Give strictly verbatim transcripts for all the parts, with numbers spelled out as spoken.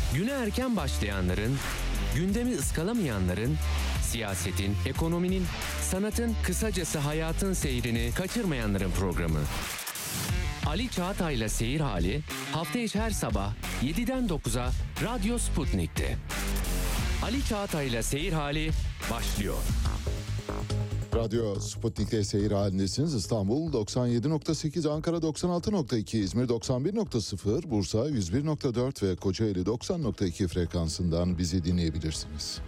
Güne erken başlayanların, gündemi ıskalamayanların, siyasetin, ekonominin, sanatın, kısacası hayatın seyrini kaçırmayanların programı. Ali Çağatay'la Seyir Hali hafta içi her sabah yediden dokuza Radyo Sputnik'te. Ali Çağatay'la Seyir Hali başlıyor. Radyo Sputnik'te seyir halindesiniz. İstanbul doksan yedi nokta sekiz, Ankara doksan altı nokta iki, İzmir doksan bir nokta sıfır, Bursa yüz bir nokta dört ve Kocaeli doksan nokta iki frekansından bizi dinleyebilirsiniz.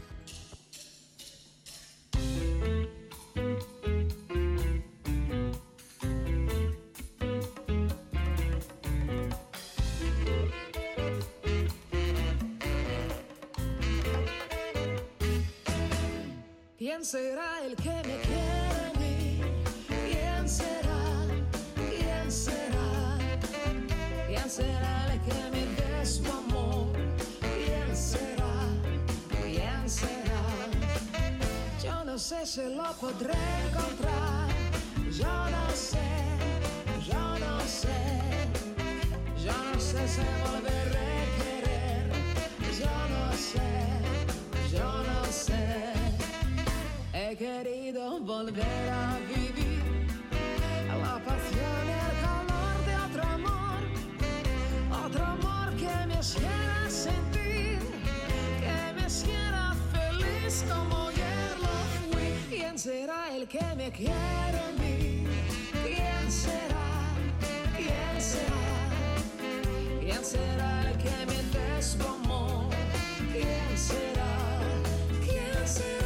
¿Quién será el que me quiere a mí? ¿Quién será? ¿Quién será? ¿Quién será el que me dé su amor? ¿Quién será? ¿Quién será? Yo no sé si lo podré encontrar. Yo no sé, yo no sé. Yo no sé si volveré a querer. Yo no sé, yo no sé. He querido volver a vivir la pasión y el calor de otro amor, otro amor que me hiciera sentir, que me hiciera feliz como ayer lo fui. ¿Quién será el que me quiere a mí? ¿Quién será? ¿Quién será? ¿Quién será el que me dé su amor? ¿Quién será? ¿Quién será?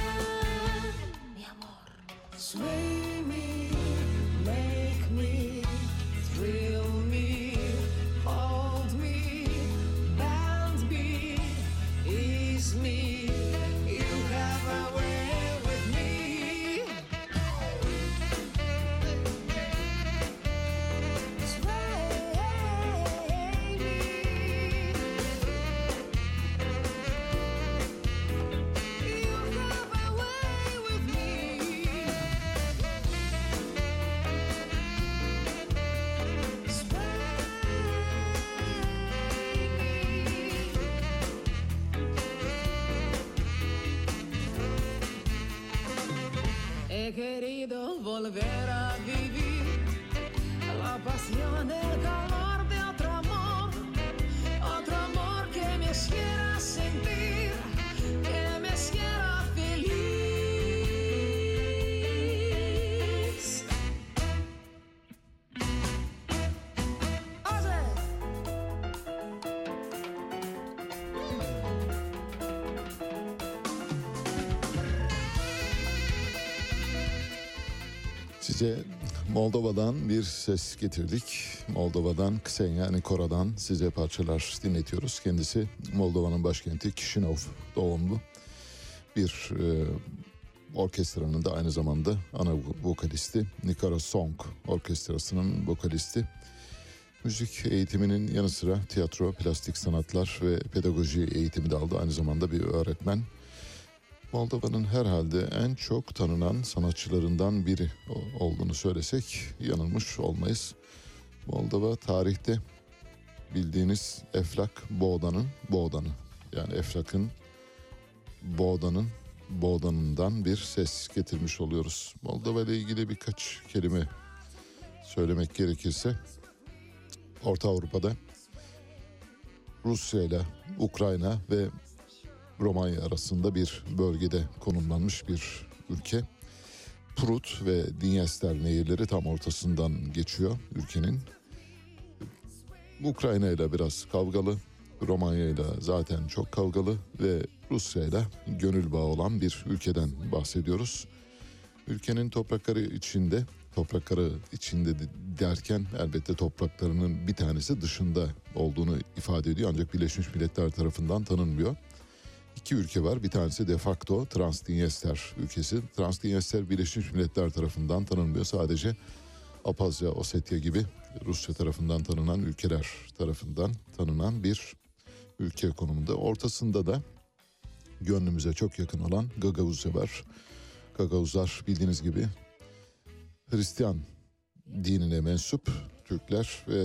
Sway me, make me, thrill me, hold me, bend me, ease me. You have a way with me. Sway me. You have a way with me. He querido volver a vivir la pasión, el calor de otro amor, otro amor que me hiciera sentir, que me hiciera feliz. Oye. Size Moldova'dan bir ses getirdik. Moldova'dan, Ksenia Nikora'dan size parçalar dinletiyoruz. Kendisi Moldova'nın başkenti Chisinau doğumlu bir e, orkestranın da aynı zamanda ana vokalisti. Nikora Song Orkestrası'nın vokalisti. Müzik eğitiminin yanı sıra tiyatro, plastik sanatlar ve pedagoji eğitimi de aldı. Aynı zamanda bir öğretmen. Moldova'nın herhalde en çok tanınan sanatçılarından biri olduğunu söylesek yanılmış olmayız. Moldova tarihte bildiğiniz Eflak Boğda'nın Boğdanı. Yani Eflak'ın Boğda'nın Boğdanı'ndan bir ses getirmiş oluyoruz. Moldova ile ilgili birkaç kelime söylemek gerekirse Orta Avrupa'da Rusya ile Ukrayna ve Romanya arasında bir bölgede konumlanmış bir ülke. Prut ve Dniester nehirleri tam ortasından geçiyor ülkenin. Ukrayna ile biraz kavgalı, Romanya ile zaten çok kavgalı ve Rusya ile gönül bağı olan bir ülkeden bahsediyoruz. Ülkenin toprakları içinde, toprakları içinde derken elbette topraklarının bir tanesi dışında olduğunu ifade ediyor. Ancak Birleşmiş Milletler tarafından tanınmıyor. İki ülke var. Bir tanesi de facto Transdniester ülkesi. Transdniester Birleşmiş Milletler tarafından tanınmıyor. Sadece Abhazya, Ossetya gibi Rusya tarafından tanınan ülkeler tarafından tanınan bir ülke konumunda. Ortasında da gönlümüze çok yakın olan Gagavuzya var. Gagavuzlar bildiğiniz gibi Hristiyan dinine mensup Türkler ve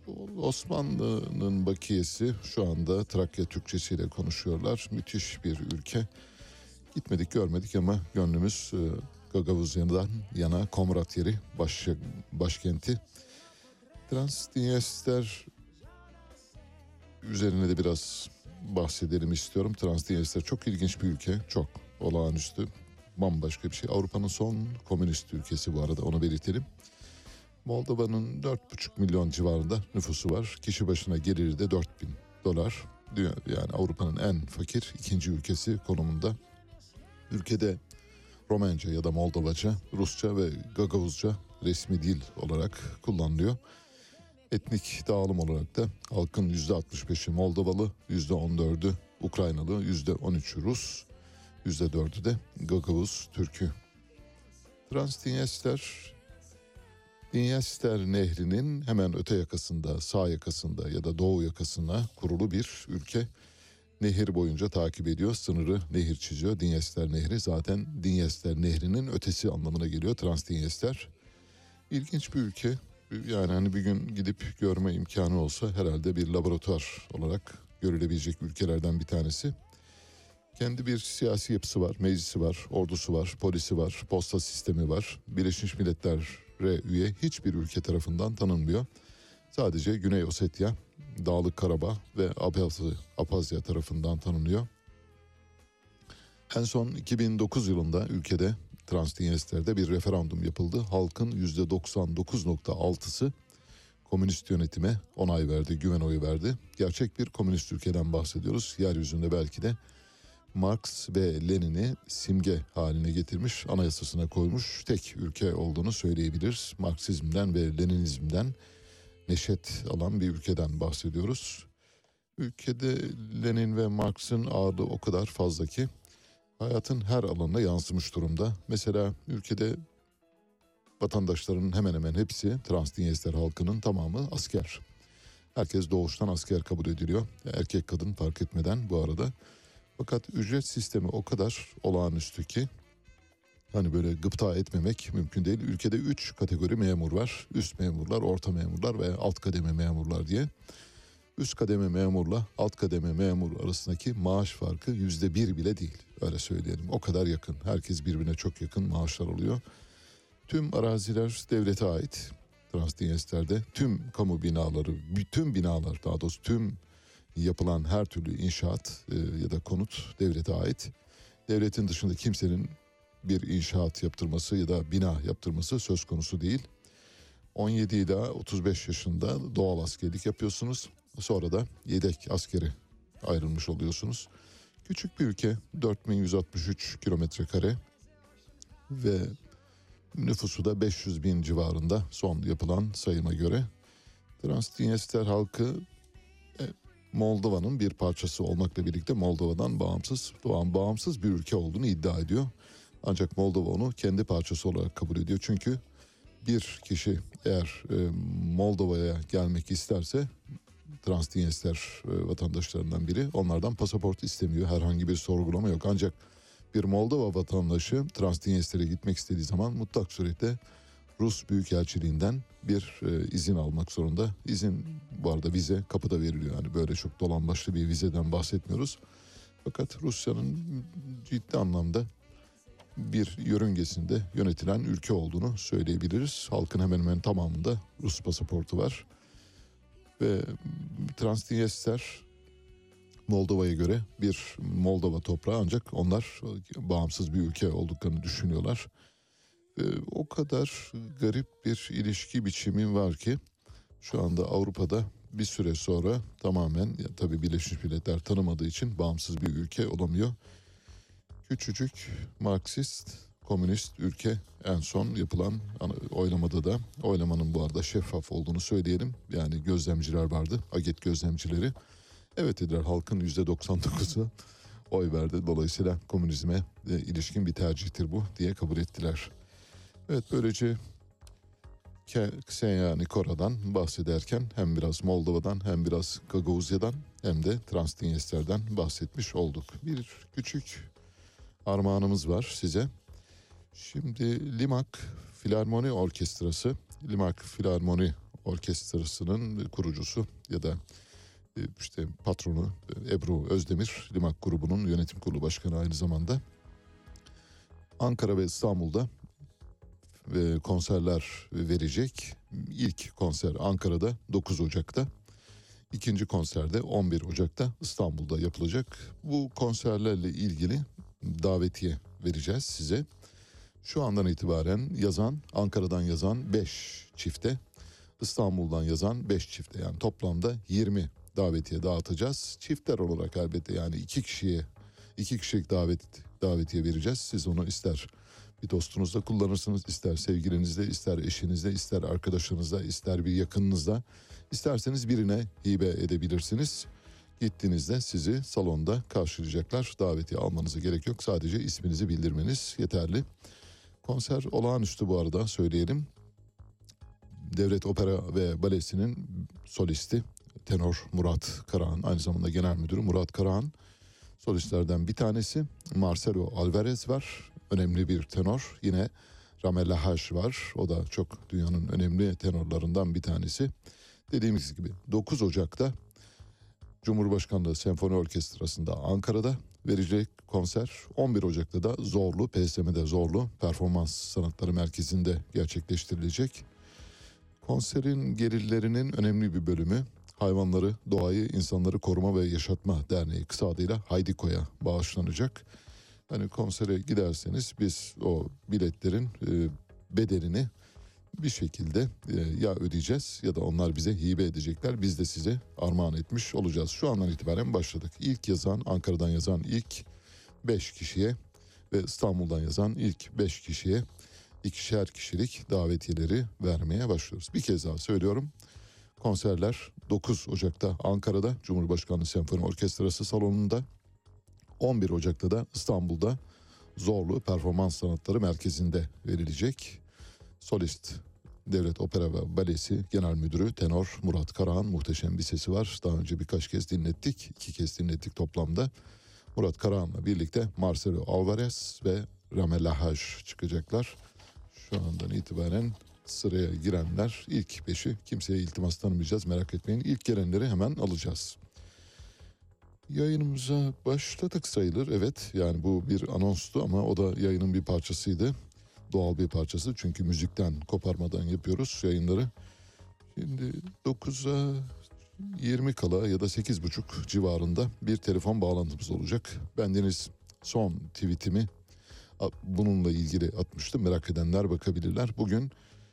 Osmanlı'nın bakiyesi, şu anda Trakya Türkçesiyle konuşuyorlar. Müthiş bir ülke. Gitmedik görmedik ama gönlümüz e, Gagavuzya'dan yana, Komrat yeri, baş, başkenti. Transdniester üzerine de biraz bahsedelim istiyorum. Transdniester çok ilginç bir ülke, çok olağanüstü, bambaşka bir şey. Avrupa'nın son komünist ülkesi bu arada, onu belirtelim. Moldova'nın dört buçuk milyon civarında nüfusu var. Kişi başına geliri de dört bin dolar. Yani Avrupa'nın en fakir ikinci ülkesi konumunda. Ülkede Romence ya da Moldovaca, Rusça ve Gagavuzca resmi dil olarak kullanılıyor. Etnik dağılım olarak da halkın yüzde altmış beşi Moldovalı, yüzde on dördü Ukraynalı, yüzde on üçü Rus, yüzde dördü de Gagavuz Türk'ü. Transdniester, Dniester Nehri'nin hemen öte yakasında, sağ yakasında ya da doğu yakasına kurulu bir ülke. Nehir boyunca takip ediyor, sınırı nehir çiziyor. Dniester Nehri zaten Dniester Nehri'nin ötesi anlamına geliyor Transdniester. İlginç bir ülke. Yani hani bir gün gidip görme imkanı olsa herhalde bir laboratuvar olarak görülebilecek ülkelerden bir tanesi. Kendi bir siyasi yapısı var, meclisi var, ordusu var, polisi var, posta sistemi var. Birleşmiş Milletler'e üye hiçbir ülke tarafından tanınmıyor. Sadece Güney Ossetya, Dağlık Karabağ ve Abhazya, Abhazya tarafından tanınıyor. En son iki bin dokuz yılında ülkede, Transdniester'de bir referandum yapıldı. Halkın yüzde doksan dokuz nokta altısı komünist yönetime onay verdi, güven oyu verdi. Gerçek bir komünist ülkeden bahsediyoruz. Yeryüzünde belki de Marx ve Lenin'i simge haline getirmiş, anayasasına koymuş tek ülke olduğunu söyleyebiliriz. Marksizmden ve Leninizmden neşet alan bir ülkeden bahsediyoruz. Ülkede Lenin ve Marx'ın ağırlığı o kadar fazla ki hayatın her alanına yansımış durumda. Mesela ülkede vatandaşların hemen hemen hepsi, Transdniester halkının tamamı asker. Herkes doğuştan asker kabul ediliyor. Erkek kadın fark etmeden bu arada. Fakat ücret sistemi o kadar olağanüstü ki hani böyle gıpta etmemek mümkün değil. Ülkede üç kategori memur var. Üst memurlar, orta memurlar ve alt kademe memurlar diye. Üst kademe memurla alt kademe memur arasındaki maaş farkı yüzde bir bile değil. Öyle söyleyelim. O kadar yakın. Herkes birbirine çok yakın maaşlar alıyor. Tüm araziler devlete ait. Transdniester'de tüm kamu binaları, bütün binalar, daha doğrusu tüm yapılan her türlü inşaat e, ya da konut devlete ait. Devletin dışında kimsenin bir inşaat yaptırması ya da bina yaptırması söz konusu değil. on yedi ila otuz beş yaşında doğal askerlik yapıyorsunuz. Sonra da yedek askeri ayrılmış oluyorsunuz. Küçük bir ülke, dört bin yüz altmış üç kilometre kare ve nüfusu da beş yüz bin civarında son yapılan sayıma göre. Transdniester halkı e, Moldova'nın bir parçası olmakla birlikte Moldova'dan bağımsız, doğan bağımsız bir ülke olduğunu iddia ediyor. Ancak Moldova onu kendi parçası olarak kabul ediyor. Çünkü bir kişi eğer e, Moldova'ya gelmek isterse, Transdniester e, vatandaşlarından biri, onlardan pasaport istemiyor. Herhangi bir sorgulama yok. Ancak bir Moldova vatandaşı Transdniester'e gitmek istediği zaman mutlak surette Rus Büyükelçiliğinden bir e, izin almak zorunda. İzin, bu arada vize kapıda veriliyor. Yani böyle çok dolambaçlı bir vizeden bahsetmiyoruz. Fakat Rusya'nın ciddi anlamda bir yörüngesinde yönetilen ülke olduğunu söyleyebiliriz. Halkın hemen hemen tamamında Rus pasaportu var. Ve Transdniester Moldova'ya göre bir Moldova toprağı, ancak onlar bağımsız bir ülke olduklarını düşünüyorlar. Ve o kadar garip bir ilişki biçimi var ki şu anda Avrupa'da bir süre sonra tamamen, ya tabii Birleşmiş Milletler tanımadığı için bağımsız bir ülke olamıyor. Küçücük Marksist, komünist ülke, en son yapılan oylamada da, oylamanın bu arada şeffaf olduğunu söyleyelim. Yani gözlemciler vardı, aget gözlemcileri. Evet dediler, halkın yüzde doksan dokuzu oy verdi. Dolayısıyla komünizme ilişkin bir tercihtir bu diye kabul ettiler. Evet, böylece Ksenia Nikora'dan bahsederken hem biraz Moldova'dan hem biraz Gagavuzya'dan hem de Transdniester'den bahsetmiş olduk. Bir küçük armağanımız var size. Şimdi Limak Filarmoni Orkestrası, Limak Filarmoni Orkestrası'nın kurucusu ya da e, işte patronu e, Ebru Özdemir, Limak grubunun yönetim kurulu başkanı aynı zamanda. Ankara ve İstanbul'da e, konserler verecek. İlk konser Ankara'da dokuz Ocak'ta. İkinci konserde on bir Ocak'ta İstanbul'da yapılacak. Bu konserlerle ilgili davetiye vereceğiz size. Şu andan itibaren yazan, Ankara'dan yazan beş çifte, İstanbul'dan yazan beş çifte, yani toplamda yirmi davetiye dağıtacağız. Çiftler olarak elbette, yani iki kişiye iki kişilik davet davetiye vereceğiz. Siz onu ister bir dostunuzla kullanırsınız, ister sevgilinizle, ister eşinizle, ister arkadaşınızla, ister bir yakınınızla, isterseniz birine hibe edebilirsiniz. Gittiğinizde sizi salonda karşılayacaklar. Davetiye almanıza gerek yok. Sadece isminizi bildirmeniz yeterli. Konser olağanüstü bu arada, söyleyelim. Devlet Opera ve Balesi'nin solisti tenor Murat Karahan, aynı zamanda genel müdürü Murat Karahan solistlerden bir tanesi. Marcelo Alvarez var, önemli bir tenor. Yine Ramel Lahaj var, o da çok dünyanın önemli tenorlarından bir tanesi. Dediğimiz gibi dokuz Ocak'ta Cumhurbaşkanlığı Senfoni Orkestrası'nda Ankara'da verecek konser. on bir Ocak'ta da Zorlu, P S M'de Zorlu Performans Sanatları Merkezi'nde gerçekleştirilecek. Konserin gelirlerinin önemli bir bölümü hayvanları, doğayı, insanları koruma ve yaşatma derneği, kısa adıyla Haydiko'ya bağışlanacak. Hani konsere giderseniz biz o biletlerin e, bedelini bir şekilde e, ya ödeyeceğiz ya da onlar bize hibe edecekler. Biz de size armağan etmiş olacağız. Şu andan itibaren başladık. İlk yazan, Ankara'dan yazan ilk beş kişiye ve İstanbul'dan yazan ilk beş kişiye ikişer kişilik davetiyeleri vermeye başlıyoruz. Bir kez daha söylüyorum. Konserler dokuz Ocak'ta Ankara'da Cumhurbaşkanlığı Senfoni Orkestrası salonunda, on bir Ocak'ta da İstanbul'da Zorlu Performans Sanatları Merkezi'nde verilecek. Solist Devlet Opera ve Balesi Genel Müdürü tenor Murat Karahan, muhteşem bir sesi var. Daha önce birkaç kez dinlettik, iki kez dinlettik toplamda. Murat Karahan'la birlikte Marcelo Alvarez ve Ramel Lahaj çıkacaklar. Şu andan itibaren sıraya girenler ilk beşi, kimseye iltimas tanımayacağız, merak etmeyin. İlk gelenleri hemen alacağız. Yayınımıza başladık sayılır, evet, yani bu bir anonstu ama o da yayının bir parçasıydı. Doğal bir parçası, çünkü müzikten koparmadan yapıyoruz yayınları. Şimdi dokuza yirmi kala ya da sekiz buçuk civarında bir telefon bağlantımız olacak. Bendeniz son tweetimi bununla ilgili atmıştım, merak edenler bakabilirler. Bugün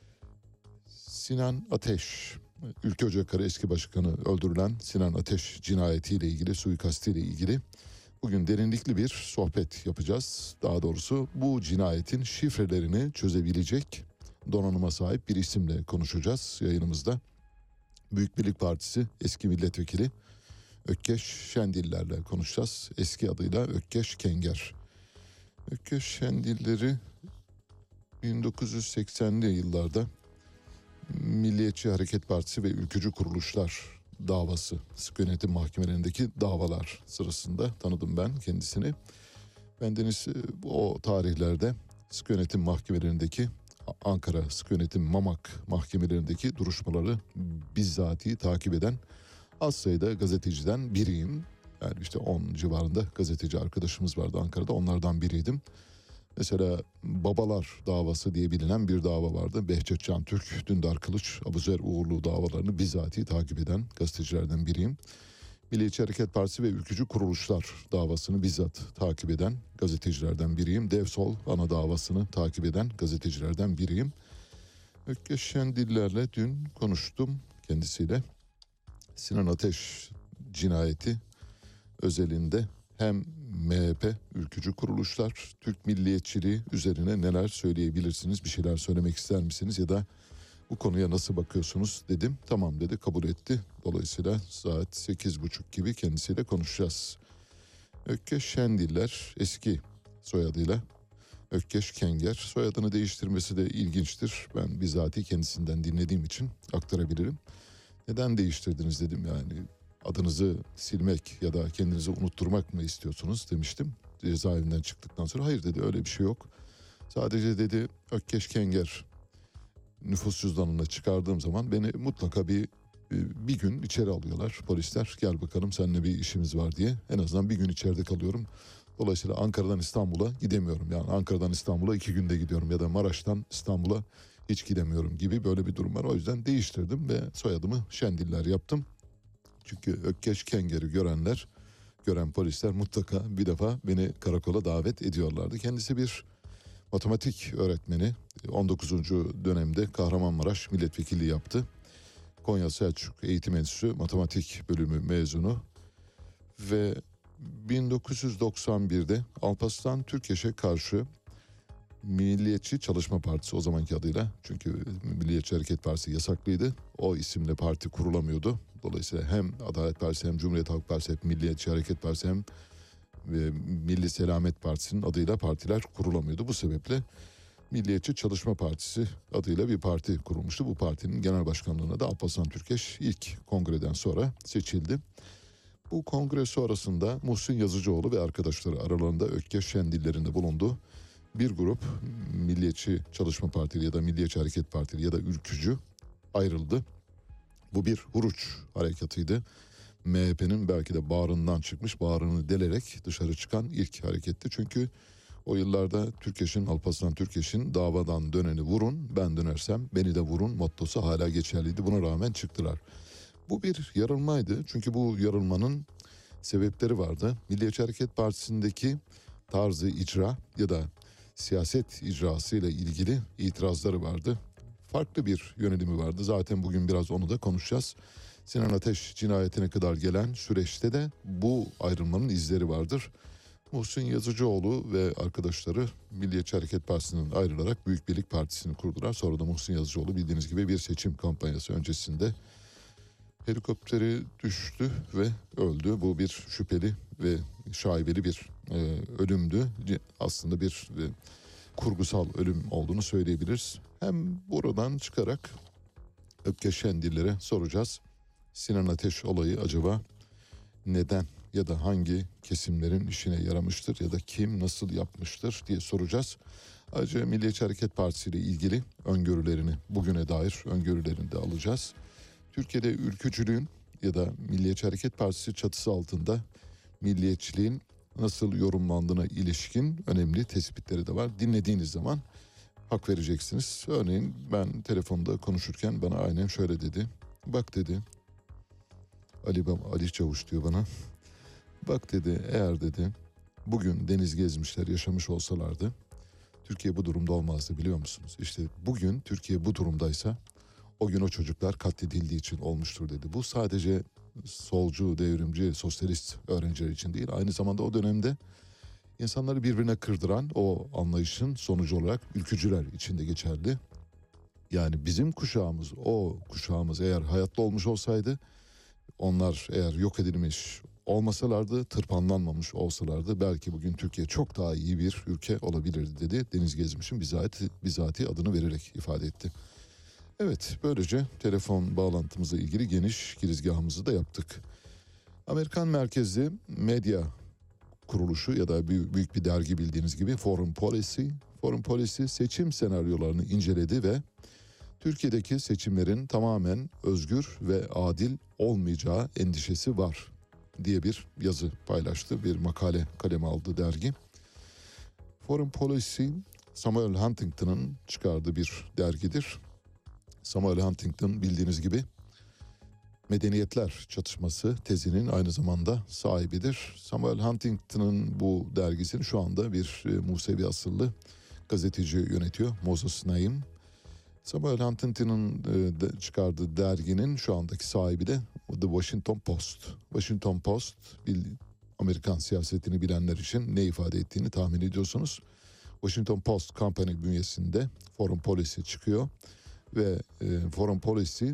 Sinan Ateş, Ülke Ocakları eski başkanı öldürülen Sinan Ateş cinayetiyle ilgili, suikastiyle ilgili bugün derinlikli bir sohbet yapacağız. Daha doğrusu bu cinayetin şifrelerini çözebilecek donanıma sahip bir isimle konuşacağız yayınımızda. Büyük Birlik Partisi eski milletvekili Ökkeş Şendiller'le konuşacağız. Eski adıyla Ökkeş Kenger. Ökkeş Şendiller'i bin dokuz yüz seksenli yıllarda Milliyetçi Hareket Partisi ve ülkücü kuruluşlar davası, sık yönetim mahkemelerindeki davalar sırasında tanıdım ben kendisini. Bendeniz o tarihlerde sık yönetim mahkemelerindeki, Ankara sık yönetim Mamak mahkemelerindeki duruşmaları bizzati takip eden az sayıda gazeteciden biriyim. Yani işte on civarında gazeteci arkadaşımız vardı Ankara'da, onlardan biriydim. Mesela Babalar davası diye bilinen bir dava vardı. Behçet Can Türk, Dündar Kılıç, Abuzer Uğurlu davalarını bizzati takip eden gazetecilerden biriyim. Milliyetçi Hareket Partisi ve ülkücü kuruluşlar davasını bizzat takip eden gazetecilerden biriyim. Dev Sol ana davasını takip eden gazetecilerden biriyim. Ökkeş Şendiller'le dün konuştum kendisiyle. Sinan Ateş cinayeti özelinde hem M H P, ülkücü kuruluşlar, Türk milliyetçiliği üzerine neler söyleyebilirsiniz, bir şeyler söylemek ister misiniz ya da bu konuya nasıl bakıyorsunuz dedim. Tamam dedi, kabul etti. Dolayısıyla saat sekiz buçuk gibi kendisiyle konuşacağız. Ökkeş Şendiller eski soyadıyla Ökkeş Kenger. Soyadını değiştirmesi de ilginçtir. Ben bizatihi kendisinden dinlediğim için aktarabilirim. Neden değiştirdiniz dedim, yani adınızı silmek ya da kendinizi unutturmak mı istiyorsunuz demiştim. Cezaevinden çıktıktan sonra hayır dedi, öyle bir şey yok. Sadece dedi Ökkeş Kenger nüfus cüzdanını çıkardığım zaman beni mutlaka bir bir gün içeri alıyorlar polisler. Gel bakalım seninle bir işimiz var diye. En azından bir gün içeride kalıyorum. Dolayısıyla Ankara'dan İstanbul'a gidemiyorum. Yani Ankara'dan İstanbul'a iki günde gidiyorum ya da Maraş'tan İstanbul'a hiç gidemiyorum gibi böyle bir durum var. O yüzden değiştirdim ve soyadımı Şendiller yaptım. Çünkü Ökkeş Kenger'i görenler, gören polisler mutlaka bir defa beni karakola davet ediyorlardı. Kendisi bir matematik öğretmeni. on dokuzuncu dönemde Kahramanmaraş milletvekilliği yaptı. Konya Selçuk Eğitim Enstitüsü matematik bölümü mezunu ve bin dokuz yüz doksan birde Alparslan Türkeş'e karşı Milliyetçi Çalışma Partisi, o zamanki adıyla, çünkü Milliyetçi Hareket Partisi yasaklıydı, o isimle parti kurulamıyordu. Dolayısıyla hem Adalet Partisi hem Cumhuriyet Halk Partisi hem Milliyetçi Hareket Partisi hem ve Milli Selamet Partisi'nin adıyla partiler kurulamıyordu. Bu sebeple Milliyetçi Çalışma Partisi adıyla bir parti kurulmuştu. Bu partinin genel başkanlığına da Alparslan Türkeş ilk kongreden sonra seçildi. Bu kongre sonrasında Muhsin Yazıcıoğlu ve arkadaşları aralarında Ökkeş Şendiller'in de bulunduğu bir grup Milliyetçi Çalışma Partili ya da Milliyetçi Hareket Partili ya da ülkücü ayrıldı. Bu bir huruç harekatıydı. M H P'nin belki de bağrından çıkmış, bağrını delerek dışarı çıkan ilk hareketti. Çünkü o yıllarda Türkeş'in, Alparslan Türkeş'in davadan döneni vurun, ben dönersem beni de vurun mottosu hala geçerliydi. Buna rağmen çıktılar. Bu bir yarılmaydı. Çünkü bu yarılmanın sebepleri vardı. Milliyetçi Hareket Partisi'ndeki tarzı icra ya da siyaset icrası ile ilgili itirazları vardı. Farklı bir yönelimi vardı. Zaten bugün biraz onu da konuşacağız. Sinan Ateş cinayetine kadar gelen süreçte de bu ayrılmanın izleri vardır. Muhsin Yazıcıoğlu ve arkadaşları Milliyetçi Hareket Partisi'nin ayrılarak Büyük Birlik Partisi'ni kurdular. Sonra da Muhsin Yazıcıoğlu bildiğiniz gibi bir seçim kampanyası öncesinde helikopteri düştü ve öldü. Bu bir şüpheli ve şaibeli bir e, ölümdü. Aslında bir e, kurgusal ölüm olduğunu söyleyebiliriz. Hem buradan çıkarak Ökkeş Şendiller'e soracağız. Sinan Ateş olayı acaba neden ya da hangi kesimlerin işine yaramıştır ya da kim nasıl yapmıştır diye soracağız. Ayrıca Milliyetçi Hareket Partisi ile ilgili öngörülerini, bugüne dair öngörülerini de alacağız. Türkiye'de ülkücülüğün ya da Milliyetçi Hareket Partisi çatısı altında milliyetçiliğin nasıl yorumlandığına ilişkin önemli tespitleri de var. Dinlediğiniz zaman hak vereceksiniz. Örneğin ben telefonda konuşurken bana aynen şöyle dedi. Bak dedi, Ali, Ali Çavuş diyor bana. Bak dedi, eğer dedi bugün Deniz Gezmişler yaşamış olsalardı Türkiye bu durumda olmazdı, biliyor musunuz? İşte bugün Türkiye bu durumdaysa o gün o çocuklar katledildiği için olmuştur dedi. Bu sadece solcu, devrimci, sosyalist öğrenciler için değil. Aynı zamanda o dönemde insanları birbirine kırdıran o anlayışın sonucu olarak ülkücüler için de geçerli. Yani bizim kuşağımız, o kuşağımız eğer hayatta olmuş olsaydı, onlar eğer yok edilmiş olmasalardı, tırpanlanmamış olsalardı belki bugün Türkiye çok daha iyi bir ülke olabilirdi dedi. Deniz Gezmiş'in bizatihi, bizatihi adını vererek ifade etti. Evet, böylece telefon bağlantımızla ilgili geniş girizgahımızı da yaptık. Amerikan merkezli medya kuruluşu ya da büyük bir dergi bildiğiniz gibi Foreign Policy, Foreign Policy seçim senaryolarını inceledi ve Türkiye'deki seçimlerin tamamen özgür ve adil olmayacağı endişesi var diye bir yazı paylaştı. Bir makale kaleme aldı dergi. Foreign Policy, Samuel Huntington'ın çıkardığı bir dergidir. Samuel Huntington bildiğiniz gibi Medeniyetler Çatışması tezinin aynı zamanda sahibidir. Samuel Huntington'ın bu dergisini şu anda bir e, Musevi asıllı gazeteci yönetiyor, Moses Naim. Samuel Huntington'ın e, de çıkardığı derginin şu andaki sahibi de The Washington Post. Washington Post, bil, Amerikan siyasetini bilenler için ne ifade ettiğini tahmin ediyorsunuz. Washington Post Company bünyesinde Foreign Policy çıkıyor ve e, Foreign Policy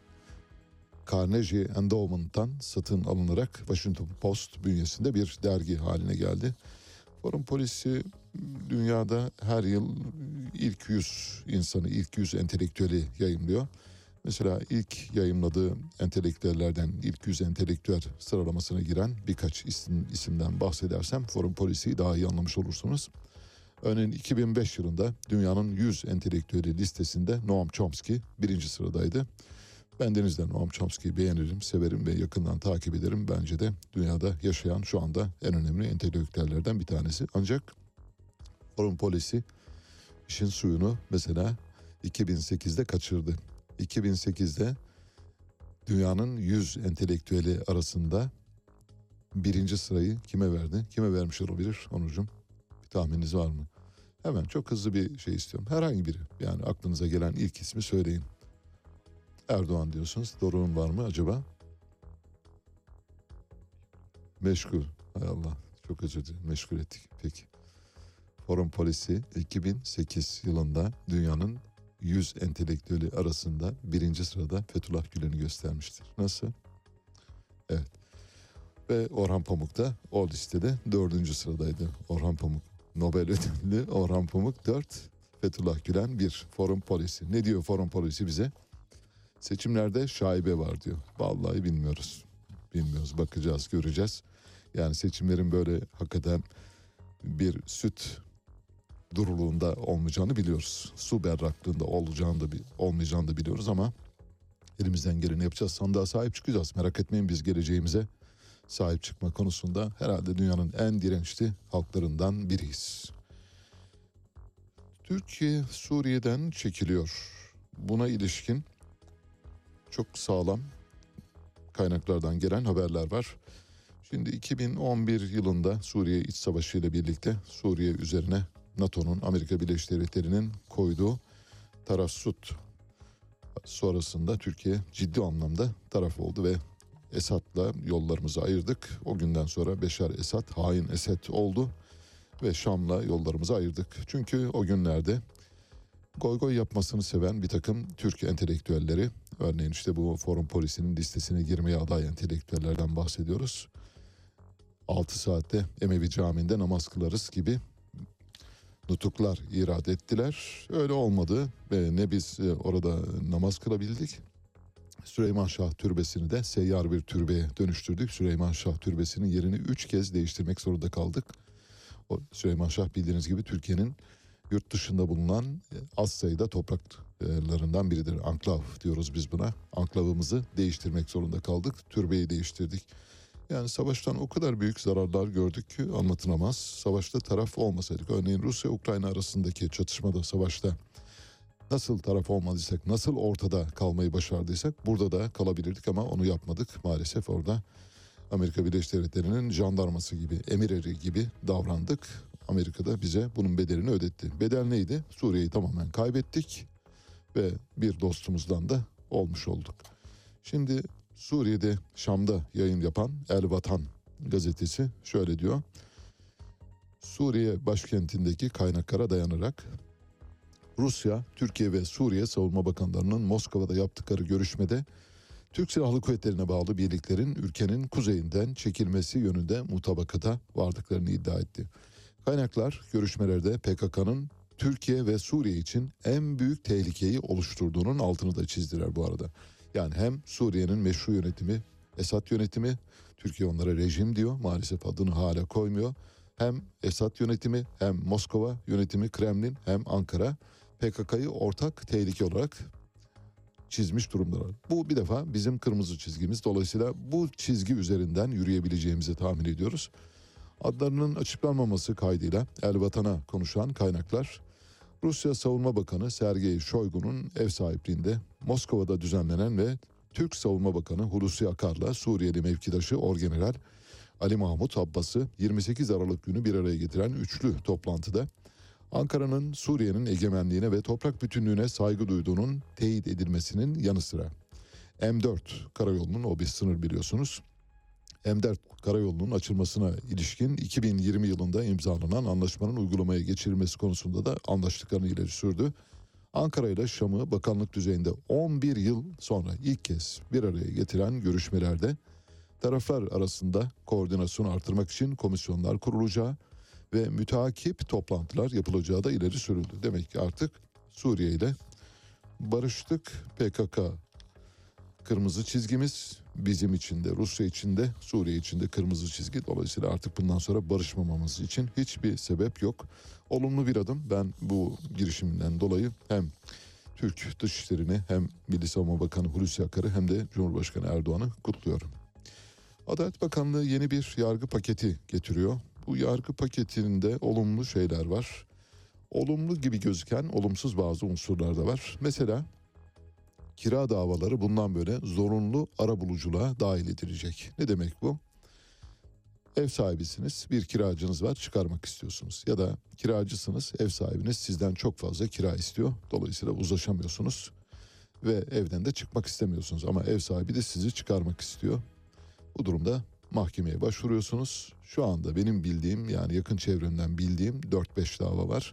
Carnegie Endowment'tan satın alınarak Washington Post bünyesinde bir dergi haline geldi. Foreign Policy dünyada her yıl ilk yüz insanı, ilk yüz entelektüeli yayımlıyor. Mesela ilk yayımladığı entelektüellerden ilk yüz entelektüel sıralamasına giren birkaç isim, isimden bahsedersem Foreign Policy'yi daha iyi anlamış olursunuz. Örneğin iki bin beş yılında dünyanın yüz entelektüeli listesinde Noam Chomsky birinci sıradaydı. Ben denizden Noam Chomsky'yi beğenirim, severim ve yakından takip ederim. Bence de dünyada yaşayan şu anda en önemli entelektüellerden bir tanesi. Ancak Foreign Policy işin suyunu mesela iki bin sekizde kaçırdı. iki bin sekizde dünyanın yüz entelektüeli arasında birinci sırayı kime verdi? Kime vermiş olabilir Onurcuğum? Bir tahmininiz var mı? Hemen çok hızlı bir şey istiyorum. Herhangi biri. Yani aklınıza gelen ilk ismi söyleyin. Erdoğan diyorsunuz. Doruk'un var mı acaba? Meşgul. Hay Allah. Çok özür dilerim. Meşgul ettik. Peki. Foreign Policy iki bin sekiz yılında dünyanın yüz entelektüeli arasında birinci sırada Fethullah Gülen'i göstermiştir. Nasıl? Evet. Ve Orhan Pamuk da o listede dördüncü sıradaydı. Orhan Pamuk. Nobel ödüllü Orhan Pamuk dört. Fethullah Gülen bir. Foreign Policy. Ne diyor Foreign Policy bize? Seçimlerde şaibe var diyor. Vallahi bilmiyoruz. Bilmiyoruz. Bakacağız, göreceğiz. Yani seçimlerin böyle hakikaten bir süt duruluğunda olmayacağını biliyoruz. Su berraklığında olacağını da olmayacağını da biliyoruz ama elimizden geleni yapacağız. Sandığa sahip çıkacağız. Merak etmeyin, biz geleceğimize sahip çıkma konusunda herhalde dünyanın en dirençli halklarından biriyiz. Türkiye Suriye'den çekiliyor. Buna ilişkin çok sağlam kaynaklardan gelen haberler var. Şimdi iki bin on bir yılında Suriye İç Savaşı ile birlikte Suriye üzerine NATO'nun, Amerika Birleşik Devletleri'nin koyduğu tarassut sonrasında Türkiye ciddi anlamda taraf oldu ve Esad'la yollarımızı ayırdık. O günden sonra Beşar Esad hain Esed oldu ve Şam'la yollarımızı ayırdık. Çünkü o günlerde goy goy yapmasını seven bir takım Türk entelektüelleri, örneğin işte bu Foreign Policy'nin listesine girmeye aday entelektüellerden bahsediyoruz. altı saatte Emevi Camii'nde namaz kılarız gibi nutuklar irade ettiler. Öyle olmadı ve ne biz orada namaz kılabildik. Süleyman Şah Türbesi'ni de seyyar bir türbeye dönüştürdük. Süleyman Şah Türbesi'nin yerini üç kez değiştirmek zorunda kaldık. O Süleyman Şah bildiğiniz gibi Türkiye'nin yurt dışında bulunan az sayıda topraklarından biridir. Anklav diyoruz biz buna. Anklavımızı değiştirmek zorunda kaldık. Türbeyi değiştirdik. Yani savaştan o kadar büyük zararlar gördük ki anlatılamaz. Savaşta taraf olmasaydık, örneğin Rusya-Ukrayna arasındaki çatışmada, savaşta nasıl taraf olmadıysak, nasıl ortada kalmayı başardıysak burada da kalabilirdik ama onu yapmadık. Maalesef orada Amerika Birleşik Devletleri'nin jandarması gibi, emir eri gibi davrandık. Amerika da bize bunun bedelini ödetti. Bedel neydi? Suriye'yi tamamen kaybettik ve bir dostumuzdan da olmuş olduk. Şimdi Suriye'de, Şam'da yayın yapan El Vatan gazetesi şöyle diyor. Suriye başkentindeki kaynaklara dayanarak Rusya, Türkiye ve Suriye Savunma Bakanlarının Moskova'da yaptıkları görüşmede Türk Silahlı Kuvvetleri'ne bağlı birliklerin ülkenin kuzeyinden çekilmesi yönünde mutabakata vardıklarını iddia etti. Kaynaklar görüşmelerde P K K'nın Türkiye ve Suriye için en büyük tehlikeyi oluşturduğunun altını da çizdiler bu arada. Yani hem Suriye'nin meşru yönetimi, Esad yönetimi, Türkiye onlara rejim diyor, maalesef adını hala koymuyor. Hem Esad yönetimi, hem Moskova yönetimi, Kremlin, hem Ankara P K K'yı ortak tehlike olarak çizmiş durumdalar. Bu bir defa bizim kırmızı çizgimiz. Dolayısıyla bu çizgi üzerinden yürüyebileceğimizi tahmin ediyoruz. Adlarının açıklanmaması kaydıyla El Vatan'a konuşan kaynaklar, Rusya Savunma Bakanı Sergey Shoigu'nun ev sahipliğinde Moskova'da düzenlenen ve Türk Savunma Bakanı Hulusi Akar'la Suriyeli mevkidaşı Orgeneral Ali Mahmut Abbas'ı yirmi sekiz Aralık günü bir araya getiren üçlü toplantıda Ankara'nın Suriye'nin egemenliğine ve toprak bütünlüğüne saygı duyduğunun teyit edilmesinin yanı sıra M dört karayolunun, o bir sınır biliyorsunuz, M dört karayolunun açılmasına ilişkin iki bin yirmi yılında imzalanan anlaşmanın uygulamaya geçirilmesi konusunda da anlaştıklarını ileri sürdü. Ankara ile Şam'ı bakanlık düzeyinde on bir yıl sonra ilk kez bir araya getiren görüşmelerde taraflar arasında koordinasyonu artırmak için komisyonlar kurulacağı ve müteakip toplantılar yapılacağı da ileri sürüldü. Demek ki artık Suriye ile barıştık. P K K kırmızı çizgimiz, bizim için de, Rusya için de, Suriye için de kırmızı çizgi. Dolayısıyla artık bundan sonra barışmamamız için hiçbir sebep yok. Olumlu bir adım. Ben bu girişimden dolayı hem Türk Dışişleri'ni hem Milli Savunma Bakanı Hulusi Akar'ı hem de Cumhurbaşkanı Erdoğan'ı kutluyorum. Adalet Bakanlığı yeni bir yargı paketi getiriyor. Bu yargı paketinde olumlu şeyler var. Olumlu gibi gözüken olumsuz bazı unsurlar da var. Mesela kira davaları bundan böyle zorunlu arabuluculuğa dahil edilecek. Ne demek bu? Ev sahibisiniz, bir kiracınız var, çıkarmak istiyorsunuz. Ya da kiracısınız, ev sahibiniz sizden çok fazla kira istiyor. Dolayısıyla uzlaşamıyorsunuz ve evden de çıkmak istemiyorsunuz. Ama ev sahibi de sizi çıkarmak istiyor. Bu durumda mahkemeye başvuruyorsunuz. Şu anda benim bildiğim, yani yakın çevremden bildiğim dört beş dava var.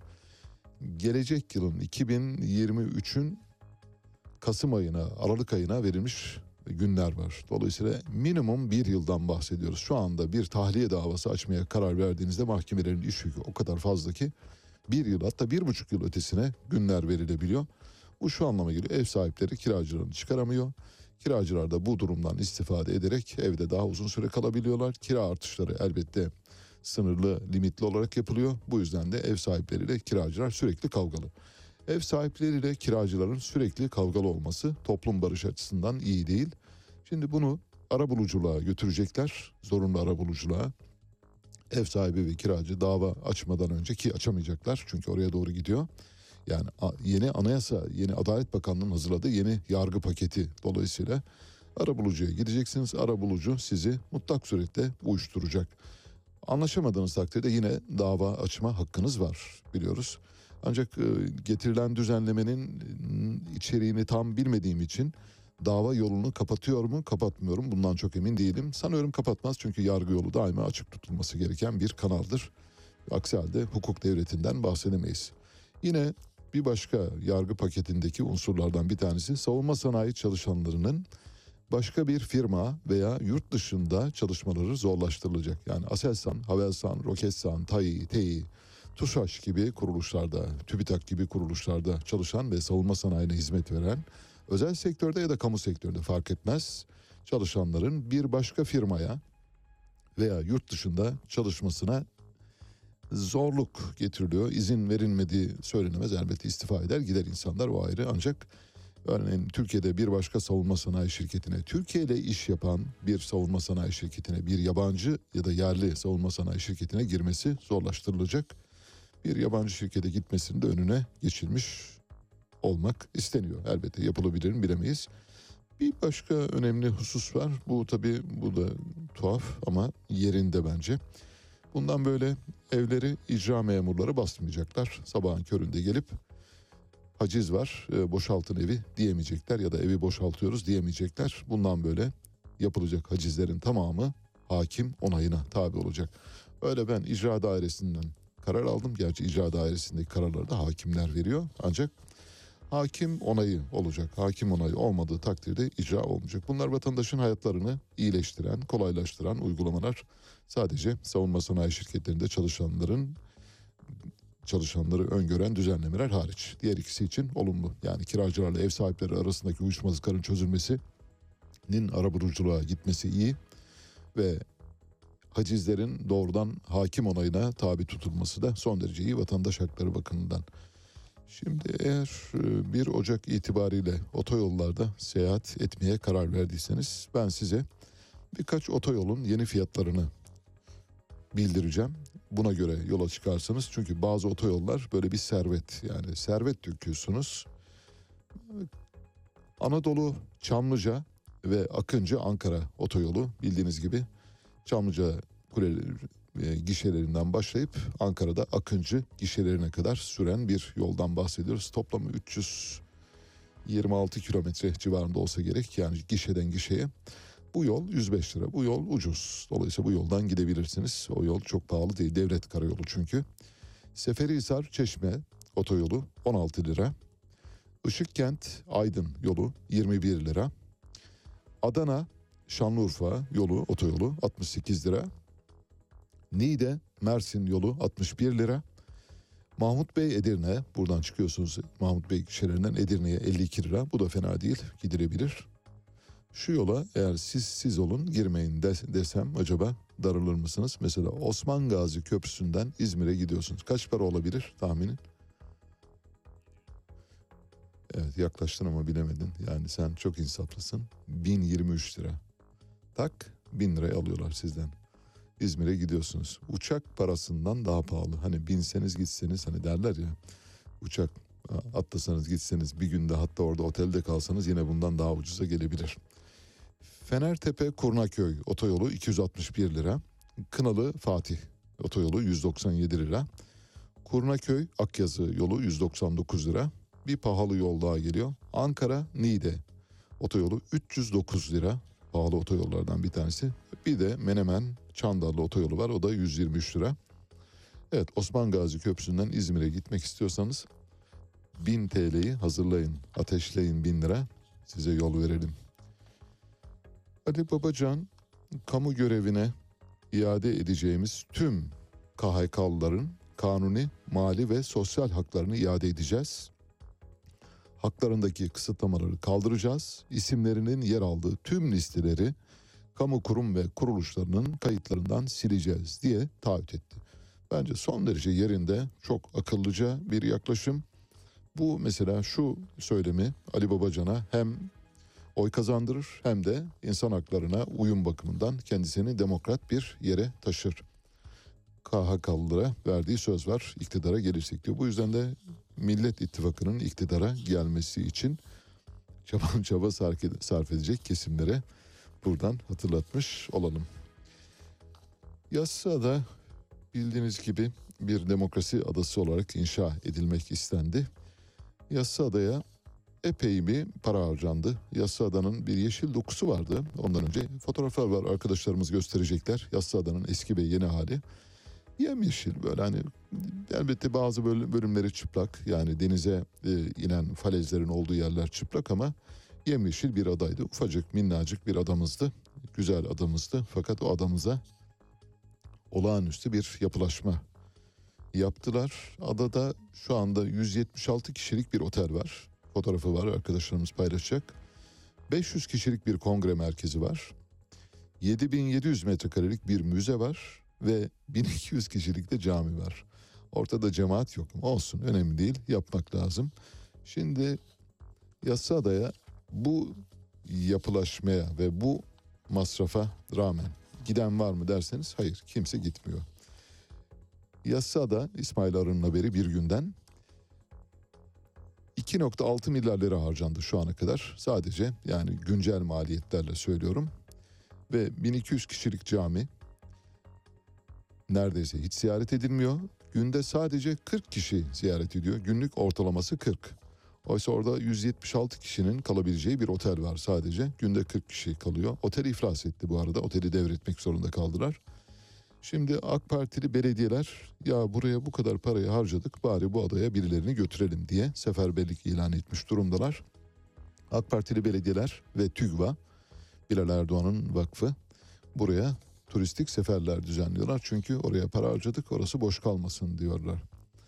Gelecek yılın iki bin yirmi üçün Kasım ayına, Aralık ayına verilmiş günler var. Dolayısıyla minimum bir yıldan bahsediyoruz. Şu anda bir tahliye davası açmaya karar verdiğinizde mahkemelerin iş yükü o kadar fazla ki bir yıl, hatta bir buçuk yıl ötesine günler verilebiliyor. Bu şu anlama geliyor: ev sahipleri kiracılarını çıkaramıyor. Kiracılar da bu durumdan istifade ederek evde daha uzun süre kalabiliyorlar. Kira artışları elbette sınırlı, limitli olarak yapılıyor. Bu yüzden de ev sahipleriyle kiracılar sürekli kavgalı. Ev sahipleriyle kiracıların sürekli kavgalı olması toplum barışı açısından iyi değil. Şimdi bunu arabuluculuğa götürecekler, zorunlu arabuluculuğa. Ev sahibi ve kiracı dava açmadan önce, ki açamayacaklar çünkü oraya doğru gidiyor. Yani yeni anayasa, yeni Adalet Bakanlığı'nın hazırladığı yeni yargı paketi dolayısıyla arabulucuya gideceksiniz. Arabulucu sizi mutlak surette uyuşturacak. Anlaşamadığınız takdirde yine dava açma hakkınız var, biliyoruz. Ancak getirilen düzenlemenin içeriğini tam bilmediğim için dava yolunu kapatıyor mu, kapatmıyor mu, bundan çok emin değilim. Sanıyorum kapatmaz, çünkü yargı yolu daima açık tutulması gereken bir kanaldır. Aksi halde hukuk devletinden bahsedemeyiz. Yine bir başka yargı paketindeki unsurlardan bir tanesi, savunma sanayi çalışanlarının başka bir firma veya yurt dışında çalışmaları zorlaştırılacak. Yani Aselsan, Havelsan, Roketsan, T A İ, T İ, TUSAŞ gibi kuruluşlarda, TÜBİTAK gibi kuruluşlarda çalışan ve savunma sanayine hizmet veren, özel sektörde ya da kamu sektöründe fark etmez, çalışanların bir başka firmaya veya yurt dışında çalışmasına zorluk getiriliyor. İzin verilmediği söylenemez, elbette istifa eder gider insanlar, o ayrı. Ancak örneğin Türkiye'de bir başka savunma sanayi şirketine, Türkiye ile iş yapan bir savunma sanayi şirketine, bir yabancı ya da yerli savunma sanayi şirketine girmesi zorlaştırılacak. Bir yabancı şirkete gitmesinin de önüne geçilmiş olmak isteniyor. Elbette yapılabilir mi bilemeyiz. Bir başka önemli husus var. Bu tabii, bu da tuhaf ama yerinde bence. Bundan böyle evleri icra memurları basmayacaklar. Sabahın köründe gelip haciz var, boşaltın evi diyemeyecekler ya da evi boşaltıyoruz diyemeyecekler. Bundan böyle yapılacak hacizlerin tamamı hakim onayına tabi olacak. Öyle ben icra dairesinden karar aldım. Gerçi icra dairesindeki kararları da hakimler veriyor. Ancak hakim onayı olacak. Hakim onayı olmadığı takdirde icra olmayacak. Bunlar vatandaşın hayatlarını iyileştiren, kolaylaştıran uygulamalar. Sadece savunma sanayi şirketlerinde çalışanların çalışanları öngören düzenlemeler hariç. Diğer ikisi için olumlu. Yani kiracılarla ev sahipleri arasındaki uyuşmazlıkların çözülmesinin arabuluculuğa gitmesi iyi ve hacizlerin doğrudan hakim onayına tabi tutulması da son derece iyi vatandaş hakları bakımından. Şimdi eğer bir Ocak itibariyle otoyollarda seyahat etmeye karar verdiyseniz, ben size birkaç otoyolun yeni fiyatlarını bildireceğim. Buna göre yola çıkarsınız. Çünkü bazı otoyollar böyle bir servet, yani servet döküyorsunuz. Anadolu Çamlıca ve Akıncı Ankara otoyolu, bildiğiniz gibi Çamlıca kuleleri, e, gişelerinden başlayıp Ankara'da Akıncı gişelerine kadar süren bir yoldan bahsediyoruz. Toplamı üç yüz yirmi altı kilometre civarında olsa gerek, yani gişeden gişeye. Bu yol yüz beş lira. Bu yol ucuz. Dolayısıyla bu yoldan gidebilirsiniz. O yol çok pahalı değil. Devlet karayolu çünkü. Seferihisar Çeşme otoyolu on altı lira. Işıkkent Aydın yolu yirmi bir lira. Adana Şanlıurfa yolu, otoyolu altmış sekiz lira. Niğde Mersin yolu altmış bir lira. Mahmut Bey Edirne, buradan çıkıyorsunuz Mahmut Bey gişelerinden Edirne'ye elli iki lira. Bu da fena değil, gidilebilir. Şu yola eğer siz siz olun girmeyin des- desem acaba darılır mısınız? Mesela Osman Gazi Köprüsü'nden İzmir'e gidiyorsunuz. Kaç para olabilir tahminin? Evet, yaklaştın ama bilemedin. Yani sen çok insaflısın. bin yirmi üç lira. Tak, bin liraya alıyorlar sizden. İzmir'e gidiyorsunuz. Uçak parasından daha pahalı. Hani binseniz gitseniz, hani derler ya, uçak atlasanız gitseniz bir günde, hatta orada otelde kalsanız yine bundan daha ucuza gelebilir. Fenertepe Kurnaköy otoyolu iki yüz altmış bir lira. Kınalı Fatih otoyolu yüz doksan yedi lira. Kurnaköy Akyazı yolu yüz doksan dokuz lira. Bir pahalı yol daha geliyor. Ankara Niğde otoyolu üç yüz dokuz lira. Pahalı otoyollardan bir tanesi. Bir de Menemen Çandarlı otoyolu var, o da yüz yirmi üç lira. Evet, Osman Gazi Köprüsü'nden İzmir'e gitmek istiyorsanız bin T L'yi hazırlayın, ateşleyin, bin lira, size yol verelim. Ali Babacan, kamu görevine iade edeceğimiz tüm K H K'lıların kanuni, mali ve sosyal haklarını iade edeceğiz. Haklarındaki kısıtlamaları kaldıracağız. İsimlerinin yer aldığı tüm listeleri kamu kurum ve kuruluşlarının kayıtlarından sileceğiz diye taahhüt etti. Bence son derece yerinde, çok akıllıca bir yaklaşım. Bu mesela şu söylemi Ali Babacan'a hem oy kazandırır hem de insan haklarına uyum bakımından kendisini demokrat bir yere taşır. K H K'lılara verdiği söz var, iktidara gelirsek diyor. Bu yüzden de Millet İttifakı'nın iktidara gelmesi için çaba çaba sarf edecek kesimlere buradan hatırlatmış olalım. Yassıada bildiğiniz gibi bir demokrasi adası olarak inşa edilmek istendi. Yassıada'ya epey bir para harcandı. Yassıada'nın bir yeşil dokusu vardı. Ondan önce fotoğraflar var, arkadaşlarımız gösterecekler. Yassıada'nın eski ve yeni hali. Yemyeşil böyle, hani elbette bazı bölümleri çıplak, yani denize e, inen falezlerin olduğu yerler çıplak ama yemyeşil bir adaydı. Ufacık minnacık bir adamızdı. Güzel adamızdı, fakat o adamıza olağanüstü bir yapılaşma yaptılar. Adada şu anda yüz yetmiş altı kişilik bir otel var. Fotoğrafı var, arkadaşlarımız paylaşacak. beş yüz kişilik bir kongre merkezi var. yedi bin yedi yüz metrekarelik bir müze var ve bin iki yüz kişilik de cami var. Ortada cemaat yok mu? Olsun, önemli değil, yapmak lazım. Şimdi Yassıada'ya bu yapılaşmaya ve bu masrafa rağmen giden var mı derseniz hayır, kimse gitmiyor. Yassıada, İsmail Arı'nın haberi bir günden, iki nokta altı milyar lira harcandı şu ana kadar. Sadece, yani güncel maliyetlerle söylüyorum. Ve bin iki yüz kişilik cami neredeyse hiç ziyaret edilmiyor. Günde sadece kırk kişi ziyaret ediyor. Günlük ortalaması kırk. Oysa orada yüz yetmiş altı kişinin kalabileceği bir otel var sadece. Günde kırk kişi kalıyor. Otel iflas etti bu arada. Oteli devretmek zorunda kaldılar. Şimdi AK Partili belediyeler, ya buraya bu kadar parayı harcadık, bari bu adaya birilerini götürelim diye seferberlik ilan etmiş durumdalar. AK Partili belediyeler ve TÜGVA, Bilal Erdoğan'ın vakfı, buraya turistik seferler düzenliyorlar. Çünkü oraya para harcadık, orası boş kalmasın diyorlar.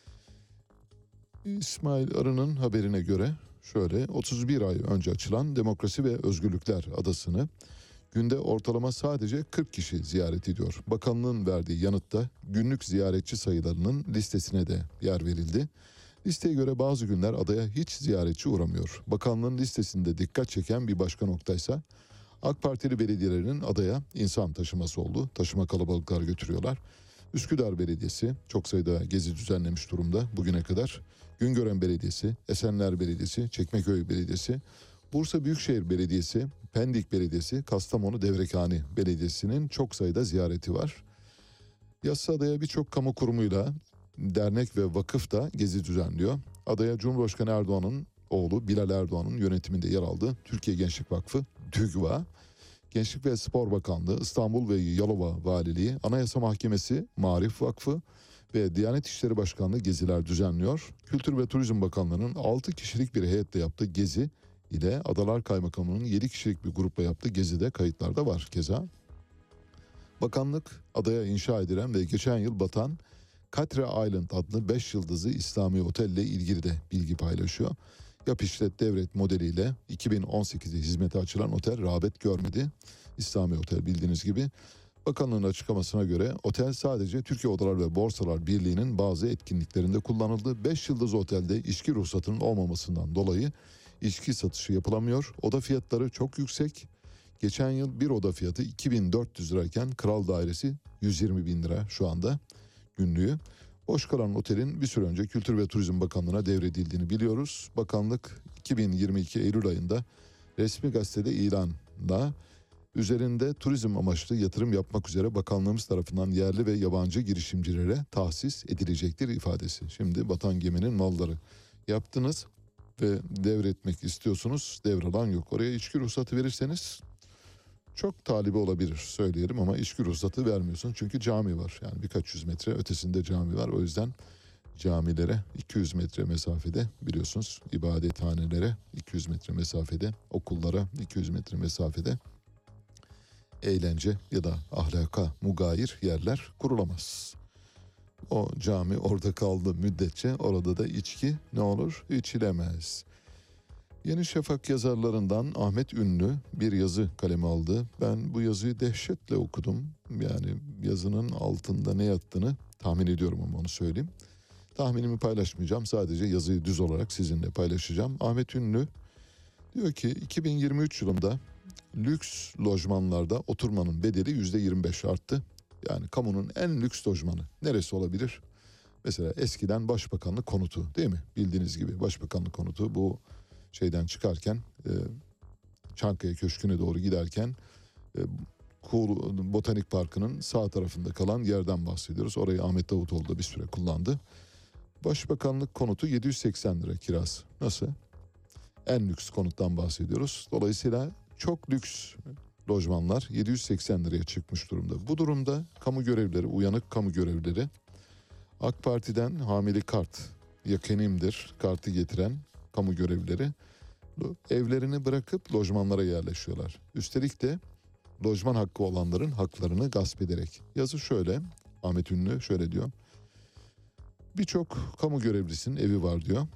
İsmail Arı'nın haberine göre şöyle, otuz bir ay önce açılan Demokrasi ve Özgürlükler Adası'nı günde ortalama sadece kırk kişi ziyaret ediyor. Bakanlığın verdiği yanıtta günlük ziyaretçi sayılarının listesine de yer verildi. Listeye göre bazı günler adaya hiç ziyaretçi uğramıyor. Bakanlığın listesinde dikkat çeken bir başka noktaysa AK Partili belediyelerinin adaya insan taşıması oldu. Taşıma kalabalıklar götürüyorlar. Üsküdar Belediyesi çok sayıda gezi düzenlemiş durumda bugüne kadar. Güngören Belediyesi, Esenler Belediyesi, Çekmeköy Belediyesi, Bursa Büyükşehir Belediyesi, Pendik Belediyesi, Kastamonu Devrekhani Belediyesi'nin çok sayıda ziyareti var. Yassıada'ya birçok kamu kurumuyla dernek ve vakıf da gezi düzenliyor. Adaya Cumhurbaşkanı Erdoğan'ın oğlu Bilal Erdoğan'ın yönetiminde yer aldığı Türkiye Gençlik Vakfı, TÜGVA, Gençlik ve Spor Bakanlığı, İstanbul ve Yalova Valiliği, Anayasa Mahkemesi, Maarif Vakfı ve Diyanet İşleri Başkanlığı geziler düzenliyor. Kültür ve Turizm Bakanlığı'nın altı kişilik bir heyetle yaptığı gezi ile Adalar Kaymakamlığı'nın yedi kişilik bir grupla yaptığı gezide kayıtlarda var keza. Bakanlık adaya inşa edilen ve geçen yıl batan Katre Island adlı beş yıldızlı İslami otelle ilgili de bilgi paylaşıyor. Yap işlet devret modeliyle iki bin on sekizde hizmete açılan otel rağbet görmedi. İslami Otel bildiğiniz gibi. Bakanlığın açıklamasına göre otel sadece Türkiye Odalar ve Borsalar Birliği'nin bazı etkinliklerinde kullanıldı. beş yıldız otelde içki ruhsatının olmamasından dolayı içki satışı yapılamıyor. Oda fiyatları çok yüksek. Geçen yıl bir oda fiyatı iki bin dört yüz lirayken Kral Dairesi yüz yirmi bin lira şu anda günlüğü. Boş kalan otelin bir süre önce Kültür ve Turizm Bakanlığı'na devredildiğini biliyoruz. Bakanlık iki bin yirmi iki Eylül ayında resmi gazetede ilanla üzerinde turizm amaçlı yatırım yapmak üzere bakanlığımız tarafından yerli ve yabancı girişimcilere tahsis edilecektir ifadesi. Şimdi batan geminin malları yaptınız ve devretmek istiyorsunuz. Devralan yok. Oraya içki ruhsatı verirseniz çok talibi olabilir söyleyelim ama içki ruhsatı vermiyorsun. Çünkü cami var. Yani birkaç yüz metre ötesinde cami var. O yüzden camilere iki yüz metre mesafede, biliyorsunuz ibadethanelere iki yüz metre mesafede, okullara iki yüz metre mesafede eğlence ya da ahlaka mugayir yerler kurulamaz. O cami orada kaldığı müddetçe orada da içki ne olur? İçilemez. Yeni Şafak yazarlarından Ahmet Ünlü bir yazı kaleme aldı. Ben bu yazıyı dehşetle okudum. Yani yazının altında ne yattığını tahmin ediyorum ama onu söyleyeyim. Tahminimi paylaşmayacağım. Sadece yazıyı düz olarak sizinle paylaşacağım. Ahmet Ünlü diyor ki iki bin yirmi üç yılında lüks lojmanlarda oturmanın bedeli yüzde yirmi beş arttı. Yani kamunun en lüks lojmanı neresi olabilir? Mesela eskiden Başbakanlık konutu değil mi? Bildiğiniz gibi Başbakanlık konutu bu şeyden çıkarken e, Çankaya Köşkü'ne doğru giderken e, Kuğulu Botanik Parkı'nın sağ tarafında kalan yerden bahsediyoruz. Orayı Ahmet Davutoğlu da bir süre kullandı. Başbakanlık konutu yedi yüz seksen lira kirası. Nasıl? En lüks konuttan bahsediyoruz. Dolayısıyla çok lüks lojmanlar yedi yüz seksen liraya çıkmış durumda. Bu durumda kamu görevlileri, uyanık kamu görevlileri AK Parti'den hamili kart, yakenimdir kartı getiren kamu görevlileri evlerini bırakıp lojmanlara yerleşiyorlar. Üstelik de lojman hakkı olanların haklarını gasp ederek. Yazı şöyle, Ahmet Ünlü şöyle diyor. Birçok kamu görevlisinin evi var diyor.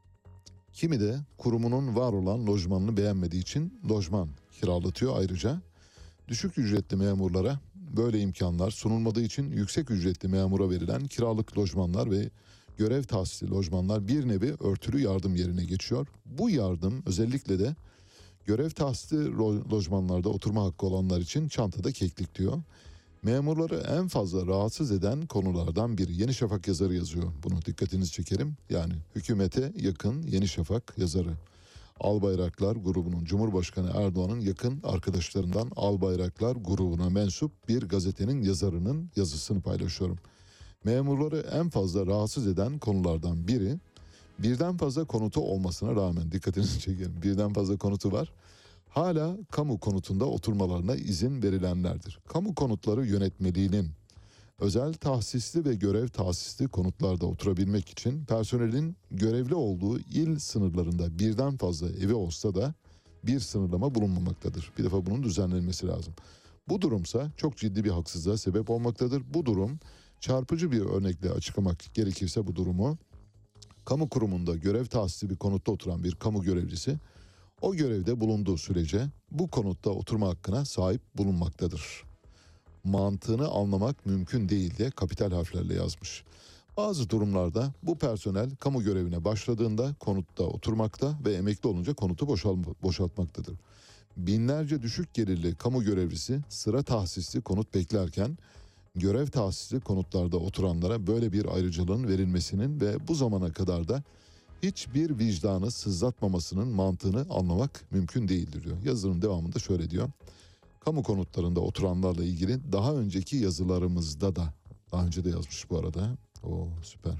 Kimi de kurumunun var olan lojmanını beğenmediği için lojman kiralatıyor ayrıca. Düşük ücretli memurlara böyle imkanlar sunulmadığı için yüksek ücretli memura verilen kiralık lojmanlar ve görev tahsisli lojmanlar bir nevi örtülü yardım yerine geçiyor. Bu yardım özellikle de görev tahsisli lojmanlarda oturma hakkı olanlar için çantada keklik diyor. Memurları en fazla rahatsız eden konulardan biri. Yeni Şafak yazarı yazıyor. Bunu dikkatinizi çekerim. Yani hükümete yakın Yeni Şafak yazarı. Albayraklar grubunun Cumhurbaşkanı Erdoğan'ın yakın arkadaşlarından Albayraklar grubuna mensup bir gazetenin yazarının yazısını paylaşıyorum. Memurları en fazla rahatsız eden konulardan biri birden fazla konutu olmasına rağmen dikkatinizi çekerim. Birden fazla konutu var. Hala kamu konutunda oturmalarına izin verilenlerdir. Kamu konutları yönetmeliğinin özel tahsisli ve görev tahsisli konutlarda oturabilmek için personelin görevli olduğu il sınırlarında birden fazla evi olsa da bir sınırlama bulunmamaktadır. Bir defa bunun düzenlenmesi lazım. Bu durumsa çok ciddi bir haksızlığa sebep olmaktadır. Bu durum çarpıcı bir örnekle açıklamak gerekirse bu durumu, kamu kurumunda görev tahsisli bir konutta oturan bir kamu görevlisi o görevde bulunduğu sürece bu konutta oturma hakkına sahip bulunmaktadır. Mantığını anlamak mümkün değil diye kapital harflerle yazmış. Bazı durumlarda bu personel kamu görevine başladığında konutta oturmakta ve emekli olunca konutu boşalma, boşaltmaktadır. Binlerce düşük gelirli kamu görevlisi sıra tahsisli konut beklerken görev tahsisli konutlarda oturanlara böyle bir ayrıcalığın verilmesinin ve bu zamana kadar da hiçbir vicdanı sızlatmamasının mantığını anlamak mümkün değildir diyor. Yazının devamında şöyle diyor. Kamu konutlarında oturanlarla ilgili daha önceki yazılarımızda da, daha önce de yazmış bu arada. O süper.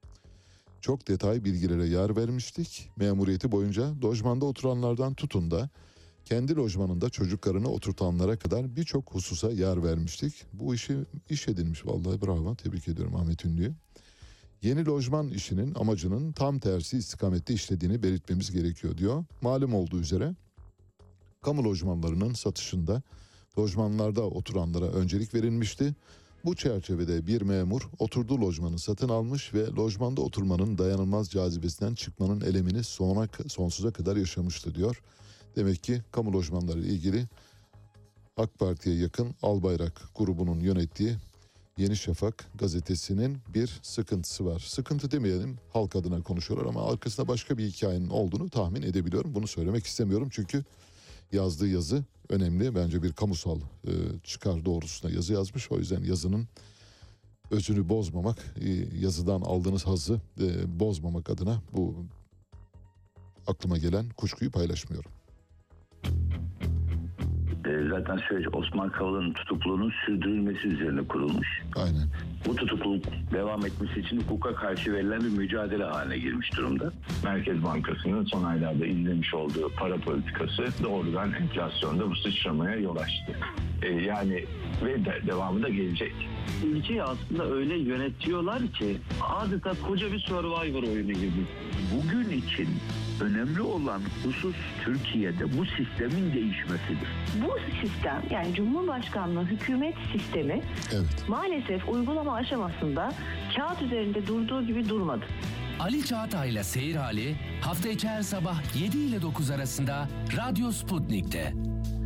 Çok detay bilgilere yer vermiştik. Memuriyeti boyunca lojmanda oturanlardan tutun da kendi lojmanında çocuklarını oturtanlara kadar birçok hususa yer vermiştik. Bu işi iş edinmiş vallahi, bravo, tebrik ediyorum Ahmet Ünlü'yü. Yeni lojman işinin amacının tam tersi istikamette işlediğini belirtmemiz gerekiyor diyor. Malum olduğu üzere kamu lojmanlarının satışında lojmanlarda oturanlara öncelik verilmişti. Bu çerçevede bir memur oturduğu lojmanı satın almış ve lojmanda oturmanın dayanılmaz cazibesinden çıkmanın elemini sona, sonsuza kadar yaşamıştı diyor. Demek ki kamu lojmanları ile ilgili AK Parti'ye yakın Albayrak grubunun yönettiği Yeni Şafak gazetesinin bir sıkıntısı var. Sıkıntı demeyelim, halk adına konuşuyorlar ama arkasında başka bir hikayenin olduğunu tahmin edebiliyorum. Bunu söylemek istemiyorum çünkü yazdığı yazı önemli. Bence bir kamusal e, çıkar doğrultusunda yazı yazmış. O yüzden yazının özünü bozmamak, e, yazıdan aldığınız hazzı e, bozmamak adına bu aklıma gelen kuşkuyu paylaşmıyorum. Zaten süreç Osman Kavala'nın tutukluluğunun sürdürülmesi üzerine kurulmuş. Aynen. Bu tutukluluk devam etmesi için hukuka karşı verilen bir mücadele haline girmiş durumda. Merkez Bankası'nın son aylarda izlemiş olduğu para politikası doğrudan enflasyonda bu sıçramaya yol açtı. Ee, yani ve de, devamı da gelecek. Ülkeyi aslında öyle yönetiyorlar ki adeta koca bir Survivor oyunu gibi. Bugün için önemli olan husus Türkiye'de bu sistemin değişmesidir. Bu sistem, yani Cumhurbaşkanlığı hükümet sistemi Evet. maalesef uygulama aşamasında kağıt üzerinde durduğu gibi durmadı. Ali Çağatay'la Seyir Hali hafta içi her sabah yedi ile dokuz arasında Radyo Sputnik'te.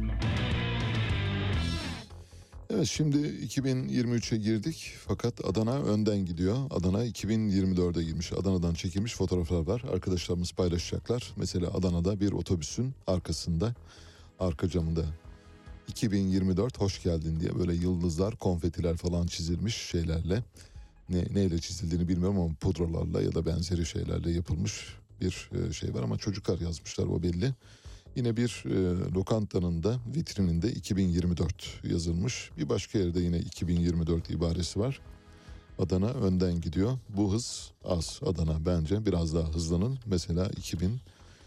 Evet, şimdi iki bin yirmi üçe girdik fakat Adana önden gidiyor. Adana iki bin yirmi dörde girmiş. Adana'dan çekilmiş fotoğraflar var. Arkadaşlarımız paylaşacaklar. Mesela Adana'da bir otobüsün arkasında, arka camında iki bin yirmi dört hoş geldin diye böyle yıldızlar, konfetiler falan çizilmiş şeylerle. Ne, neyle çizildiğini bilmiyorum ama pudralarla ya da benzeri şeylerle yapılmış bir şey var ama çocuklar yazmışlar, o belli. Yine bir e, lokantanın da vitrininde iki bin yirmi dört yazılmış. Bir başka yerde yine iki bin yirmi dört ibaresi var. Adana önden gidiyor. Bu hız az. Adana bence biraz daha hızlanın. Mesela iki bin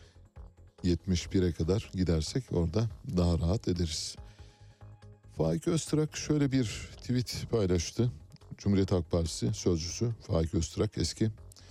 yetmiş bire kadar gidersek orada daha rahat ederiz. Faik Öztürk şöyle bir tweet paylaştı. Cumhuriyet Halk Partisi sözcüsü Faik Öztürk, eski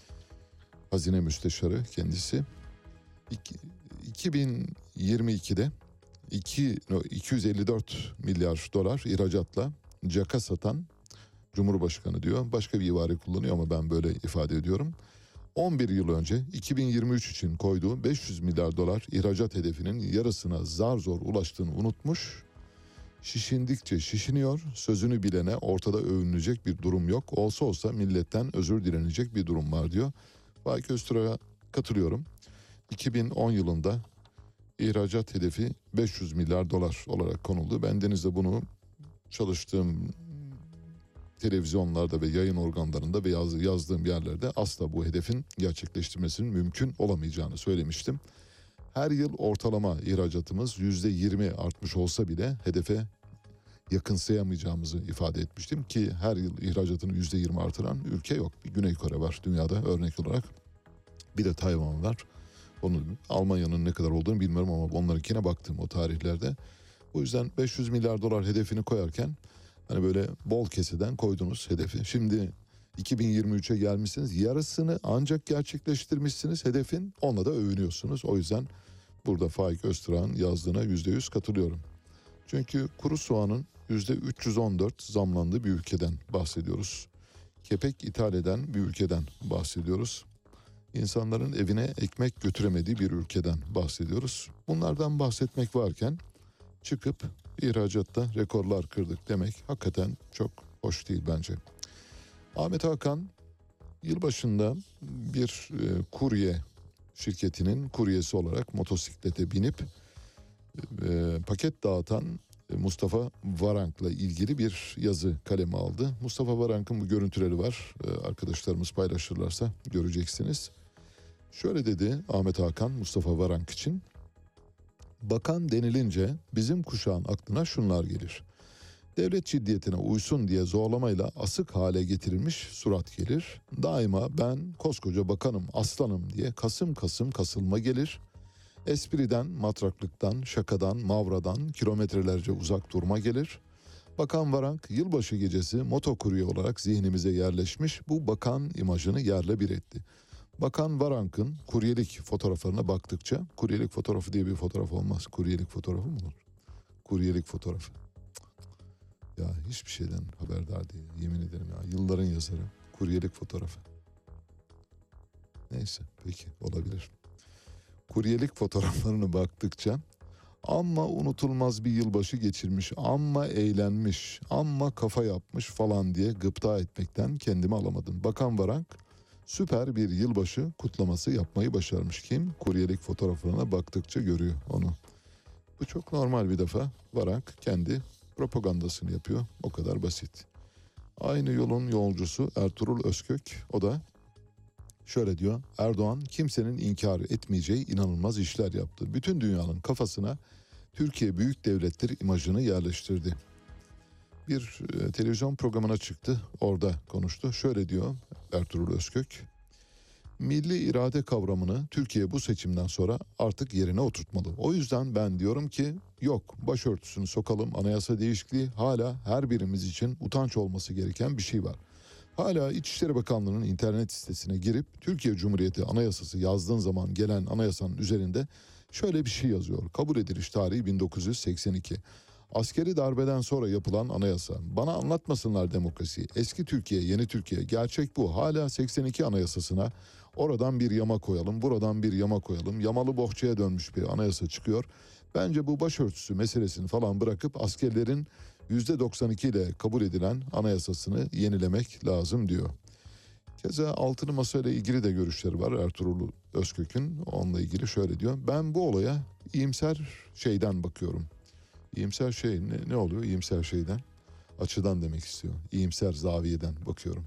hazine müsteşarı kendisi. İki, iki bin yirmi ikide iki, iki yüz elli dört milyar dolar ihracatla caka satan Cumhurbaşkanı diyor. Başka bir ibare kullanıyor ama ben böyle ifade ediyorum. on bir yıl önce iki bin yirmi üç için koyduğu beş yüz milyar dolar ihracat hedefinin yarısına zar zor ulaştığını unutmuş. Şişindikçe şişiniyor. Sözünü bilene ortada övünülecek bir durum yok. Olsa olsa milletten özür dilenecek bir durum var diyor. Faik Öztürk'e katılıyorum. iki bin on yılında ihracat hedefi beş yüz milyar dolar olarak konuldu. Bendeniz de bunu çalıştığım televizyonlarda ve yayın organlarında ve yaz, yazdığım yerlerde asla bu hedefin gerçekleştirmesinin mümkün olamayacağını söylemiştim. Her yıl ortalama ihracatımız yüzde yirmi artmış olsa bile hedefe yakınsayamayacağımızı ifade etmiştim ki her yıl ihracatını yüzde yirmi artıran ülke yok. Bir Güney Kore var dünyada örnek olarak. Bir de Tayvan var. Onu Almanya'nın ne kadar olduğunu bilmiyorum ama onlarınkine baktım o tarihlerde. O yüzden beş yüz milyar dolar hedefini koyarken hani böyle bol keseden koydunuz hedefi. Şimdi iki bin yirmi üçe gelmişsiniz. Yarısını ancak gerçekleştirmişsiniz hedefin. Onunla da övünüyorsunuz. O yüzden burada Faik Öztürk'ün yazdığına yüzde yüz katılıyorum. Çünkü kuru soğanın yüzde üç yüz on dört zamlandığı bir ülkeden bahsediyoruz. Kepek ithal eden bir ülkeden bahsediyoruz. İnsanların evine ekmek götüremediği bir ülkeden bahsediyoruz. Bunlardan bahsetmek varken çıkıp ihracatta rekorlar kırdık demek hakikaten çok hoş değil bence. Ahmet Hakan yılbaşında bir e, kurye şirketinin kuryesi olarak motosiklete binip e, paket dağıtan Mustafa Varank'la ilgili bir yazı kaleme aldı. Mustafa Varank'ın bu görüntüleri var. E, arkadaşlarımız paylaşırlarsa göreceksiniz. Şöyle dedi Ahmet Hakan Mustafa Varank için. Bakan denilince bizim kuşağın aklına şunlar gelir. Devlet ciddiyetine uysun diye zorlamayla asık hale getirilmiş surat gelir. Daima ben koskoca bakanım, aslanım diye kasım kasım kasılma gelir. Espriden, matraklıktan, şakadan, mavradan kilometrelerce uzak durma gelir. Bakan Varank yılbaşı gecesi motokurye olarak zihnimize yerleşmiş, bu bakan imajını yerle bir etti. Bakan Varank'ın kuryelik fotoğraflarına baktıkça, kuryelik fotoğrafı diye bir fotoğraf olmaz. Kuryelik fotoğrafı mı olur? Kuryelik fotoğrafı. Ya hiçbir şeyden haberdar değil. Yemin ederim ya. Yılların yazarı. Kuryelik fotoğrafı. Neyse peki olabilir. Kuryelik fotoğraflarına baktıkça amma unutulmaz bir yılbaşı geçirmiş, amma eğlenmiş, amma kafa yapmış falan diye gıpta etmekten kendimi alamadım. Bakan Varank süper bir yılbaşı kutlaması yapmayı başarmış. Kim? Kuryelik fotoğraflarına baktıkça görüyor onu. Bu çok normal bir defa. Varank kendi propagandasını yapıyor. O kadar basit. Aynı yolun yolcusu Ertuğrul Özkök, o da şöyle diyor: Erdoğan kimsenin inkar etmeyeceği inanılmaz işler yaptı. Bütün dünyanın kafasına Türkiye büyük devlettir imajını yerleştirdi. Bir e, televizyon programına çıktı, orada konuştu. Şöyle diyor Ertuğrul Özkök: milli irade kavramını Türkiye bu seçimden sonra artık yerine oturtmalı. O yüzden ben diyorum ki yok, başörtüsünü sokalım, anayasa değişikliği hala her birimiz için utanç olması gereken bir şey var. Hala İçişleri Bakanlığı'nın internet sitesine girip Türkiye Cumhuriyeti Anayasası yazdığın zaman gelen anayasanın üzerinde şöyle bir şey yazıyor. Kabul ediliş tarihi bin dokuz yüz seksen iki. Askeri darbeden sonra yapılan anayasa. Bana anlatmasınlar demokrasiyi. Eski Türkiye, yeni Türkiye. Gerçek bu. Hala seksen iki anayasasına oradan bir yama koyalım, buradan bir yama koyalım. Yamalı bohçaya dönmüş bir anayasa çıkıyor. Bence bu başörtüsü meselesini falan bırakıp askerlerin yüzde doksan iki ile kabul edilen anayasasını yenilemek lazım diyor. Keza altılı masa ile ilgili de görüşleri var Ertuğrul Özkök'ün. Onunla ilgili şöyle diyor: ben bu olaya iyimser şeyden bakıyorum. İyimser şey ne, ne oluyor? İyimser şeyden, açıdan demek istiyor. İyimser zaviyeden bakıyorum.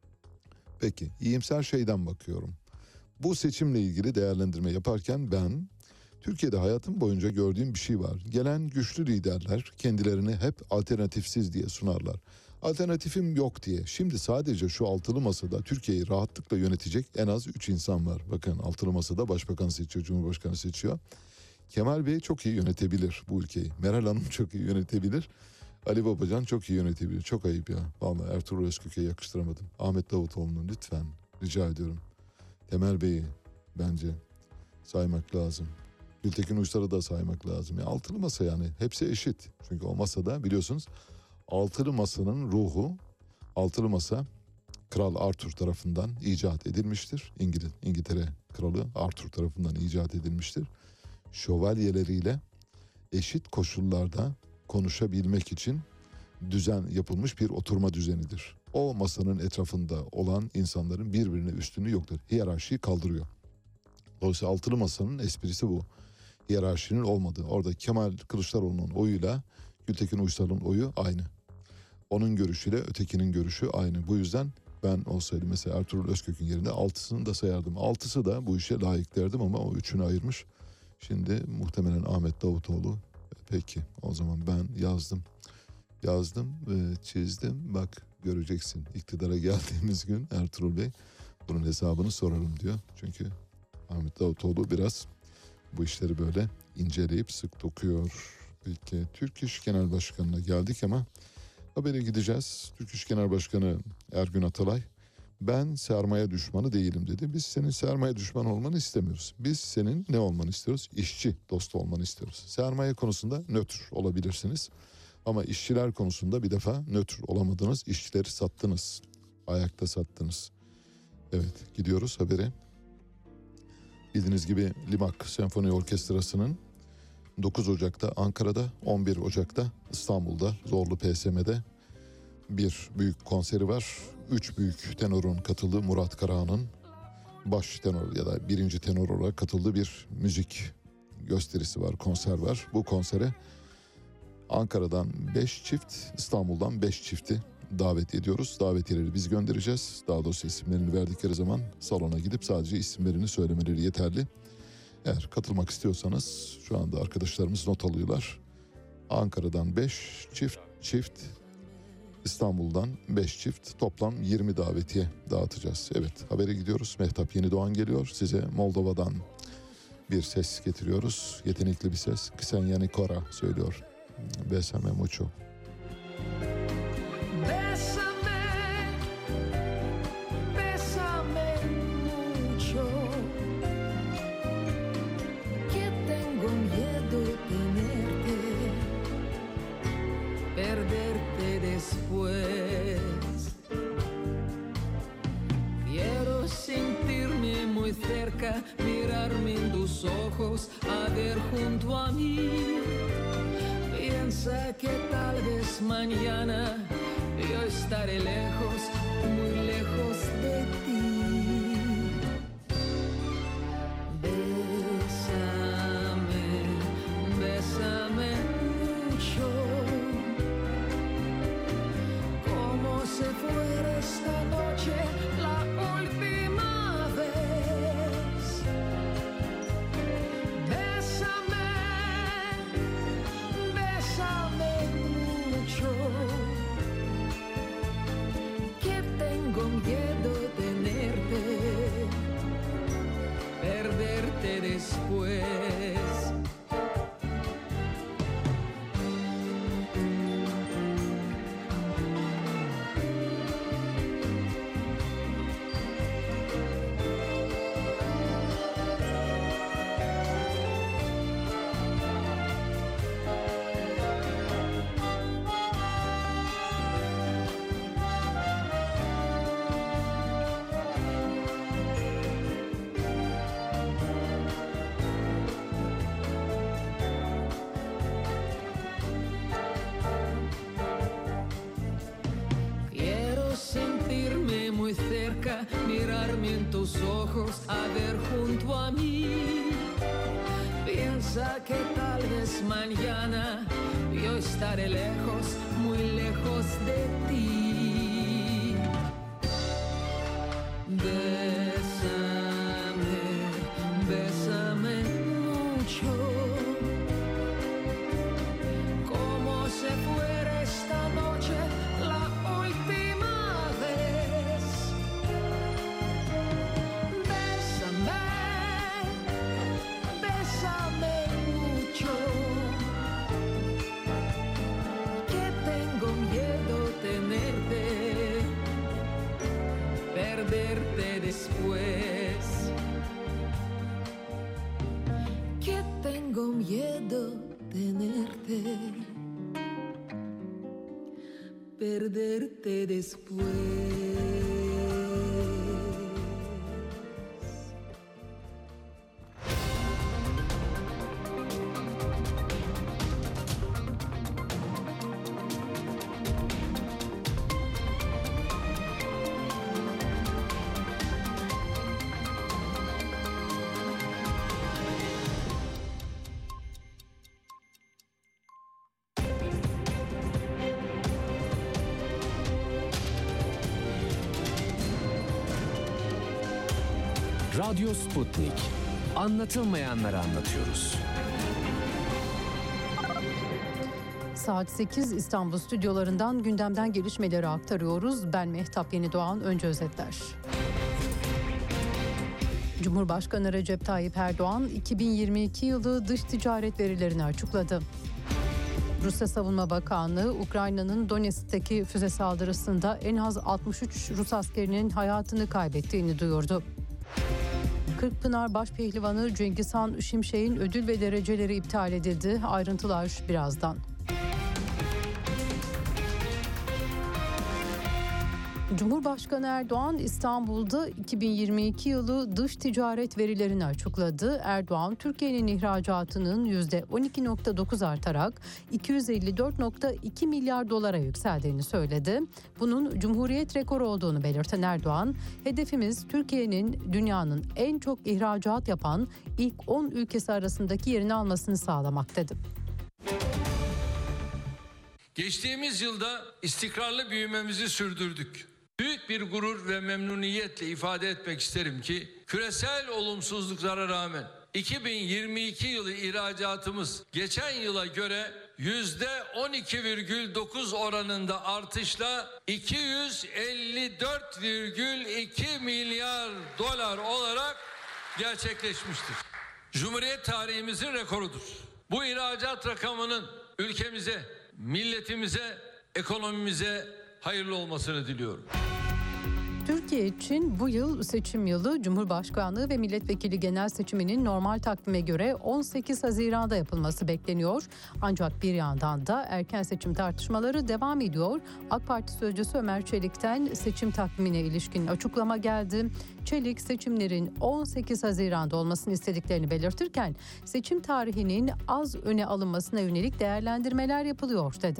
Peki, iyimser şeyden bakıyorum. Bu seçimle ilgili değerlendirme yaparken ben Türkiye'de hayatım boyunca gördüğüm bir şey var. Gelen güçlü liderler kendilerini hep alternatifsiz diye sunarlar. Alternatifim yok diye. Şimdi sadece şu altılı masada Türkiye'yi rahatlıkla yönetecek en az üç insan var. Bakın, altılı masada başbakan seçiyor, cumhurbaşkanı seçiyor. Kemal Bey çok iyi yönetebilir bu ülkeyi. Meral Hanım çok iyi yönetebilir. Ali Babacan çok iyi yönetebilir. Çok ayıp ya. Vallahi Ertuğrul Özkök'e yakıştıramadım. Ahmet Davutoğlu'nu lütfen rica ediyorum. Temel Bey'i bence saymak lazım. Gültekin Uysal'ı da saymak lazım. Ya altılı masa yani hepsi eşit. Çünkü o masada biliyorsunuz altılı masanın ruhu, altılı masa Kral Arthur tarafından icat edilmiştir. İngiliz, İngiltere Kralı Arthur tarafından icat edilmiştir. Şövalyeleriyle eşit koşullarda konuşabilmek için düzen yapılmış bir oturma düzenidir. O masanın etrafında olan insanların birbirine üstünlüğü yoktur. Hiyerarşiyi kaldırıyor. Dolayısıyla altılı masanın esprisi bu. Hiyerarşinin olmadığı. Orada Kemal Kılıçdaroğlu'nun oyuyla Gültekin Uysal'ın oyu aynı. Onun görüşüyle ötekinin görüşü aynı. Bu yüzden ben olsaydım mesela Ertuğrul Özkök'ün yerinde altısını da sayardım. Altısı da bu işe layık derdim ama o üçünü ayırmış. Şimdi muhtemelen Ahmet Davutoğlu. Peki o zaman ben yazdım. Yazdım ve çizdim. Bak göreceksin, iktidara geldiğimiz gün Ertuğrul Bey bunun hesabını sorarım diyor. Çünkü Ahmet Davutoğlu biraz bu işleri böyle inceleyip sık dokuyor. Peki Türk İş Genel Başkanı'na geldik ama habere gideceğiz. Türk İş Genel Başkanı Ergün Atalay, ben sermaye düşmanı değilim dedi. Biz senin sermaye düşmanı olmanı istemiyoruz. Biz senin ne olmanı istiyoruz? İşçi dostu olmanı istiyoruz. Sermaye konusunda nötr olabilirsiniz. Ama işçiler konusunda bir defa nötr olamadınız. İşçileri sattınız. Ayakta sattınız. Evet, gidiyoruz habere. Bildiğiniz gibi Limak Senfoni Orkestrası'nın dokuz Ocak'ta Ankara'da, on bir Ocak'ta İstanbul'da Zorlu P S M'de bir büyük konseri var. Üç büyük tenorun katıldığı, Murat Karahan'ın baş tenor ya da birinci tenor olarak katıldığı bir müzik gösterisi var, konser var. Bu konsere Ankara'dan beş çift, İstanbul'dan beş çifti davet ediyoruz. Davetiyeleri biz göndereceğiz. Daha doğrusu isimlerini verdikleri zaman salona gidip sadece isimlerini söylemeleri yeterli. Eğer katılmak istiyorsanız şu anda arkadaşlarımız not alıyorlar. Ankara'dan beş çift, çift İstanbul'dan beş çift, toplam yirmi davetiye dağıtacağız. Evet, habere gidiyoruz. Mehtap Yenidoğan geliyor. Size Moldova'dan bir ses getiriyoruz. Yetenekli bir ses. Ksenia Nikora söylüyor. Besame mucho. Bésame, bésame mucho, que tengo miedo tenerte, perderte de cerca, mirarme en tus ojos, a ver junto a mí. Piensa que tal vez mañana yo estaré lejos, muy lejos de ti. Bésame, bésame mucho, como si fuera esta noche la última vez. Bésame, bésame mucho, que tengo miedo de tenerte, perderte después. Mirarme en tus ojos, a ver junto a mí. Piensa que tal vez mañana yo estaré lejos, muy lejos de ti. Bésame, bésame mucho, como si fuera esta noche la última vez. Bésame mucho, que tengo miedo tenerte, perderte después. Que tengo miedo tenerte, perderte después. Radyo Sputnik. Anlatılmayanları anlatıyoruz. Saat sekiz İstanbul stüdyolarından gündemden gelişmeleri aktarıyoruz. Ben Mehtap Yenidoğan, önce özetler. Cumhurbaşkanı Recep Tayyip Erdoğan iki bin yirmi iki yılı dış ticaret verilerini açıkladı. Rusya Savunma Bakanlığı, Ukrayna'nın Donetsk'teki füze saldırısında en az altmış üç Rus askerinin hayatını kaybettiğini duyurdu. Kırkpınar Başpehlivanı Cengizhan Şimşek'in ödül ve dereceleri iptal edildi. Ayrıntılar birazdan. Cumhurbaşkanı Erdoğan İstanbul'da iki bin yirmi iki yılı dış ticaret verilerini açıkladı. Erdoğan, Türkiye'nin ihracatının yüzde on iki virgül dokuz artarak iki yüz elli dört virgül iki milyar dolara yükseldiğini söyledi. Bunun Cumhuriyet rekoru olduğunu belirten Erdoğan, hedefimiz Türkiye'nin dünyanın en çok ihracat yapan ilk on ülkesi arasındaki yerini almasını sağlamak dedi. Geçtiğimiz yılda istikrarlı büyümemizi sürdürdük. Büyük bir gurur ve memnuniyetle ifade etmek isterim ki küresel olumsuzluklara rağmen iki bin yirmi iki yılı ihracatımız geçen yıla göre yüzde on iki virgül dokuz oranında artışla iki yüz elli dört virgül iki milyar dolar olarak gerçekleşmiştir. Cumhuriyet tarihimizin rekorudur. Bu ihracat rakamının ülkemize, milletimize, ekonomimize hayırlı olmasını diliyorum. Türkiye için bu yıl seçim yılı. Cumhurbaşkanlığı ve milletvekili genel seçiminin normal takvime göre on sekiz Haziran'da yapılması bekleniyor. Ancak bir yandan da erken seçim tartışmaları devam ediyor. AK Parti sözcüsü Ömer Çelik'ten seçim takvimine ilişkin açıklama geldi. Çelik seçimlerin on sekiz Haziran'da olmasını istediklerini belirtirken seçim tarihinin az öne alınmasına yönelik değerlendirmeler yapılıyor dedi.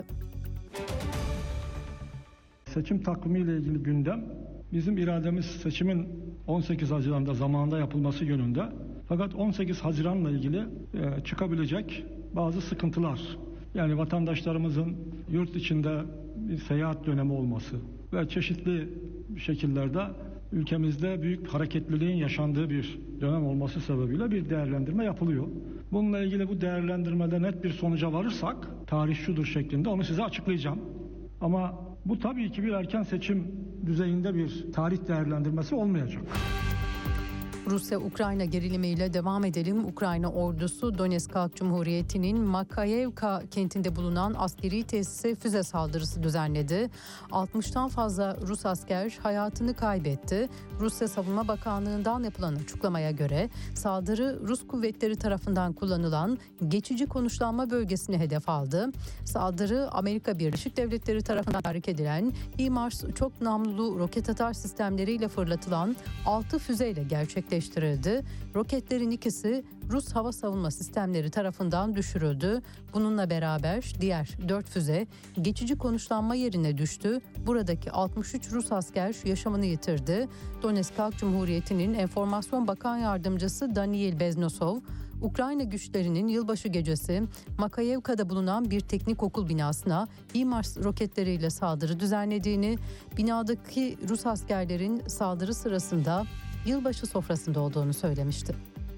Seçim takvimiyle ilgili gündem, bizim irademiz seçimin on sekiz Haziran'da zamanında yapılması yönünde. Fakat on sekiz Haziran'la ilgili e, çıkabilecek bazı sıkıntılar, yani vatandaşlarımızın yurt içinde bir seyahat dönemi olması ve çeşitli şekillerde ülkemizde büyük hareketliliğin yaşandığı bir dönem olması sebebiyle bir değerlendirme yapılıyor. Bununla ilgili bu değerlendirmede net bir sonuca varırsak, tarih şudur şeklinde onu size açıklayacağım. Ama bu tabii ki bir erken seçim düzeyinde bir tarih değerlendirmesi olmayacak. Rusya-Ukrayna gerilimiyle devam edelim. Ukrayna ordusu Donetsk Halk Cumhuriyeti'nin Makayevka kentinde bulunan askeri tesise füze saldırısı düzenledi. altmıştan fazla Rus asker hayatını kaybetti. Rusya Savunma Bakanlığı'ndan yapılan açıklamaya göre saldırı Rus kuvvetleri tarafından kullanılan geçici konuşlanma bölgesini hedef aldı. Saldırı Amerika Birleşik Devletleri tarafından tahrik edilen HIMARS çok namlulu roket atar sistemleriyle fırlatılan altı füzeyle gerçekleşti. Roketlerin ikisi Rus hava savunma sistemleri tarafından düşürüldü. Bununla beraber diğer dört füze geçici konuşlanma yerine düştü. Buradaki altmış üç Rus asker yaşamını yitirdi. Donetsk Halk Cumhuriyeti'nin Enformasyon Bakan Yardımcısı Daniil Beznosov, Ukrayna güçlerinin yılbaşı gecesi Makayevka'da bulunan bir teknik okul binasına HIMARS roketleriyle saldırı düzenlediğini, binadaki Rus askerlerin saldırı sırasında yılbaşı sofrasında olduğunu söylemişti.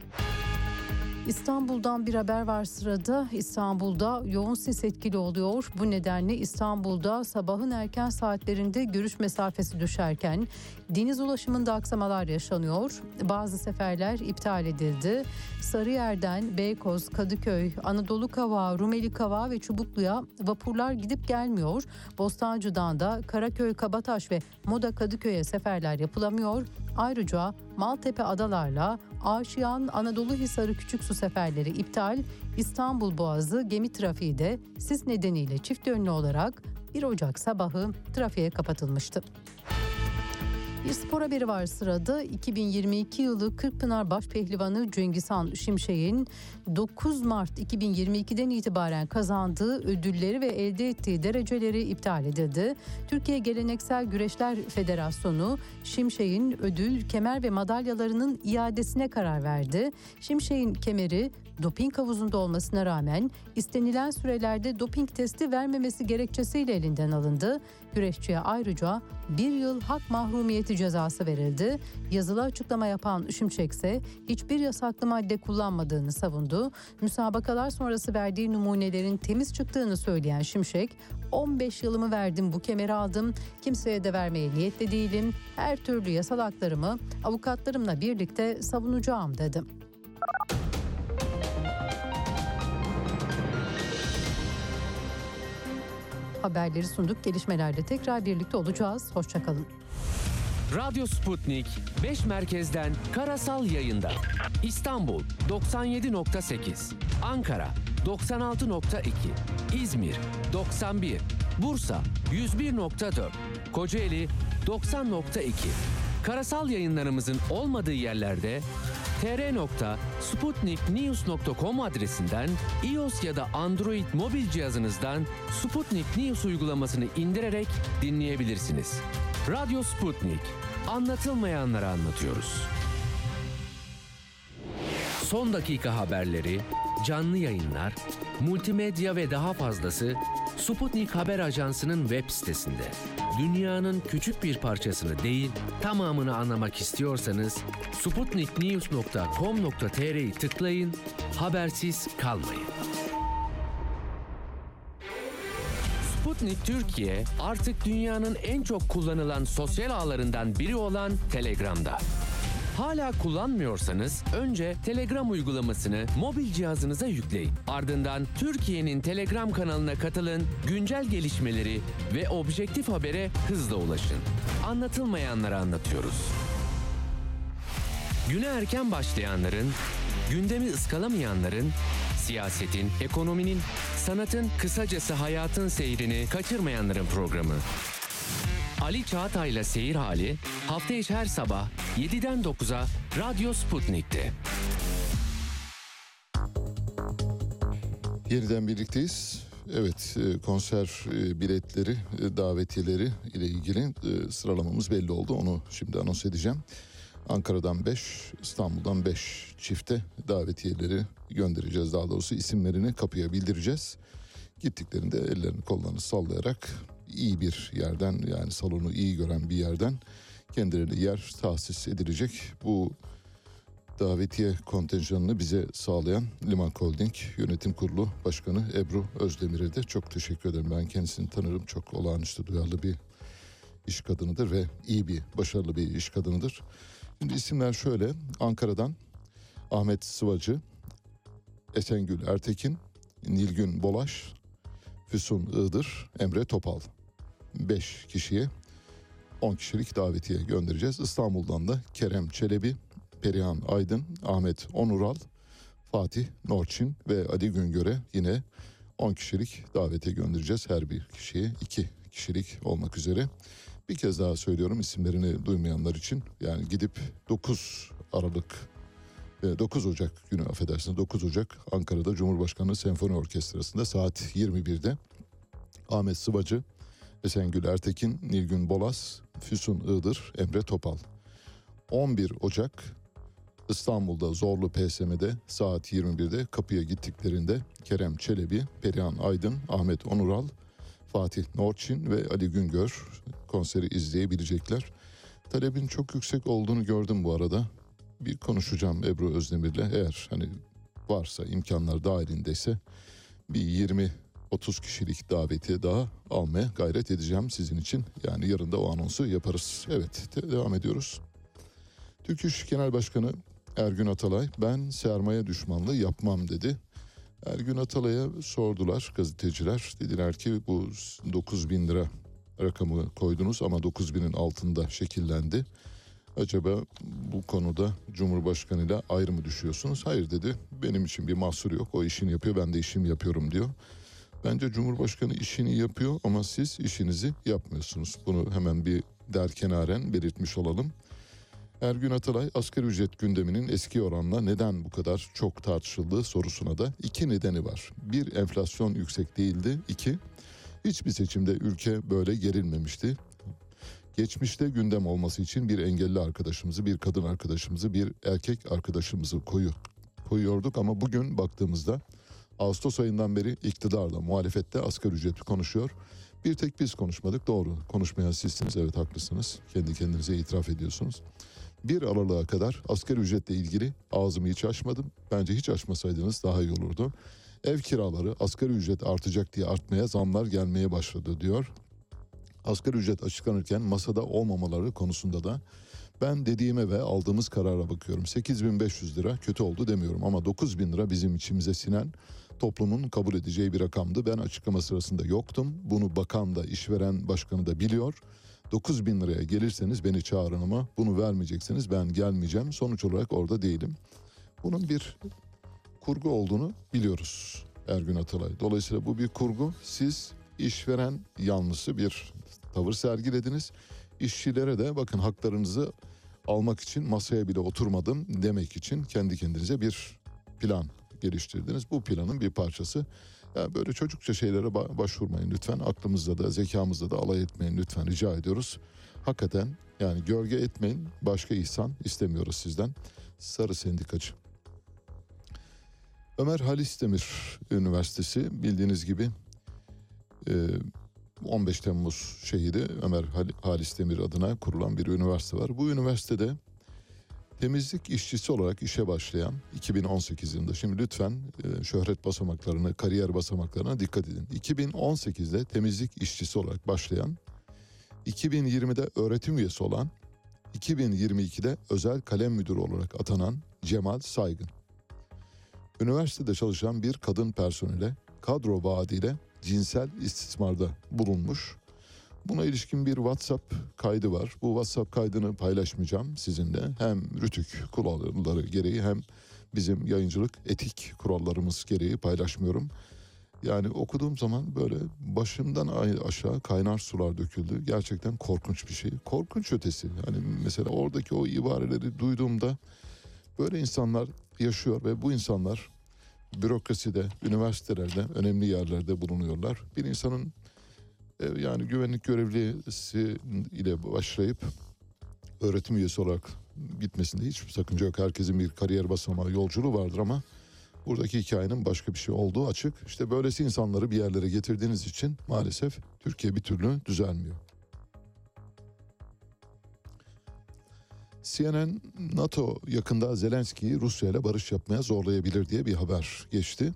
İstanbul'dan bir haber var sırada. İstanbul'da yoğun sis etkili oluyor. Bu nedenle İstanbul'da sabahın erken saatlerinde görüş mesafesi düşerken deniz ulaşımında aksamalar yaşanıyor. Bazı seferler iptal edildi. Sarıyer'den Beykoz, Kadıköy, Anadolu Kavağı, Rumeli Kavağı ve Çubuklu'ya vapurlar gidip gelmiyor. Bostancı'dan da Karaköy, Kabataş ve Moda Kadıköy'e seferler yapılamıyor. Ayrıca Maltepe Adalar'la Aşiyan, Anadolu Hisarı Küçüksu seferleri iptal. İstanbul Boğazı gemi trafiği de sis nedeniyle çift yönlü olarak bir Ocak sabahı trafiğe kapatılmıştı. Bir spor haberi var sırada. iki bin yirmi iki yılı Kırkpınar Başpehlivanı Cengizhan Şimşek'in dokuz Mart iki bin yirmi ikiden itibaren kazandığı ödülleri ve elde ettiği dereceleri iptal edildi. Türkiye Geleneksel Güreşler Federasyonu Şimşek'in ödül, kemer ve madalyalarının iadesine karar verdi. Şimşek'in kemeri doping havuzunda olmasına rağmen istenilen sürelerde doping testi vermemesi gerekçesiyle elinden alındı. Güreşçiye ayrıca bir yıl hak mahrumiyeti cezası verildi. Yazılı açıklama yapan Şimşek ise hiçbir yasaklı madde kullanmadığını savundu. Müsabakalar sonrası verdiği numunelerin temiz çıktığını söyleyen Şimşek, on beş yılımı verdim, bu kemeri aldım, kimseye de vermeye niyetli değilim, her türlü yasal haklarımı avukatlarımla birlikte savunacağım dedi. Haberleri sunduk. Gelişmelerde tekrar birlikte olacağız. Hoşça kalın. Radyo Sputnik beş merkezden karasal yayında. İstanbul doksan yedi nokta sekiz, Ankara doksan altı nokta iki, İzmir doksan bir, Bursa yüz bir nokta dört, Kocaeli doksan nokta iki. Karasal yayınlarımızın olmadığı yerlerde t r nokta sputnik news nokta com adresinden iOS ya da Android mobil cihazınızdan Sputnik News uygulamasını indirerek dinleyebilirsiniz. Radyo Sputnik. Anlatılmayanları anlatıyoruz. Son dakika haberleri, canlı yayınlar, multimedya ve daha fazlası Sputnik Haber Ajansı'nın web sitesinde. Dünyanın küçük bir parçasını değil, tamamını anlamak istiyorsanız sputnik news nokta com nokta t r'yi tıklayın, habersiz kalmayın. Sputnik Türkiye artık dünyanın en çok kullanılan sosyal ağlarından biri olan Telegram'da. Hala kullanmıyorsanız önce Telegram uygulamasını mobil cihazınıza yükleyin. Ardından Türkiye'nin Telegram kanalına katılın, güncel gelişmeleri ve objektif habere hızla ulaşın. Anlatılmayanları anlatıyoruz. Güne erken başlayanların, gündemi ıskalamayanların, siyasetin, ekonominin, sanatın, kısacası hayatın seyrini kaçırmayanların programı. Ali Çağatay'la Seyir Hali hafta içi her sabah yediden dokuza Radyo Sputnik'te. Yeniden birlikteyiz. Evet, konser biletleri, davetiyeleri ile ilgili sıralamamız belli oldu. Onu şimdi anons edeceğim. Ankara'dan beş, İstanbul'dan beş çifte davetiyeleri göndereceğiz. Daha doğrusu isimlerini kapıya bildireceğiz. Gittiklerinde ellerini kollarını sallayarak iyi bir yerden, yani salonu iyi gören bir yerden kendilerine yer tahsis edilecek. Bu davetiye kontenjanını bize sağlayan Liman Holding Yönetim Kurulu Başkanı Ebru Özdemir'e de çok teşekkür ederim. Ben kendisini tanırım. Çok olağanüstü duyarlı bir iş kadınıdır ve iyi bir, başarılı bir iş kadınıdır. Şimdi isimler şöyle: Ankara'dan Ahmet Sıvacı, Esengül Ertekin, Nilgün Bolaş, Füsun Iğdır, Emre Topal. beş kişiye on kişilik davetiye göndereceğiz. İstanbul'dan da Kerem Çelebi, Perihan Aydın, Ahmet Onural, Fatih Norçin ve Ali Güngör'e yine on kişilik davetiye göndereceğiz. Her bir kişiye iki kişilik olmak üzere. Bir kez daha söylüyorum isimlerini duymayanlar için. Yani gidip dokuz Aralık, dokuz Ocak günü affedersiniz, dokuz Ocak Ankara'da Cumhurbaşkanlığı Senfoni Orkestrası'nda saat yirmi birde Ahmet Sıvacı, Esengül Ertekin, Nilgün Bolas, Füsun Iğdır, Emre Topal. on bir Ocak İstanbul'da Zorlu P S M'de saat yirmi birde kapıya gittiklerinde Kerem Çelebi, Perihan Aydın, Ahmet Onural, Fatih Norçin ve Ali Güngör konseri izleyebilecekler. Talebin çok yüksek olduğunu gördüm bu arada. Bir konuşacağım Ebru Özdemir'le. Eğer hani varsa, imkanlar dahilindeyse bir yirmi otuz kişilik davetiye daha almaya gayret edeceğim sizin için. Yani yarın da o anonsu yaparız. Evet, devam ediyoruz. Türk İş Genel Başkanı Ergün Atalay, ben sermaye düşmanlığı yapmam dedi. Ergün Atalay'a sordular gazeteciler. Dediler ki bu dokuz bin lira rakamı koydunuz ama dokuz binin altında şekillendi. Acaba bu konuda Cumhurbaşkanı'yla ayrı mı düşüyorsunuz? Hayır dedi, benim için bir mahsur yok. O işini yapıyor, ben de işimi yapıyorum diyor. Bence Cumhurbaşkanı işini yapıyor ama siz işinizi yapmıyorsunuz. Bunu hemen bir derkenaren belirtmiş olalım. Ergün Atalay, asgari ücret gündeminin eski oranla neden bu kadar çok tartışıldığı sorusuna da iki nedeni var. Bir, enflasyon yüksek değildi. İki, hiçbir seçimde ülke böyle gerilmemişti. Geçmişte gündem olması için bir engelli arkadaşımızı, bir kadın arkadaşımızı, bir erkek arkadaşımızı koyu, koyuyorduk ama bugün baktığımızda Ağustos ayından beri iktidarda, muhalefette asgari ücreti konuşuyor. Bir tek biz konuşmadık, doğru. Konuşmayan sizsiniz, evet haklısınız. Kendi kendinize itiraf ediyorsunuz. Bir Aralık'a kadar asgari ücretle ilgili ağzımı hiç açmadım. Bence hiç açmasaydınız daha iyi olurdu. Ev kiraları asgari ücret artacak diye artmaya, zamlar gelmeye başladı diyor. Asgari ücret açıklanırken masada olmamaları konusunda da ben dediğime ve aldığımız karara bakıyorum. sekiz bin beş yüz lira kötü oldu demiyorum ama dokuz bin lira bizim içimize sinen, toplumun kabul edeceği bir rakamdı. Ben açıklama sırasında yoktum. Bunu bakan da, işveren başkanı da biliyor. dokuz bin liraya gelirseniz beni çağırın ama bunu vermeyecekseniz ben gelmeyeceğim. Sonuç olarak orada değilim. Bunun bir kurgu olduğunu biliyoruz Ergün Atalay. Dolayısıyla bu bir kurgu. Siz işveren yanlısı bir tavır sergilediniz. İşçilere de bakın haklarınızı almak için masaya bile oturmadım demek için kendi kendinize bir plan geliştirdiniz. Bu planın bir parçası. Yani böyle çocukça şeylere başvurmayın lütfen. Aklımızda da zekamızda da alay etmeyin lütfen, rica ediyoruz. Hakikaten yani gölge etmeyin. Başka ihsan istemiyoruz sizden. Sarı Sendikacı. Ömer Halis Demir Üniversitesi bildiğiniz gibi on beş Temmuz şehidi Ömer Halis Demir adına kurulan bir üniversite var. Bu üniversitede temizlik işçisi olarak işe başlayan iki bin on sekiz yılında, şimdi lütfen şöhret basamaklarına, kariyer basamaklarına dikkat edin. iki bin on sekizde temizlik işçisi olarak başlayan, iki bin yirmide öğretim üyesi olan iki bin yirmi ikide özel kalem müdürü olarak atanan Cemal Saygın. Üniversitede çalışan bir kadın personele kadro vaadiyle cinsel istismarda bulunmuş. Buna ilişkin bir WhatsApp kaydı var. Bu WhatsApp kaydını paylaşmayacağım sizinle. Hem Rütük kuralları gereği hem bizim yayıncılık etik kurallarımız gereği paylaşmıyorum. Yani okuduğum zaman böyle başımdan aşağı kaynar sular döküldü. Gerçekten korkunç bir şey. Korkunç ötesi. Hani mesela oradaki o ibareleri duyduğumda böyle insanlar yaşıyor ve bu insanlar bürokraside, üniversitelerde, önemli yerlerde bulunuyorlar. Bir insanın e, yani güvenlik görevlisi ile başlayıp öğretim üyesi olarak gitmesinde hiçbir sakınca yok. Herkesin bir kariyer basamağı, yolculuğu vardır ama buradaki hikayenin başka bir şey olduğu açık. İşte böylesi insanları bir yerlere getirdiğiniz için maalesef Türkiye bir türlü düzelmiyor. C N N, NATO yakında Zelenski'yi Rusya ile barış yapmaya zorlayabilir diye bir haber geçti.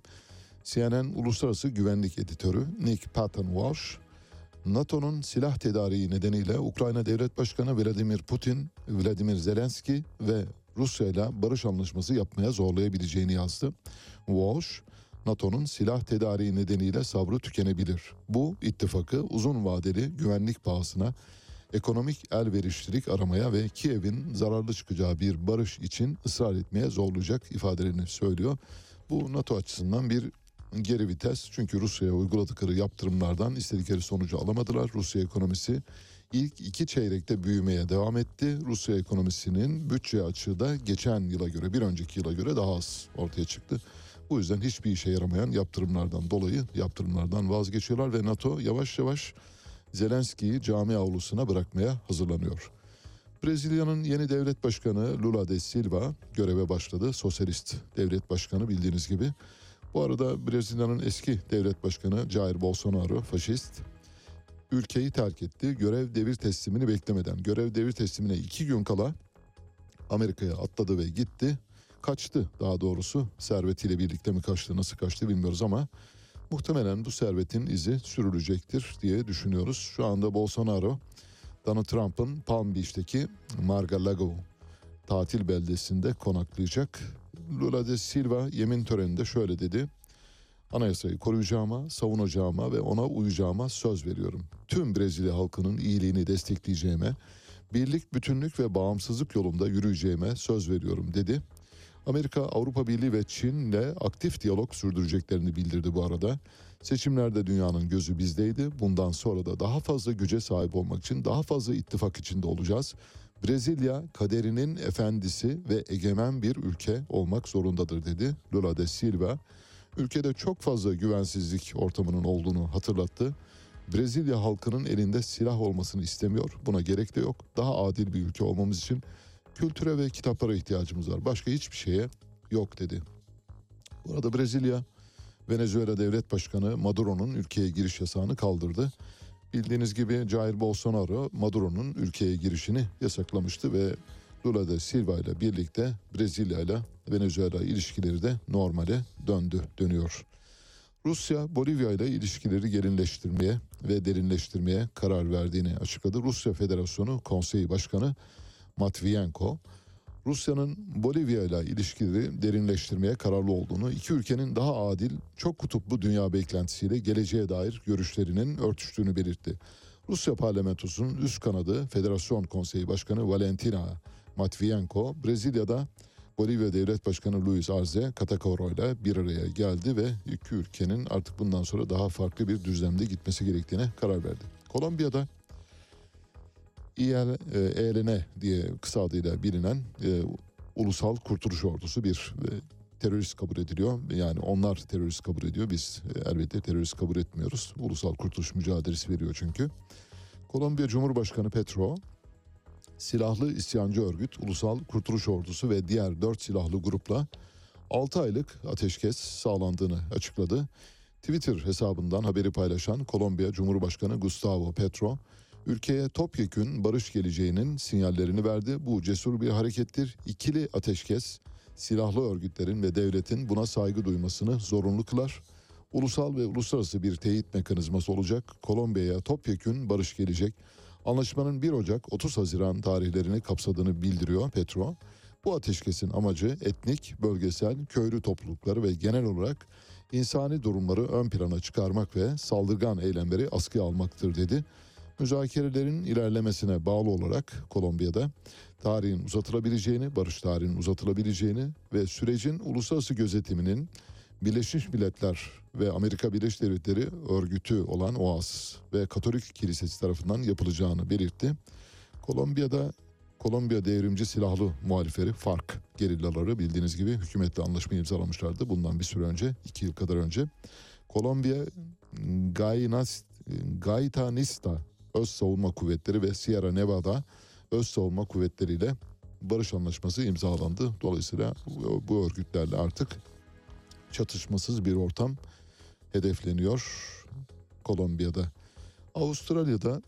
C N N Uluslararası Güvenlik Editörü Nick Patton-Walsh, NATO'nun silah tedariği nedeniyle Ukrayna Devlet Başkanı Vladimir Putin, Vladimir Zelenski ve Rusya ile barış anlaşması yapmaya zorlayabileceğini yazdı. Walsh, NATO'nun silah tedariği nedeniyle sabrı tükenebilir. Bu ittifakı uzun vadeli güvenlik pahasına ekonomik elverişlilik aramaya ve Kiev'in zararlı çıkacağı bir barış için ısrar etmeye zorlayacak ifadelerini söylüyor. Bu NATO açısından bir geri vites. Çünkü Rusya'ya uyguladıkları yaptırımlardan istedikleri sonucu alamadılar. Rusya ekonomisi ilk iki çeyrekte büyümeye devam etti. Rusya ekonomisinin bütçe açığı da geçen yıla göre, bir önceki yıla göre daha az ortaya çıktı. Bu yüzden hiçbir işe yaramayan yaptırımlardan dolayı yaptırımlardan vazgeçiyorlar ve NATO yavaş yavaş Zelenski'yi cami avlusuna bırakmaya hazırlanıyor. Brezilya'nın yeni devlet başkanı Lula da Silva göreve başladı. Sosyalist devlet başkanı bildiğiniz gibi. Bu arada Brezilya'nın eski devlet başkanı Jair Bolsonaro, faşist, ülkeyi terk etti. Görev devir teslimini beklemeden, görev devir teslimine iki gün kala Amerika'ya atladı ve gitti. Kaçtı daha doğrusu. Servetiyle birlikte mi kaçtı, nasıl kaçtı bilmiyoruz ama muhtemelen bu servetin izi sürülecektir diye düşünüyoruz. Şu anda Bolsonaro, Donald Trump'ın Palm Beach'teki Mar-a-Lago tatil beldesinde konaklayacak. Lula da Silva yemin töreninde şöyle dedi: "Anayasayı koruyacağıma, savunacağıma ve ona uyacağıma söz veriyorum. Tüm Brezilya halkının iyiliğini destekleyeceğime, birlik, bütünlük ve bağımsızlık yolunda yürüyeceğime söz veriyorum" dedi. Amerika, Avrupa Birliği ve Çin'le aktif diyalog sürdüreceklerini bildirdi bu arada. Seçimlerde dünyanın gözü bizdeydi. Bundan sonra da daha fazla güce sahip olmak için daha fazla ittifak içinde olacağız. Brezilya kaderinin efendisi ve egemen bir ülke olmak zorundadır dedi Lula da Silva. Ülkede çok fazla güvensizlik ortamının olduğunu hatırlattı. Brezilya halkının elinde silah olmasını istemiyor. Buna gerek de yok. Daha adil bir ülke olmamız için kültüre ve kitaplara ihtiyacımız var. Başka hiçbir şeye yok dedi. Bu arada Brezilya, Venezuela Devlet Başkanı Maduro'nun ülkeye giriş yasağını kaldırdı. Bildiğiniz gibi Jair Bolsonaro Maduro'nun ülkeye girişini yasaklamıştı ve Lula da Silva ile birlikte Brezilya ile Venezuela ilişkileri de normale döndü, dönüyor. Rusya, Bolivya ile ilişkileri derinleştirmeye ve derinleştirmeye karar verdiğini açıkladı. Rusya Federasyonu Konseyi Başkanı Matviyenko, Rusya'nın Bolivya ile ilişkileri derinleştirmeye kararlı olduğunu, iki ülkenin daha adil, çok kutuplu dünya beklentisiyle geleceğe dair görüşlerinin örtüştüğünü belirtti. Rusya parlamentosunun üst kanadı Federasyon Konseyi Başkanı Valentina Matviyenko, Brezilya'da Bolivya Devlet Başkanı Luis Arce Catacoro ile bir araya geldi ve iki ülkenin artık bundan sonra daha farklı bir düzlemde gitmesi gerektiğine karar verdi. Kolombiya'da E L N diye kısa adıyla bilinen e, Ulusal Kurtuluş Ordusu bir e, terörist kabul ediliyor. Yani onlar terörist kabul ediyor. Biz e, elbette terörist kabul etmiyoruz. Ulusal Kurtuluş mücadelesi veriyor çünkü. Kolombiya Cumhurbaşkanı Petro, silahlı isyancı örgüt Ulusal Kurtuluş Ordusu ve diğer dört silahlı grupla altı aylık ateşkes sağlandığını açıkladı. Twitter hesabından haberi paylaşan Kolombiya Cumhurbaşkanı Gustavo Petro, ülkeye topyekün barış geleceğinin sinyallerini verdi. Bu cesur bir harekettir. İkili ateşkes, silahlı örgütlerin ve devletin buna saygı duymasını zorunlu kılar. Ulusal ve uluslararası bir teyit mekanizması olacak. Kolombiya'ya topyekün barış gelecek. Anlaşmanın bir Ocak otuz Haziran tarihlerini kapsadığını bildiriyor Petro. Bu ateşkesin amacı etnik, bölgesel, köylü toplulukları ve genel olarak insani durumları ön plana çıkarmak ve saldırgan eylemleri askıya almaktır dedi. Müzakerelerin ilerlemesine bağlı olarak Kolombiya'da tarihin uzatılabileceğini, barış tarihinin uzatılabileceğini ve sürecin uluslararası gözetiminin Birleşmiş Milletler ve Amerika Birleşik Devletleri örgütü olan O A S ve Katolik Kilisesi tarafından yapılacağını belirtti. Kolombiya'da Kolombiya Devrimci Silahlı Muhalifleri FARC gerillaları bildiğiniz gibi hükümetle anlaşma imzalamışlardı bundan bir süre önce, iki yıl kadar önce. Kolombiya Gainas, Gaitanista Öz Savunma Kuvvetleri ve Sierra Nevada Öz Savunma Kuvvetleri ile barış anlaşması imzalandı. Dolayısıyla bu örgütlerle artık çatışmasız bir ortam hedefleniyor Kolombiya'da. Avustralya'da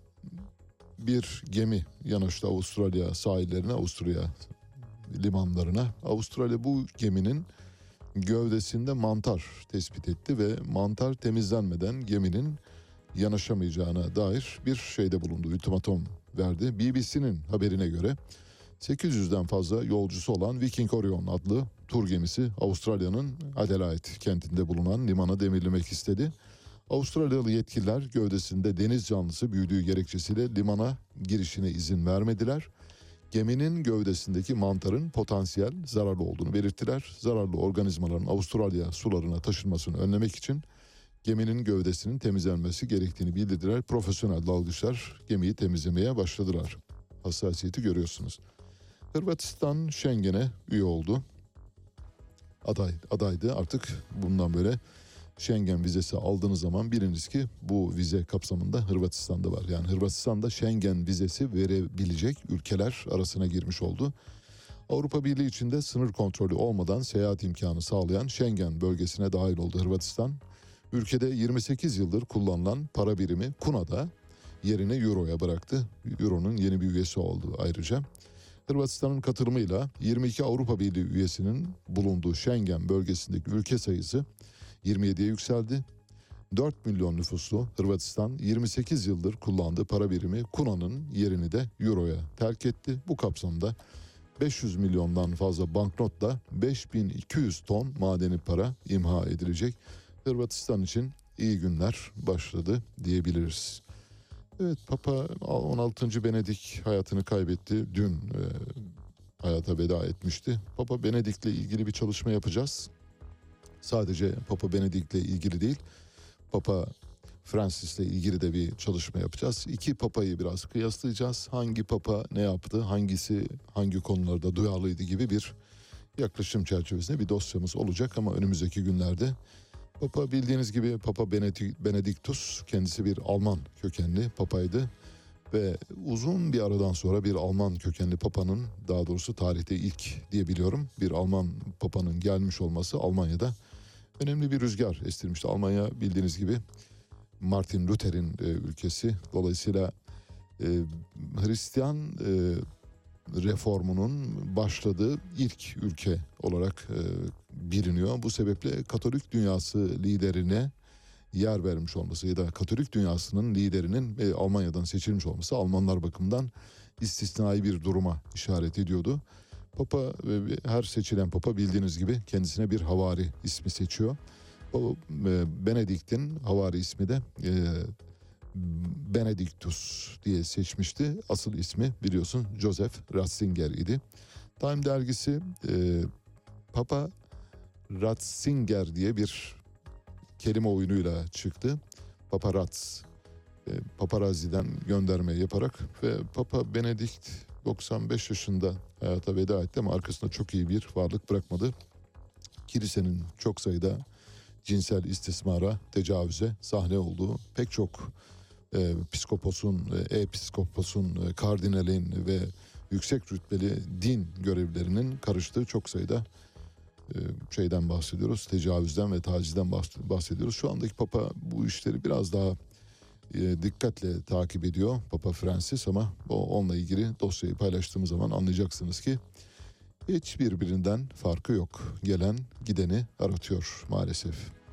bir gemi yanaştı Avustralya sahillerine, Avusturya limanlarına. Avustralya bu geminin gövdesinde mantar tespit etti ve mantar temizlenmeden geminin yanaşamayacağına dair bir şeyde bulundu, ultimatum verdi. B B C'nin haberine göre sekiz yüzden fazla yolcusu olan Viking Orion adlı tur gemisi Avustralya'nın Adelaide kentinde bulunan limana demirlemek istedi. Avustralyalı yetkililer gövdesinde deniz canlısı büyüdüğü gerekçesiyle limana girişine izin vermediler. Geminin gövdesindeki mantarın potansiyel zararlı olduğunu belirttiler. Zararlı organizmaların Avustralya sularına taşınmasını önlemek için geminin gövdesinin temizlenmesi gerektiğini bildirdiler. Profesyonel dalgıçlar gemiyi temizlemeye başladılar. Hassasiyeti görüyorsunuz. Hırvatistan Schengen'e üye oldu. Aday, adaydı artık bundan böyle Schengen vizesi aldığınız zaman biliniz ki bu vize kapsamında Hırvatistan'da var. Yani Hırvatistan'da Schengen vizesi verebilecek ülkeler arasına girmiş oldu. Avrupa Birliği içinde sınır kontrolü olmadan seyahat imkanı sağlayan Schengen bölgesine dahil oldu Hırvatistan. Ülkede yirmi sekiz yıldır kullanılan para birimi Kuna'da yerine Euro'ya bıraktı. Euro'nun yeni bir üyesi oldu ayrıca. Hırvatistan'ın katılımıyla yirmi iki Avrupa Birliği üyesinin bulunduğu Schengen bölgesindeki ülke sayısı yirmi yediye yükseldi. dört milyon nüfuslu Hırvatistan yirmi sekiz yıldır kullandığı para birimi Kuna'nın yerini de Euro'ya terk etti. Bu kapsamda beş yüz milyondan fazla banknotla beş bin iki yüz ton madeni para imha edilecek. Hırvatistan için iyi günler başladı diyebiliriz. Evet, Papa on altıncı Benedik hayatını kaybetti. Dün e, hayata veda etmişti. Papa Benedik'le ilgili bir çalışma yapacağız. Sadece Papa Benedik'le ilgili değil, Papa Francis'le ilgili de bir çalışma yapacağız. İki papayı biraz kıyaslayacağız. Hangi papa ne yaptı, hangisi hangi konularda duyarlıydı gibi bir yaklaşım çerçevesinde bir dosyamız olacak. Ama önümüzdeki günlerde Papa bildiğiniz gibi Papa Benediktus kendisi bir Alman kökenli papaydı. Ve uzun bir aradan sonra bir Alman kökenli papanın, daha doğrusu tarihte ilk diyebiliyorum, bir Alman papanın gelmiş olması Almanya'da önemli bir rüzgar estirmişti. Almanya bildiğiniz gibi Martin Luther'in e, ülkesi. Dolayısıyla e, Hristiyan e, reformunun başladığı ilk ülke olarak e, biliniyor. Bu sebeple Katolik dünyası liderine yer vermiş olması ya da Katolik dünyasının liderinin e, Almanya'dan seçilmiş olması Almanlar bakımından istisnai bir duruma işaret ediyordu. Papa, e, her seçilen papa bildiğiniz gibi kendisine bir havari ismi seçiyor. O e, Benedikt'in havari ismi de e, Benedictus diye seçmişti. Asıl ismi biliyorsun Joseph Ratzinger idi. Time dergisi e, Papa Ratzinger diye bir kelime oyunuyla çıktı. Paparazzi, e, paparazziden gönderme yaparak ve Papa Benedikt doksan beş yaşında hayata veda etti ama arkasında çok iyi bir varlık bırakmadı. Kilisenin çok sayıda cinsel istismara, tecavüze sahne olduğu, pek çok e, piskoposun, e, episkoposun, e, kardinalin ve yüksek rütbeli din görevlilerinin karıştığı çok sayıda e, şeyden bahsediyoruz. Tecavüzden ve tacizden bahsediyoruz. Şu andaki Papa bu işleri biraz daha e, dikkatle takip ediyor. Papa Francis, ama o, onunla ilgili dosyayı paylaştığımız zaman anlayacaksınız ki hiç birbirinden farkı yok. Gelen gideni aratıyor maalesef.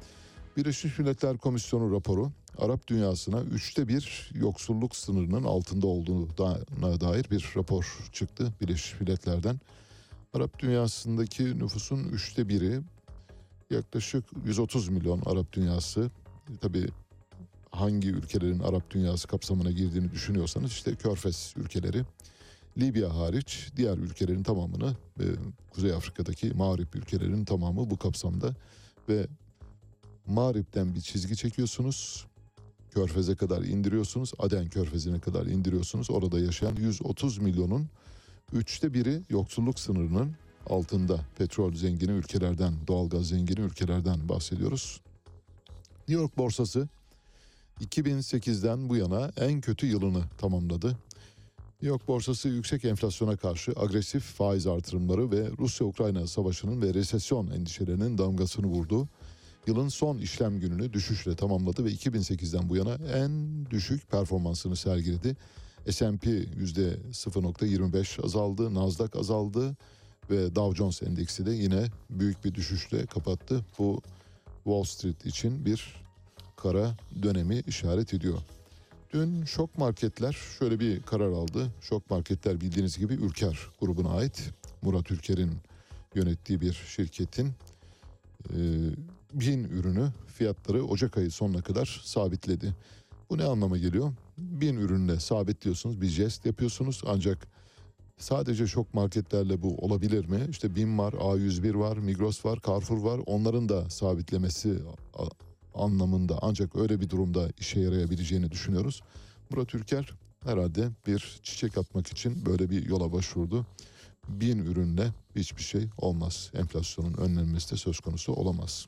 Birleşmiş Milletler Komisyonu raporu Arap dünyasına üçte bir yoksulluk sınırının altında olduğuna dair bir rapor çıktı Birleşmiş Milletler'den. Arap dünyasındaki nüfusun üçte biri, yaklaşık yüz otuz milyon Arap dünyası. Tabii hangi ülkelerin Arap dünyası kapsamına girdiğini düşünüyorsanız işte Körfez ülkeleri, Libya hariç diğer ülkelerin tamamını, e, Kuzey Afrika'daki Mağrip ülkelerinin tamamı bu kapsamda ve Mağrip'ten bir çizgi çekiyorsunuz, Körfez'e kadar indiriyorsunuz, Aden Körfezi'ne kadar indiriyorsunuz. Orada yaşayan yüz otuz milyonun üçte biri yoksulluk sınırının altında. Petrol zengini ülkelerden, doğalgaz zengini ülkelerden bahsediyoruz. New York borsası iki bin sekizden bu yana en kötü yılını tamamladı. New York borsası yüksek enflasyona karşı agresif faiz artırımları ve Rusya-Ukrayna savaşının ve resesyon endişelerinin damgasını vurdu. Yılın son işlem gününü düşüşle tamamladı ve iki bin sekizden bu yana en düşük performansını sergiledi. S and P yüzde sıfır virgül yirmi beş azaldı, Nasdaq azaldı ve Dow Jones endeksi de yine büyük bir düşüşle kapattı. Bu Wall Street için bir kara dönemi işaret ediyor. Dün şok marketler şöyle bir karar aldı. Şok marketler bildiğiniz gibi Ülker grubuna ait. Murat Ülker'in yönettiği bir şirketin e, bin ürünü fiyatları Ocak ayı sonuna kadar sabitledi. Bu ne anlama geliyor? Bin ürünle sabitliyorsunuz, bir jest yapıyorsunuz ancak sadece şok marketlerle bu olabilir mi? İşte BİM var, A yüz bir var, Migros var, Carrefour var. Onların da sabitlemesi anlamında ancak öyle bir durumda işe yarayabileceğini düşünüyoruz. Murat Ülker herhalde bir çiçek atmak için böyle bir yola başvurdu. Bin ürünle hiçbir şey olmaz. Enflasyonun önlenmesi de söz konusu olamaz.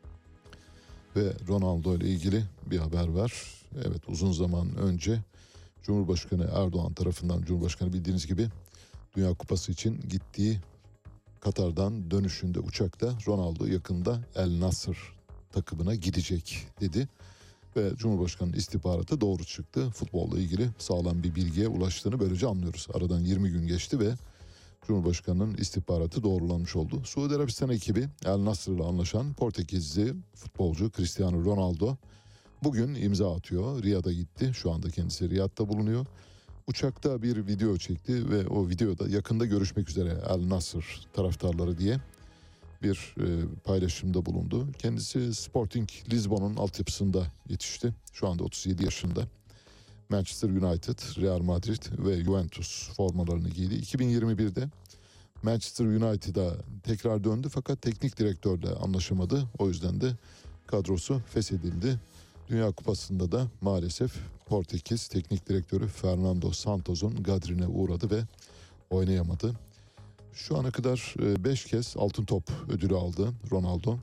Ve Ronaldo ile ilgili bir haber var. Evet, uzun zaman önce Cumhurbaşkanı Erdoğan tarafından, Cumhurbaşkanı bildiğiniz gibi Dünya Kupası için gittiği Katar'dan dönüşünde uçakta Ronaldo yakında El Nasr takımına gidecek dedi. Ve Cumhurbaşkanı'nın istihbaratı doğru çıktı. Futbolla ilgili sağlam bir bilgiye ulaştığını böylece anlıyoruz. Aradan yirmi gün geçti ve Cumhurbaşkanı'nın istihbaratı doğrulanmış oldu. Suudi Arabistan ekibi El Nasr ile anlaşan Portekizli futbolcu Cristiano Ronaldo bugün imza atıyor. Riyad'a gitti. Şu anda kendisi Riyad'da bulunuyor. Uçakta bir video çekti ve o videoda yakında görüşmek üzere El Nasr taraftarları diye bir e, paylaşımda bulundu. Kendisi Sporting Lisbon'un altyapısında yetişti. Şu anda otuz yedi yaşında. Manchester United, Real Madrid ve Juventus formalarını giydi. iki bin yirmi birde Manchester United'a tekrar döndü fakat teknik direktörle anlaşamadı. O yüzden de kadrosu feshedildi. Dünya Kupası'nda da maalesef Portekiz teknik direktörü Fernando Santos'un gadrine uğradı ve oynayamadı. Şu ana kadar beş kez altın top ödülü aldı Ronaldo.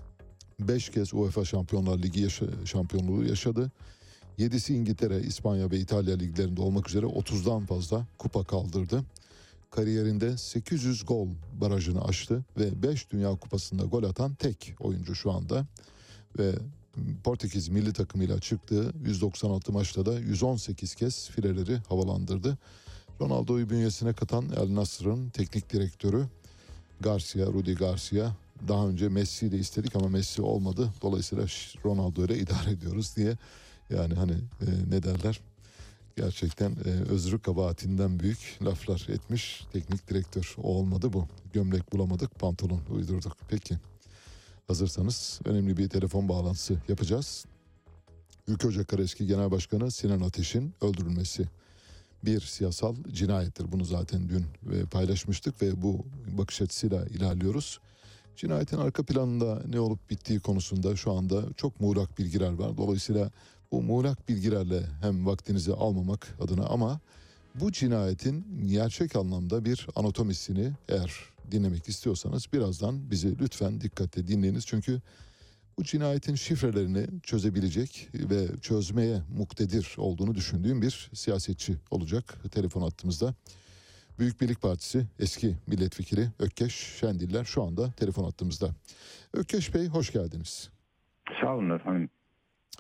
beş kez UEFA Şampiyonlar Ligi yaşa- şampiyonluğu yaşadı. yedisi İngiltere, İspanya ve İtalya liglerinde olmak üzere otuzdan fazla kupa kaldırdı. Kariyerinde sekiz yüz gol barajını aştı ve beş Dünya Kupası'nda gol atan tek oyuncu şu anda. Ve Portekiz milli takımıyla çıktığı yüz doksan altı maçta da yüz on sekiz kez fileleri havalandırdı. Ronaldo'yu bünyesine katan El Nasr'ın teknik direktörü Garcia, Rudi Garcia. Daha önce Messi'yi de istedik ama Messi olmadı. Dolayısıyla Ronaldo ile idare ediyoruz diye. Yani hani e, ne derler? Gerçekten e, özrü kabahatinden büyük laflar etmiş teknik direktör. O olmadı bu. Gömlek bulamadık, pantolon uydurduk. Peki. Hazırsanız önemli bir telefon bağlantısı yapacağız. Ülke Ocakları eski Genel Başkanı Sinan Ateş'in öldürülmesi bir siyasal cinayettir. Bunu zaten dün paylaşmıştık ve bu bakış açısıyla ilerliyoruz. Cinayetin arka planında ne olup bittiği konusunda şu anda çok muğlak bilgiler var. Dolayısıyla bu muğlak bilgilerle hem vaktinizi almamak adına ama bu cinayetin gerçek anlamda bir anatomisini eğer dinlemek istiyorsanız birazdan bizi lütfen dikkatle dinleyiniz. Çünkü bu cinayetin şifrelerini çözebilecek ve çözmeye muktedir olduğunu düşündüğüm bir siyasetçi olacak telefon hattımızda. Büyük Birlik Partisi eski milletvekili Ökkeş Şendiller şu anda telefon hattımızda. Ökkeş Bey hoş geldiniz. Sağ olun efendim.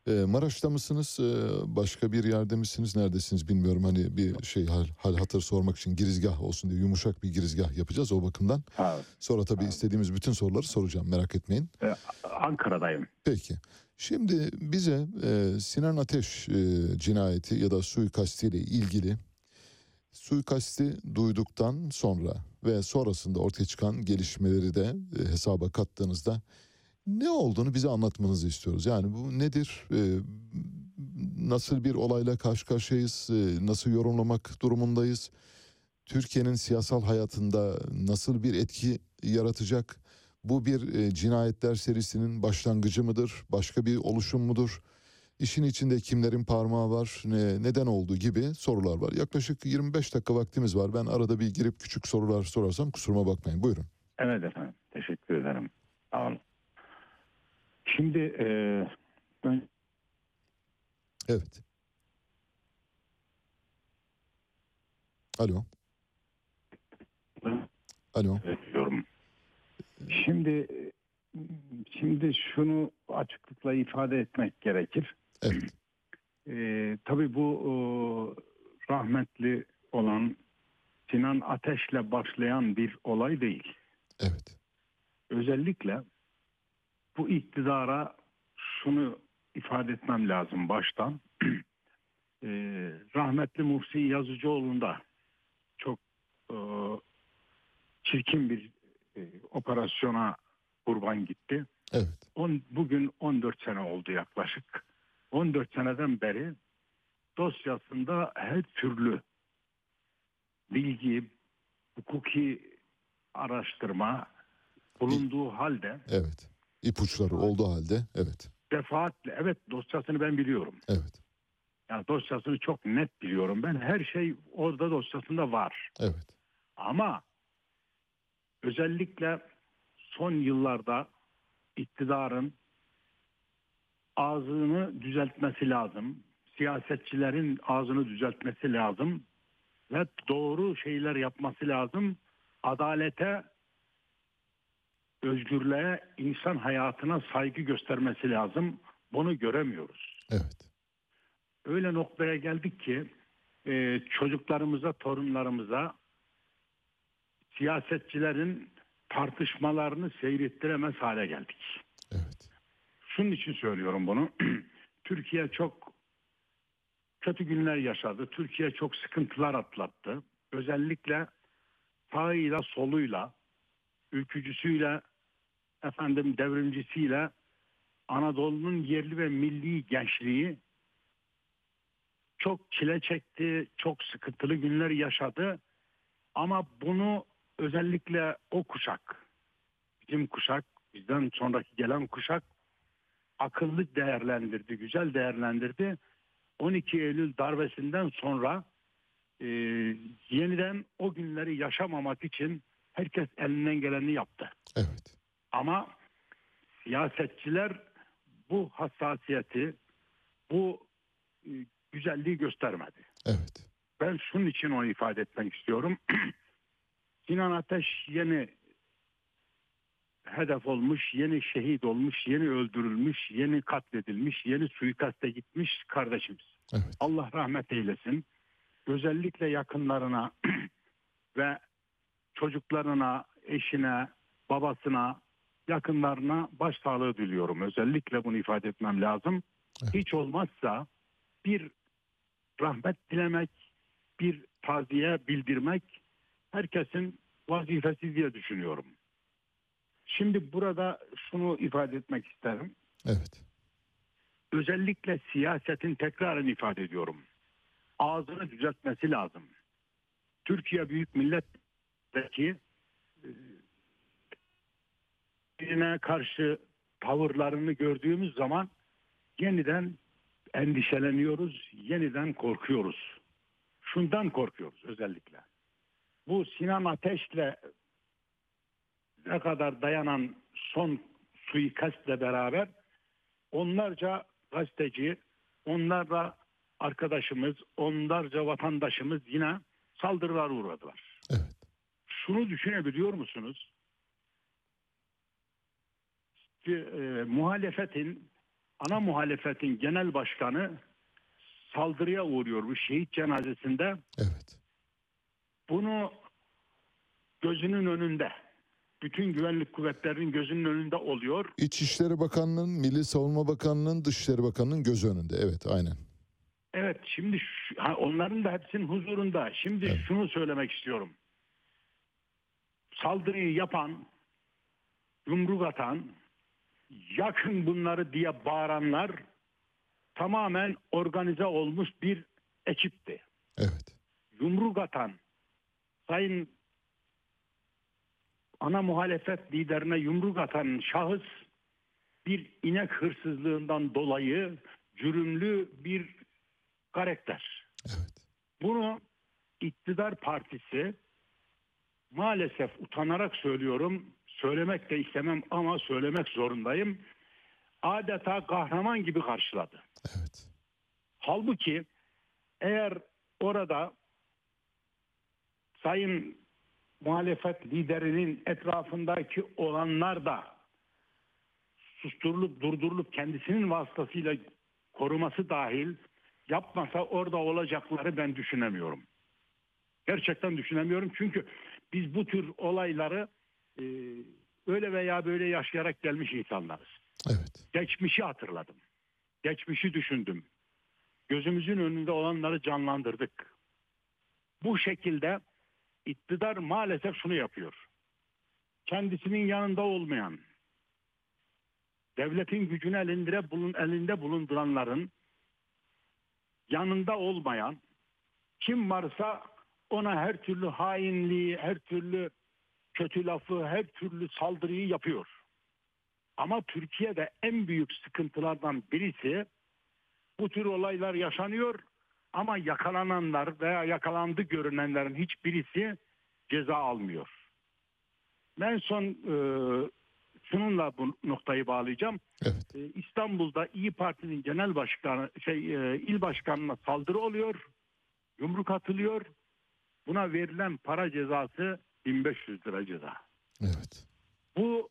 Ee, Maraş'ta mısınız? Ee, başka bir yerde misiniz? Neredesiniz bilmiyorum. Hani bir şey hal, hal hatır sormak için girizgah olsun diye yumuşak bir girizgah yapacağız o bakımdan. Evet. Sonra tabii evet. istediğimiz bütün soruları soracağım, merak etmeyin. Ee, Ankara'dayım. Peki. Şimdi bize e, Sinan Ateş e, cinayeti ya da suikastiyle ilgili suikasti duyduktan sonra ve sonrasında ortaya çıkan gelişmeleri de e, hesaba kattığınızda ne olduğunu bize anlatmanızı istiyoruz. Yani bu nedir? E, nasıl bir olayla karşı karşıyayız? E, nasıl yorumlamak durumundayız? Türkiye'nin siyasal hayatında nasıl bir etki yaratacak? Bu bir e, cinayetler serisinin başlangıcı mıdır? Başka bir oluşum mudur? İşin içinde kimlerin parmağı var? Ne, neden olduğu gibi sorular var. Yaklaşık yirmi beş dakika vaktimiz var. Ben arada bir girip küçük sorular sorarsam kusuruma bakmayın. Buyurun. Evet efendim. Teşekkür ederim. Sağ olun. Şimdi e, ben... Evet. Alo. Alo. Diyorum. Şimdi şimdi şunu açıklıkla ifade etmek gerekir. Evet. Ee, tabii bu o, rahmetli olan Sinan Ateş'le başlayan bir olay değil. Evet. Özellikle bu iktidara şunu ifade etmem lazım baştan. ee, rahmetli Muhsin Yazıcıoğlu'nda çok e, çirkin bir e, operasyona kurban gitti. Evet. On, bugün on dört sene oldu yaklaşık. on dört seneden beri dosyasında her türlü bilgi, hukuki araştırma bulunduğu halde. Evet. İpuçları olduğu halde. Evet. Defaatle. Evet, dosyasını ben biliyorum. Evet. Yani dosyasını çok net biliyorum. Ben her şey orada dosyasında var. Evet. Ama özellikle son yıllarda iktidarın ağzını düzeltmesi lazım. Siyasetçilerin ağzını düzeltmesi lazım. Ve doğru şeyler yapması lazım. Adalete, özgürlüğe, insan hayatına saygı göstermesi lazım. Bunu göremiyoruz. Evet. Öyle noktaya geldik ki e, çocuklarımıza, torunlarımıza siyasetçilerin tartışmalarını seyrettiremez hale geldik. Evet. Şunun için söylüyorum bunu. Türkiye çok kötü günler yaşadı. Türkiye çok sıkıntılar atlattı. Özellikle sağıyla soluyla, ülkücüsüyle, efendim devrimcisiyle Anadolu'nun yerli ve milli gençliği çok çile çekti, çok sıkıntılı günler yaşadı. Ama bunu özellikle o kuşak, bizim kuşak, bizden sonraki gelen kuşak akıllı değerlendirdi, güzel değerlendirdi. on iki Eylül darbesinden sonra e, yeniden o günleri yaşamamak için herkes elinden geleni yaptı. Evet. Ama siyasetçiler bu hassasiyeti, bu e, güzelliği göstermedi. Evet. Ben şunun için onu ifade etmek istiyorum. Sinan Ateş yeni hedef olmuş, yeni şehit olmuş, yeni öldürülmüş, yeni katledilmiş, yeni suikaste gitmiş kardeşimiz. Evet. Allah rahmet eylesin. Özellikle yakınlarına ve çocuklarına, eşine, babasına, yakınlarına başsağlığı diliyorum. Özellikle bunu ifade etmem lazım. Evet. Hiç olmazsa bir rahmet dilemek, bir taziye bildirmek herkesin vazifesi diye düşünüyorum. Şimdi burada şunu ifade etmek isterim. Evet. Özellikle siyasetin tekrarını ifade ediyorum. Ağzını düzeltmesi lazım. Türkiye Büyük Millet'teki birine karşı tavırlarını gördüğümüz zaman yeniden endişeleniyoruz, yeniden korkuyoruz. Şundan korkuyoruz özellikle. Bu Sinan Ateş'le ne kadar dayanan son suikastle beraber onlarca gazeteci, onlarca arkadaşımız, onlarca vatandaşımız yine saldırılar uğradılar. Evet. Şunu düşünebiliyor musunuz? Ki, e, muhalefetin ana muhalefetin genel başkanı saldırıya uğruyor bu şehit cenazesinde. Evet. Bunu gözünün önünde, bütün güvenlik kuvvetlerinin gözünün önünde oluyor. İçişleri Bakanlığı'nın, Milli Savunma Bakanlığı'nın, Dışişleri Bakanlığı'nın gözü önünde. Evet, aynen. Evet, şimdi şu, ha, onların da hepsinin huzurunda. Şimdi Evet. şunu söylemek istiyorum. Saldırıyı yapan, yumruk atan, yakın bunları diye bağıranlar tamamen organize olmuş bir ekipti. Evet. Yumruk atan, sayın ana muhalefet liderine yumruk atan şahıs bir inek hırsızlığından dolayı cürümlü bir karakter. Evet. Bunu iktidar partisi maalesef utanarak söylüyorum, söylemek de istemem ama söylemek zorundayım. Adeta kahraman gibi karşıladı. Evet. Halbuki eğer orada sayın muhalefet liderinin etrafındaki olanlar da susturulup durdurulup kendisinin vasıtasıyla koruması dahil yapmasa orada olacakları ben düşünemiyorum. Gerçekten düşünemiyorum çünkü biz bu tür olayları e, öyle veya böyle yaşayarak gelmiş insanlarız. Evet. Geçmişi hatırladım. Geçmişi düşündüm. Gözümüzün önünde olanları canlandırdık. Bu şekilde iktidar maalesef şunu yapıyor. Kendisinin yanında olmayan, devletin gücünü elinde, bulun, elinde bulunduranların yanında olmayan kim varsa ona her türlü hainliği, her türlü kötü lafı, her türlü saldırıyı yapıyor. Ama Türkiye'de en büyük sıkıntılardan birisi bu tür olaylar yaşanıyor ama yakalananlar veya yakalandı görünenlerin hiçbirisi ceza almıyor. Ben son e, şununla bu noktayı bağlayacağım. Evet. E, İstanbul'da İyi Parti'nin genel başkanı, şey e, il başkanına saldırı oluyor, yumruk atılıyor. Buna verilen para cezası bin beş yüz lira ceza. Evet. Bu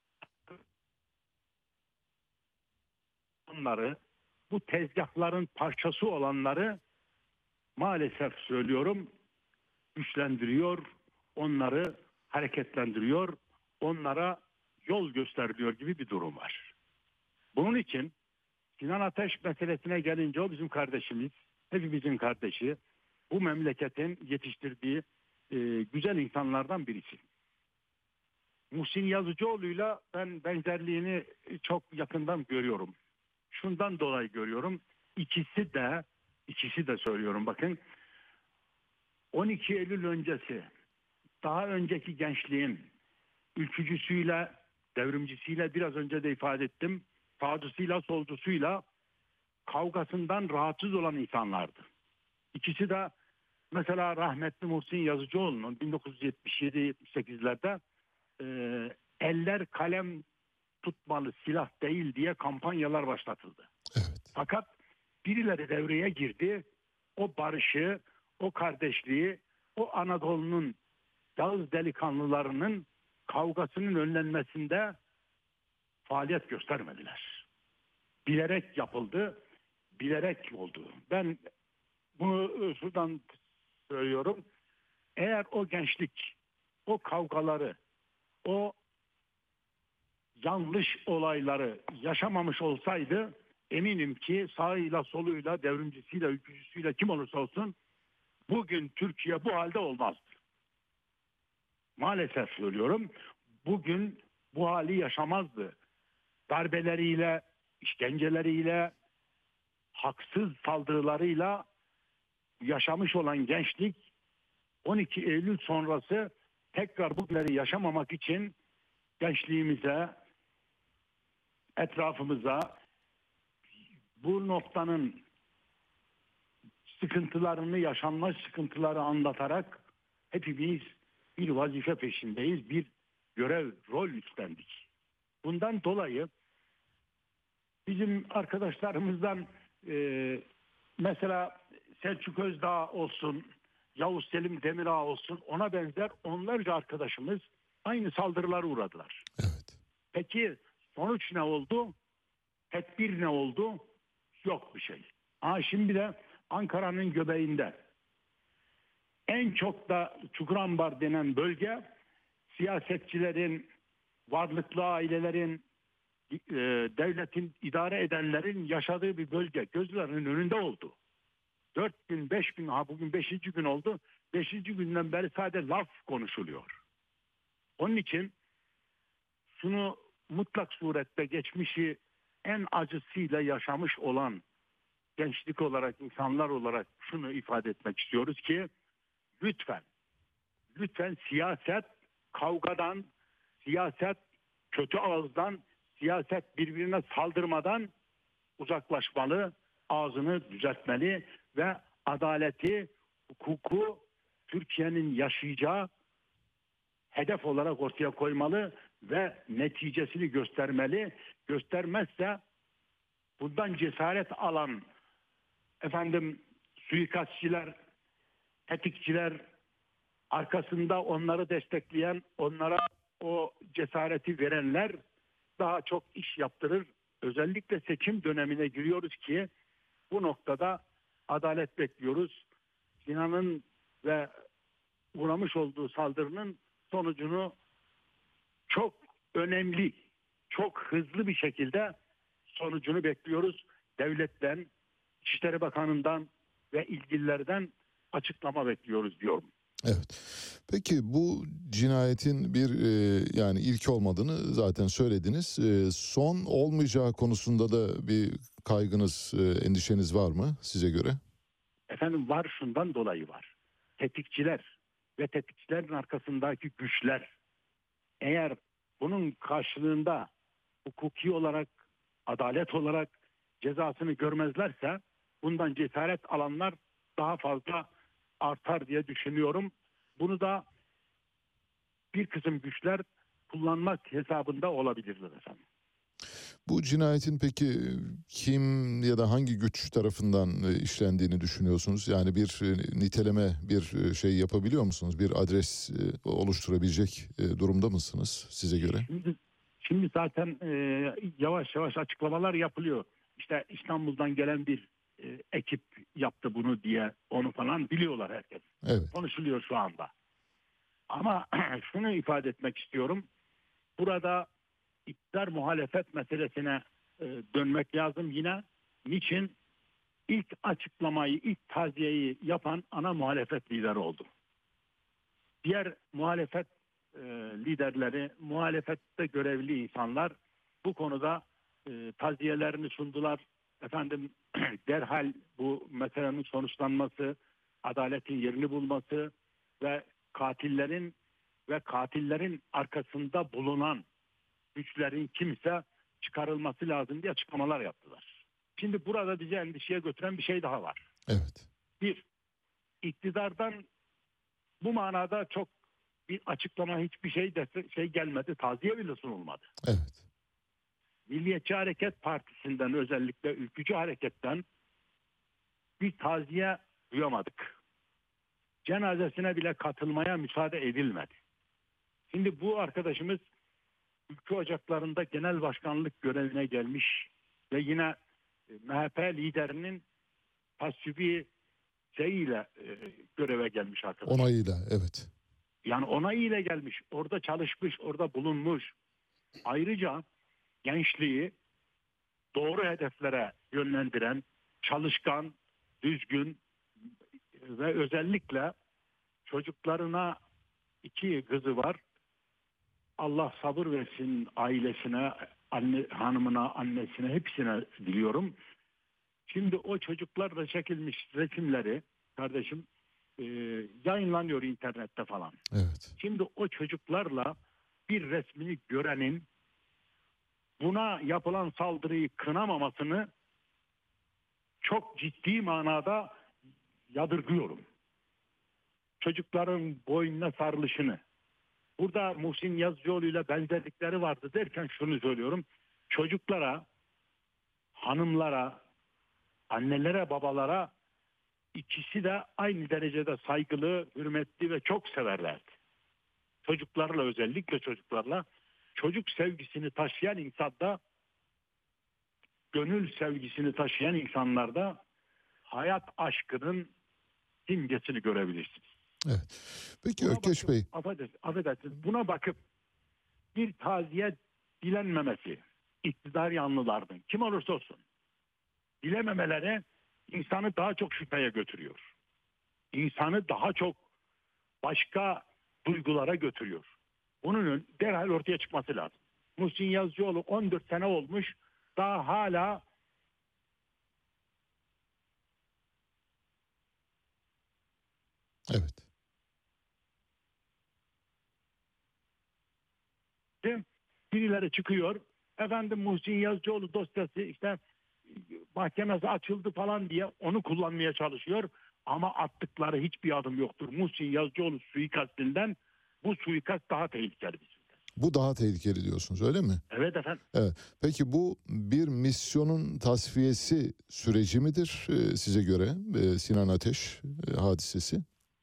onları, bu tezgahların parçası olanları maalesef söylüyorum güçlendiriyor, onları hareketlendiriyor, onlara yol gösteriliyor gibi bir durum var. Bunun için Sinan Ateş meselesine gelince o bizim kardeşimiz, hepimizin kardeşi, bu memleketin yetiştirdiği e, güzel insanlardan birisi. Muhsin Yazıcıoğlu'yla ben benzerliğini çok yakından görüyorum. Şundan dolayı görüyorum. İkisi de, ikisi de söylüyorum bakın. on iki Eylül öncesi, daha önceki gençliğin ülkücüsüyle, devrimcisiyle biraz önce de ifade ettim. Sağcısıyla, solcusuyla kavgasından rahatsız olan insanlardı. İkisi de mesela rahmetli Muhsin Yazıcıoğlu'nun bin dokuz yüz yetmiş yedi yetmiş sekizlerde e, eller kalem tutmalı silah değil diye kampanyalar başlatıldı. Evet. Fakat birileri devreye girdi. O barışı, o kardeşliği, o Anadolu'nun Yağız delikanlılarının kavgasının önlenmesinde faaliyet göstermediler. Bilerek yapıldı, bilerek oldu. Ben bunu şuradan söylüyorum. Eğer o gençlik, o kavgaları, o yanlış olayları yaşamamış olsaydı eminim ki sağıyla soluyla, devrimcisiyle, ülkücüsüyle kim olursa olsun bugün Türkiye bu halde olmazdı. Maalesef söylüyorum, bugün bu hali yaşamazdı. Darbeleriyle, işkenceleriyle, haksız saldırılarıyla yaşamış olan gençlik on iki Eylül sonrası tekrar bugünleri yaşamamak için gençliğimize, etrafımıza bu noktanın sıkıntılarını, yaşanmış sıkıntıları anlatarak hepimiz bir vazife peşindeyiz, bir görev, rol üstlendik. Bundan dolayı bizim arkadaşlarımızdan e, mesela Selçuk Özdağ olsun, Yavuz Selim Demirağ olsun, ona benzer onlarca arkadaşımız aynı saldırılara uğradılar. Evet. Peki sonuç ne oldu? Tedbir ne oldu? Yok bir şey. Ha şimdi de Ankara'nın göbeğinde en çok da Çukurambar denen bölge siyasetçilerin, varlıklı ailelerin, e, devletin idare edenlerin yaşadığı bir bölge. Gözlerinin önünde oldu. Dört gün, beş gün, ha bugün beşinci gün oldu. Beşinci günden beri sadece laf konuşuluyor. Onun için şunu mutlak surette geçmişi en acısıyla yaşamış olan gençlik olarak, insanlar olarak şunu ifade etmek istiyoruz ki lütfen, lütfen siyaset kavgadan, siyaset kötü ağızdan, siyaset birbirine saldırmadan uzaklaşmalı, ağzını düzeltmeli ve adaleti, hukuku Türkiye'nin yaşayacağı hedef olarak ortaya koymalı ve neticesini göstermeli. Göstermezse bundan cesaret alan efendim suikastçiler, tetikçiler, arkasında onları destekleyen, onlara o cesareti verenler daha çok iş yaptırır. Özellikle seçim dönemine giriyoruz ki bu noktada adalet bekliyoruz. Sinan'ın ve uğramış olduğu saldırının sonucunu çok önemli, çok hızlı bir şekilde sonucunu bekliyoruz. Devletten, İçişleri Bakanı'ndan ve ilgililerden açıklama bekliyoruz diyorum. Evet. Peki bu cinayetin bir e, yani ilk olmadığını zaten söylediniz. E, son olmayacağı konusunda da bir kaygınız, e, endişeniz var mı size göre? Efendim var, şundan dolayı var. Tetikçiler ve tetikçilerin arkasındaki güçler eğer bunun karşılığında hukuki olarak, adalet olarak cezasını görmezlerse bundan cesaret alanlar daha fazla artar diye düşünüyorum. Bunu da bir kısım güçler kullanmak hesabında olabilirler efendim. Bu cinayetin peki kim ya da hangi güç tarafından işlendiğini düşünüyorsunuz? Yani bir niteleme, bir şey yapabiliyor musunuz? Bir adres oluşturabilecek durumda mısınız size göre? Şimdi, şimdi zaten e, yavaş yavaş açıklamalar yapılıyor. İşte İstanbul'dan gelen bir e, ekip yaptı bunu diye, onu falan biliyorlar herkes. Evet. Konuşuluyor şu anda. Ama şunu ifade etmek istiyorum. Burada iktidar muhalefet meselesine e, dönmek lazım yine. Niçin? İlk açıklamayı, ilk taziyeyi yapan ana muhalefet lideri oldu. Diğer muhalefet e, liderleri, muhalefette görevli insanlar bu konuda e, taziyelerini sundular. Efendim derhal bu meselenin sonuçlanması, adaletin yerini bulması ve katillerin ve katillerin arkasında bulunan güçlerin kimse çıkarılması lazım diye açıklamalar yaptılar. Şimdi burada bizi endişeye götüren bir şey daha var. Evet. Bir, iktidardan bu manada çok bir açıklama, hiçbir şey de, şey gelmedi, taziye bile sunulmadı. Evet. Milliyetçi Hareket Partisi'nden, özellikle Ülkücü Hareket'ten bir taziye duyamadık. Cenazesine bile katılmaya müsaade edilmedi. Şimdi bu arkadaşımız Ülkü Ocakları'nda genel başkanlık görevine gelmiş ve yine M H P liderinin tasvibi şeyiyle e, göreve gelmiş arkadaş. Onayıyla, evet. Yani onayıyla gelmiş, orada çalışmış, orada bulunmuş. Ayrıca gençliği doğru hedeflere yönlendiren, çalışkan, düzgün ve özellikle çocuklarına iki kızı var. Allah sabır versin ailesine, anne, hanımına, annesine, hepsine diliyorum. Şimdi o çocuklarla çekilmiş resimleri kardeşim e, yayınlanıyor internette falan. Evet. Şimdi o çocuklarla bir resmini görenin buna yapılan saldırıyı kınamamasını çok ciddi manada yadırgıyorum. Çocukların boynuna sarılışını. Burada Muhsin Yazıcıoğlu ile benzerlikleri vardı derken şunu söylüyorum. Çocuklara, hanımlara, annelere, babalara ikisi de aynı derecede saygılı, hürmetli ve çok severlerdi. Çocuklarla, özellikle çocuklarla, çocuk sevgisini taşıyan insanda gönül sevgisini taşıyan insanlarda hayat aşkının simgesini görebilirsiniz. Evet. Peki Buna Ökkeş bakıp, Bey. affedersiniz, affedersiniz, buna bakıp bir taziye dilenmemesi iktidar yanlılarının kim olursa olsun dilememeleri insanı daha çok şüpheye götürüyor. İnsanı daha çok başka duygulara götürüyor. Bunun derhal ortaya çıkması lazım. Muhsin Yazıcıoğlu on dört sene olmuş, daha hala Evet. birileri çıkıyor. Efendim Muhsin Yazıcıoğlu dosyası işte mahkemesi açıldı falan diye onu kullanmaya çalışıyor. Ama attıkları hiçbir adım yoktur. Muhsin Yazıcıoğlu suikastinden bu suikast daha tehlikeli. Bu daha tehlikeli diyorsunuz, öyle mi? Evet efendim. Evet. Peki bu bir misyonun tasfiyesi süreci midir e, size göre e, Sinan Ateş e, hadisesi?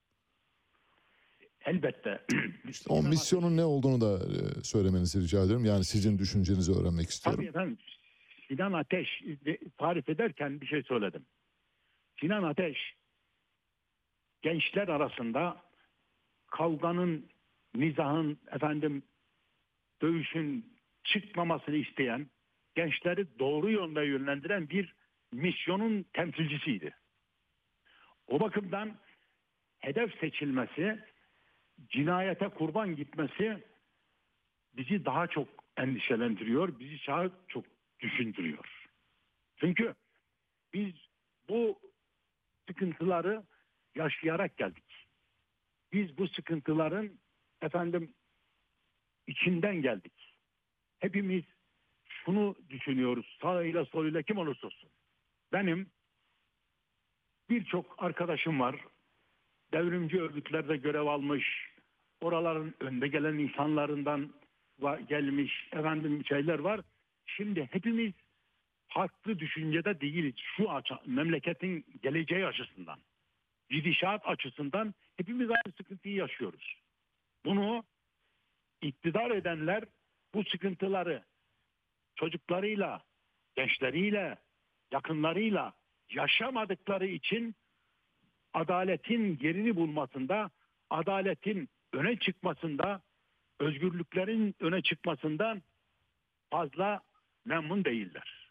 Elbette. İşte o misyonun ne olduğunu da e, söylemenizi rica ederim. Yani sizin düşüncenizi öğrenmek istiyorum. Tabii efendim. Sinan Ateş tarif ederken bir şey söyledim. Sinan Ateş gençler arasında kavganın, mizahın, efendim dövüşün çıkmamasını isteyen, gençleri doğru yönde yönlendiren bir misyonun temsilcisiydi. O bakımdan hedef seçilmesi, cinayete kurban gitmesi bizi daha çok endişelendiriyor, bizi daha çok düşündürüyor. Çünkü biz bu sıkıntıları yaşayarak geldik. Biz bu sıkıntıların efendim içinden geldik. Hepimiz şunu düşünüyoruz, sağıyla soluyla kim olursa olsun. Benim birçok arkadaşım var, devrimci örgütlerde görev almış, oraların önde gelen insanlarından gelmiş efendim şeyler var. Şimdi hepimiz farklı düşüncede değiliz. Şu açı, memleketin geleceği açısından, gidişat açısından hepimiz aynı sıkıntıyı yaşıyoruz. Bunu iktidar edenler bu sıkıntıları çocuklarıyla, gençleriyle, yakınlarıyla yaşamadıkları için adaletin yerini bulmasında, adaletin öne çıkmasında, özgürlüklerin öne çıkmasından fazla memnun değiller.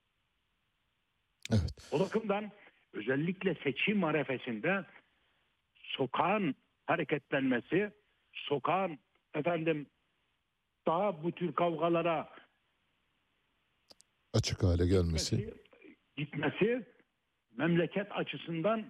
Evet. O bakımdan özellikle seçim arefesinde sokağın hareketlenmesi, sokağın efendim daha bu tür kavgalara açık hale gelmesi, gitmesi, gitmesi memleket açısından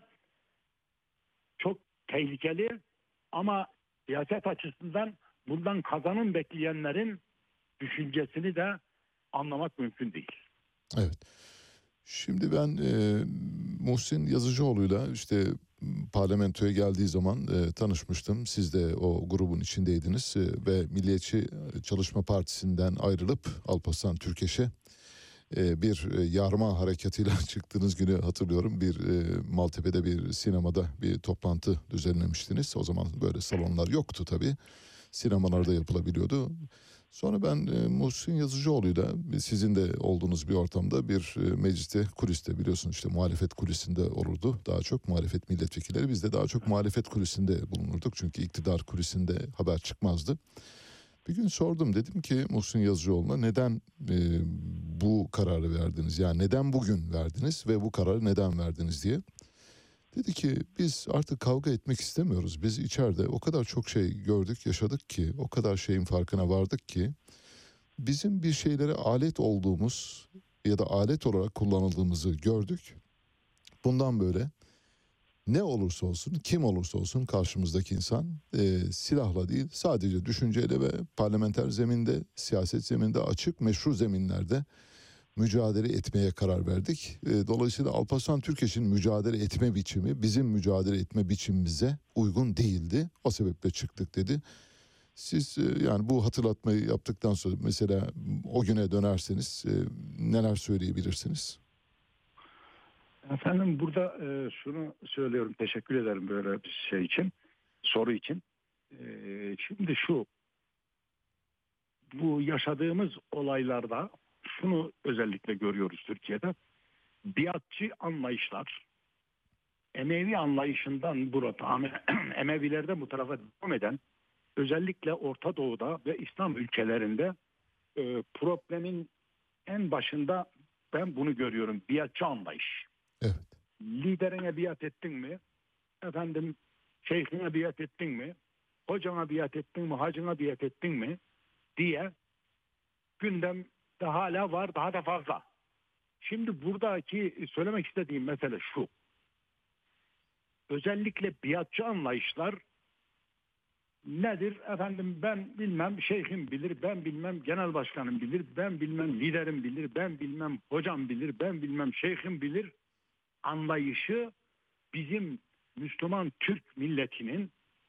çok tehlikeli, ama siyaset açısından bundan kazanım bekleyenlerin düşüncesini de anlamak mümkün değil. Evet. Şimdi ben e, Muhsin Yazıcıoğlu'yla işte parlamentoya geldiği zaman e, tanışmıştım. Siz de o grubun içindeydiniz e, ve Milliyetçi Çalışma Partisi'nden ayrılıp Alparslan Türkeş'e e, bir e, yarma harekatıyla çıktığınız günü hatırlıyorum. Bir e, Maltepe'de bir sinemada bir toplantı düzenlemiştiniz. O zaman böyle salonlar yoktu tabii. Sinemalarda yapılabiliyordu. Sonra ben e, Muhsin Yazıcıoğlu'yla sizin de olduğunuz bir ortamda bir e, mecliste, kuliste, biliyorsunuz işte muhalefet kulisinde olurdu. Daha çok muhalefet milletvekilleri, biz de daha çok muhalefet kulisinde bulunurduk. Çünkü iktidar kulisinde haber çıkmazdı. Bir gün sordum, dedim ki Muhsin Yazıcıoğlu'na neden e, bu kararı verdiniz? Yani neden bugün verdiniz ve bu kararı neden verdiniz diye. Dedi ki biz artık kavga etmek istemiyoruz. Biz içeride o kadar çok şey gördük, yaşadık ki, o kadar şeyin farkına vardık ki bizim bir şeylere alet olduğumuz ya da alet olarak kullanıldığımızı gördük. Bundan böyle ne olursa olsun, kim olursa olsun karşımızdaki insan e, silahla değil, sadece düşünceyle ve parlamenter zeminde, siyaset zeminde, açık meşru zeminlerde mücadele etmeye karar verdik. Dolayısıyla Alparslan Türkeş'in mücadele etme biçimi bizim mücadele etme biçimimize uygun değildi. O sebeple çıktık dedi. Siz yani bu hatırlatmayı yaptıktan sonra mesela o güne dönerseniz neler söyleyebilirsiniz? Efendim burada e, şunu söylüyorum, teşekkür ederim böyle bir şey için, soru için. E, şimdi şu, bu yaşadığımız olaylarda şunu özellikle görüyoruz Türkiye'de. Biatçı anlayışlar, Emevi anlayışından burada, Emevilerden bu tarafa devam eden, özellikle Orta Doğu'da ve İslam ülkelerinde e, problemin en başında ben bunu görüyorum. Biatçı anlayış. Evet. Liderine biat ettin mi? Efendim şeyhine biat ettin mi? Hocana biat ettin mi? Hacına biat ettin mi? Diye gündemde hala var, daha da fazla. Şimdi buradaki söylemek istediğim mesele şu. Özellikle biatçı anlayışlar nedir? Efendim ben bilmem, şeyhim bilir, ben bilmem, genel başkanım bilir, ben bilmem, liderim bilir, ben bilmem, hocam bilir, ben bilmem, şeyhim bilir anlayışı bizim Müslüman Türk milletinin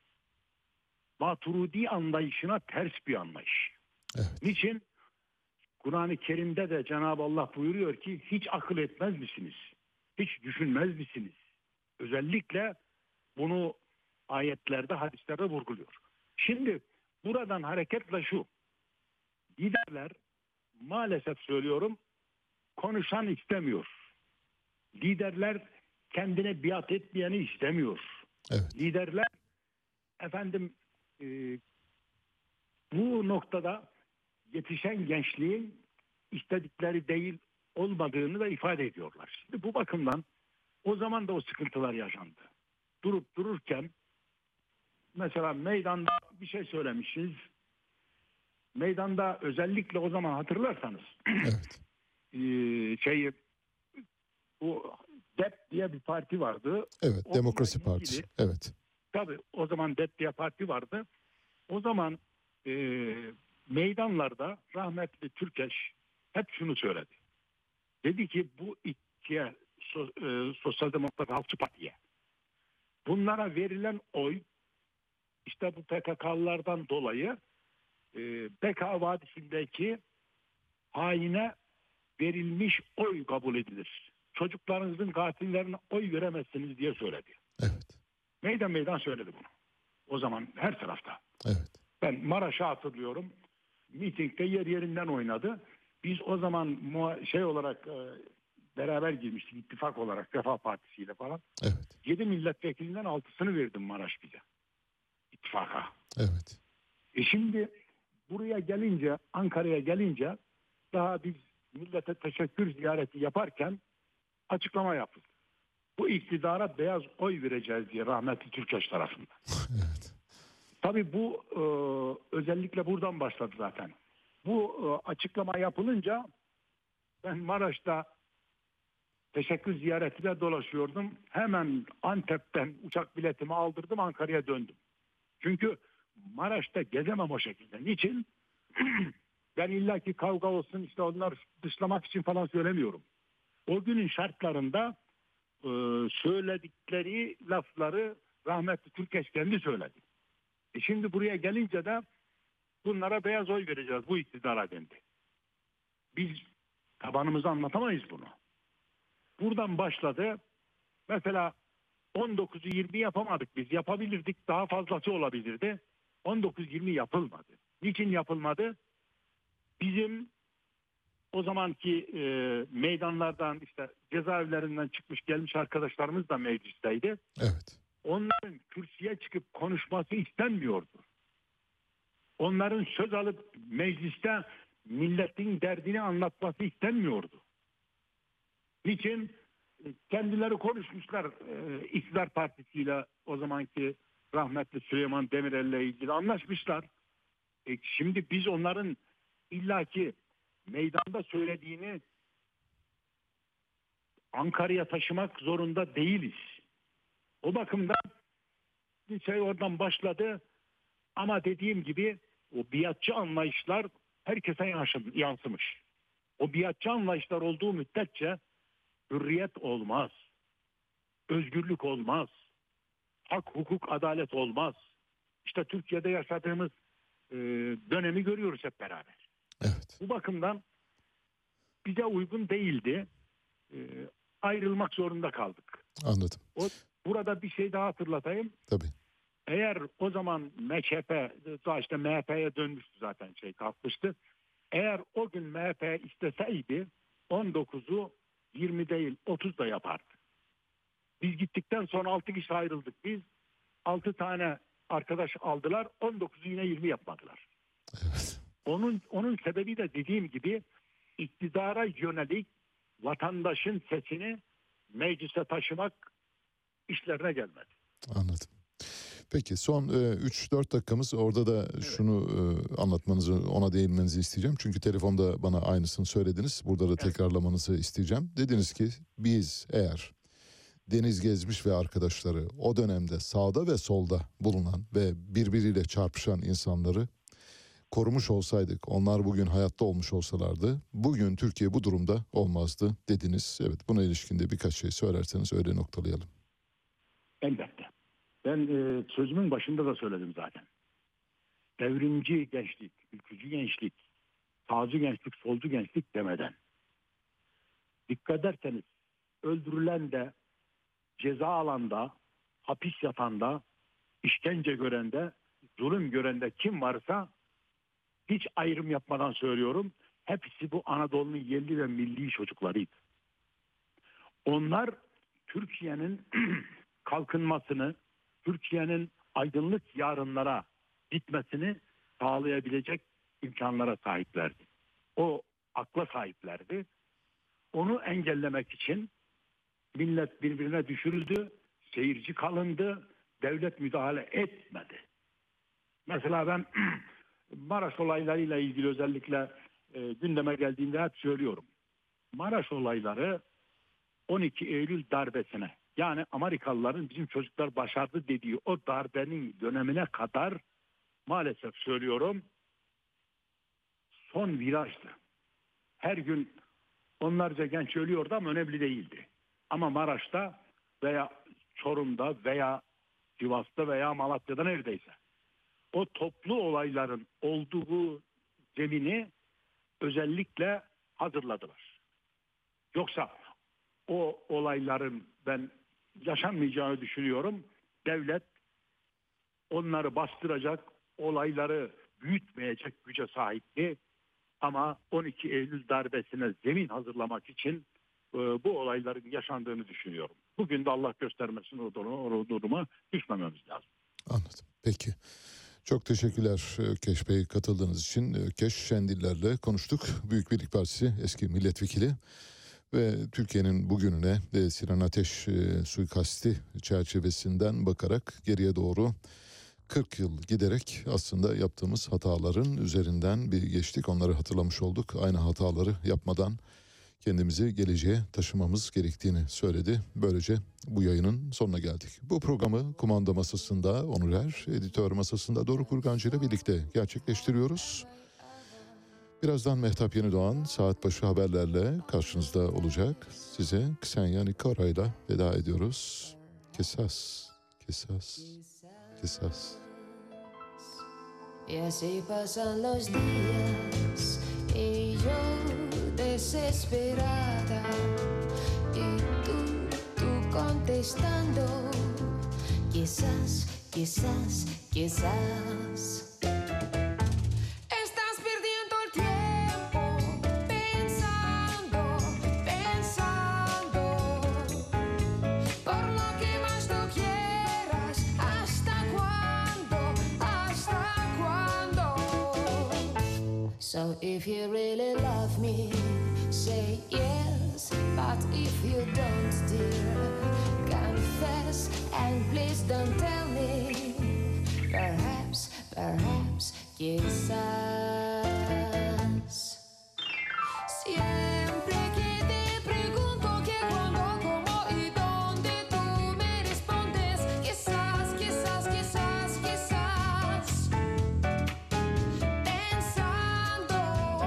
Maturidi anlayışına ters bir anlayış. Evet. Niçin? Kur'an-ı Kerim'de de Cenab-ı Allah buyuruyor ki hiç akıl etmez misiniz? Hiç düşünmez misiniz? Özellikle bunu ayetlerde, hadislerde vurguluyor. Şimdi buradan hareketle şu. Liderler maalesef söylüyorum konuşan istemiyor. Liderler kendine biat etmeyeni istemiyor. Evet. Liderler efendim e, bu noktada yetişen gençliğin istedikleri değil olmadığını da ifade ediyorlar. Şimdi bu bakımdan o zaman da o sıkıntılar yaşandı. Durup dururken mesela meydanda bir şey söylemişiz. Meydanda özellikle o zaman hatırlarsanız Evet. e, şeyi bu D E P diye bir parti vardı. Evet, Onunla Demokrasi ilgili, Partisi. Evet. Tabii o zaman D E P diye parti vardı. O zaman e, meydanlarda rahmetli Türkeş hep şunu söyledi. Dedi ki bu ikiye so, e, Sosyal Demokrat Halkçı Parti'ye bunlara verilen oy işte bu P K K'lılardan dolayı e, Beka Vadisi'ndeki haine verilmiş oy kabul edilir. Çocuklarınızın katillerine oy veremezsiniz diye söyledi. Evet. Meydan meydan söyledi bunu. O zaman her tarafta. Evet. Ben Maraş'ı hatırlıyorum. Mitingde yer yerinden oynadı. Biz o zaman şey olarak e, beraber girmiştik ittifak olarak Refah Partisi ile falan. Evet. Yedi milletvekilinden altısını verdim Maraş bize. İttifaka. Evet. E şimdi buraya gelince, Ankara'ya gelince daha biz millete teşekkür ziyareti yaparken açıklama yapıldı. Bu iktidara beyaz oy vereceğiz diye rahmetli Türkeş tarafından. Evet. Tabii bu e, özellikle buradan başladı zaten. Bu e, açıklama yapılınca ben Maraş'ta teşekkür ziyaretiyle dolaşıyordum. Hemen Antep'ten uçak biletimi aldırdım, Ankara'ya döndüm. Çünkü Maraş'ta gezemem o şekilde. Niçin? Ben illaki kavga olsun işte onlar dışlamak için falan söylemiyorum. O günün şartlarında e, söyledikleri lafları rahmetli Türkeş kendi söyledi. E şimdi buraya gelince de bunlara beyaz oy vereceğiz bu iktidara dendi. Biz tabanımızı anlatamayız bunu. Buradan başladı. Mesela on dokuzu yirmi yapamadık biz. Yapabilirdik. Daha fazlası olabilirdi. on dokuz yirmi yapılmadı. Niçin yapılmadı? Bizim o zamanki e, meydanlardan işte cezaevlerinden çıkmış gelmiş arkadaşlarımız da meclisteydi. Evet. Onların kürsüye çıkıp konuşması istenmiyordu. Onların söz alıp mecliste milletin derdini anlatması istenmiyordu. Niçin? Kendileri konuşmuşlar e, İktidar Partisi'yle o zamanki rahmetli Süleyman Demirel'le ilgili anlaşmışlar. E, şimdi biz onların illaki meydanda söylediğini Ankara'ya taşımak zorunda değiliz. O bakımdan bir şey oradan başladı ama dediğim gibi o biatçı anlayışlar herkese yansımış. O biatçı anlayışlar olduğu müddetçe hürriyet olmaz, özgürlük olmaz, hak, hukuk, adalet olmaz. İşte Türkiye'de yaşadığımız e, dönemi görüyoruz hep beraber. Evet. Bu bakımdan bize uygun değildi. E, ayrılmak zorunda kaldık. Anladım. O, burada bir şey daha hatırlatayım. Tabii. Eğer o zaman M H P, daha işte M H P'ye dönmüştü zaten şey kalkmıştı. Eğer o gün M H P isteseydi on dokuzu yirmi değil otuz da yapardı. Biz gittikten sonra altı kişi ayrıldık. Biz altı tane arkadaş aldılar, on dokuzu yine yirmi yapmadılar. Evet. Onun onun sebebi de dediğim gibi iktidara yönelik vatandaşın sesini meclise taşımak işlerine gelmedi. Anladım. Peki son üç dört dakikamız, orada da evet. şunu e, anlatmanızı, ona değinmenizi isteyeceğim. Çünkü telefonda bana aynısını söylediniz. Burada da evet. tekrarlamanızı isteyeceğim. Dediniz ki biz eğer Deniz Gezmiş ve arkadaşları o dönemde sağda ve solda bulunan ve birbiriyle çarpışan insanları korumuş olsaydık, onlar bugün hayatta olmuş olsalardı, bugün Türkiye bu durumda olmazdı dediniz. Evet, buna ilişkinde birkaç şey söylerseniz öyle noktalayalım. Elbette. Ben e, sözümün başında da söyledim zaten. Devrimci gençlik, ülkücü gençlik, sağcı gençlik, solcu gençlik demeden. Dikkat ederseniz öldürülen de, ceza alanda, hapis yatanda, işkence görende, zulüm görende kim varsa hiç ayrım yapmadan söylüyorum. Hepsi bu Anadolu'nun yerli ve milli çocuklarıydı. Onlar Türkiye'nin kalkınmasını, Türkiye'nin aydınlık yarınlara gitmesini sağlayabilecek imkanlara sahiplerdi. O akla sahiplerdi. Onu engellemek için millet birbirine düşürüldü, seyirci kalındı, devlet müdahale etmedi. Mesela ben Maraş olaylarıyla ilgili özellikle e, gündeme geldiğinde hep söylüyorum. Maraş olayları on iki Eylül darbesine, yani Amerikalıların bizim çocuklar başardı dediği o darbenin dönemine kadar, maalesef söylüyorum, son virajdı. Her gün onlarca genç ölüyordu ama önemli değildi. Ama Maraş'ta veya Çorum'da veya Sivas'ta veya Malatya'da neredeyse o toplu olayların olduğu zemini özellikle hazırladılar. Yoksa o olayların ben yaşanmayacağını düşünüyorum. Devlet onları bastıracak, olayları büyütmeyecek güce sahipti. Ama on iki Eylül darbesine zemin hazırlamak için e, bu olayların yaşandığını düşünüyorum. Bugün de Allah göstermesin o duruma, o duruma düşmememiz lazım. Anladım. Peki. Çok teşekkürler Ökkeş Bey katıldığınız için. Ökkeş Şendiller'le konuştuk. Büyük Birlik Partisi eski milletvekili ve Türkiye'nin bugününe de Sinan Ateş e, suikasti çerçevesinden bakarak geriye doğru kırk yıl giderek aslında yaptığımız hataların üzerinden bir geçtik. Onları hatırlamış olduk. Aynı hataları yapmadan kendimizi geleceğe taşımamız gerektiğini söyledi. Böylece bu yayının sonuna geldik. Bu programı kumanda masasında Onur Er, editör masasında Doruk Urgancı ile birlikte gerçekleştiriyoruz. Birazdan Mehtap Yenidoğan saat başı haberlerle karşınızda olacak. Size Ksenia Nikora'yla veda ediyoruz. Kesas, kesas, kesas. Y así pasan los días y yo desesperada y tú, tú contestando quizás, quizás, quizás. Estás perdiendo el tiempo pensando, pensando por lo que más tú quieras. ¿Hasta cuándo? ¿Hasta cuándo? So if you really love me, say yes, but if you don't, dear, confess and please don't tell me. Perhaps, perhaps, quizás. Siempre que te pregunto qué, cuándo, cómo y dónde, tú me respondes quizás, quizás, quizás, quizás. Pensando,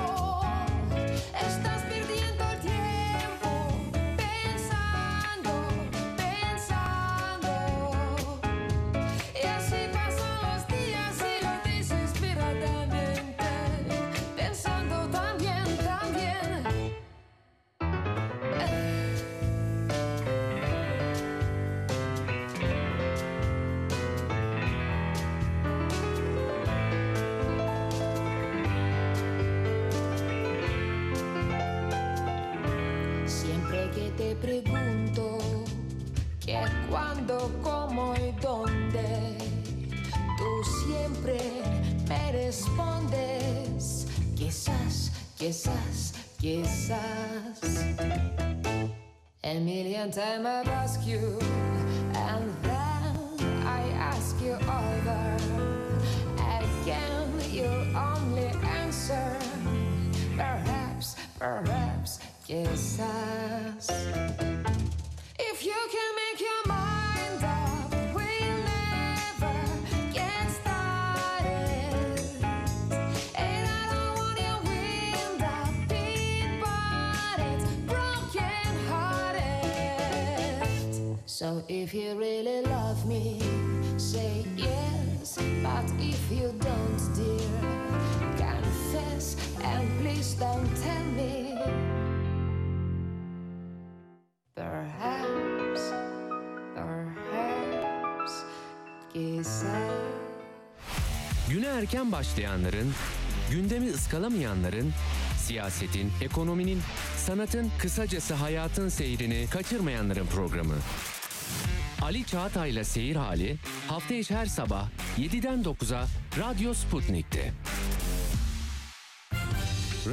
estás perdiendo el tiempo. Pensando, pensando. Y así pasan los días y yo desesperadamente pregunto que cuando, cómo y dónde, tú siempre me respondes, quizás, quizás, quizás. A million times I've asked you, and then I ask you over again. You only answer, perhaps, perhaps, quizás. If you can make your mind up, we'll never get started. And I don't want your wind up, beat, but it's broken hearted. So if you really love me, say yes. But if you don't, dear, confess and please don't tell me. Perhaps, perhaps, quizás. Güne erken başlayanların, gündemi ıskalamayanların, siyasetin, ekonominin, sanatın, kısacası hayatın seyrini kaçırmayanların programı. Ali Çağatay'la Seyir Hali hafta içi her sabah yediden dokuza Radyo Sputnik'te.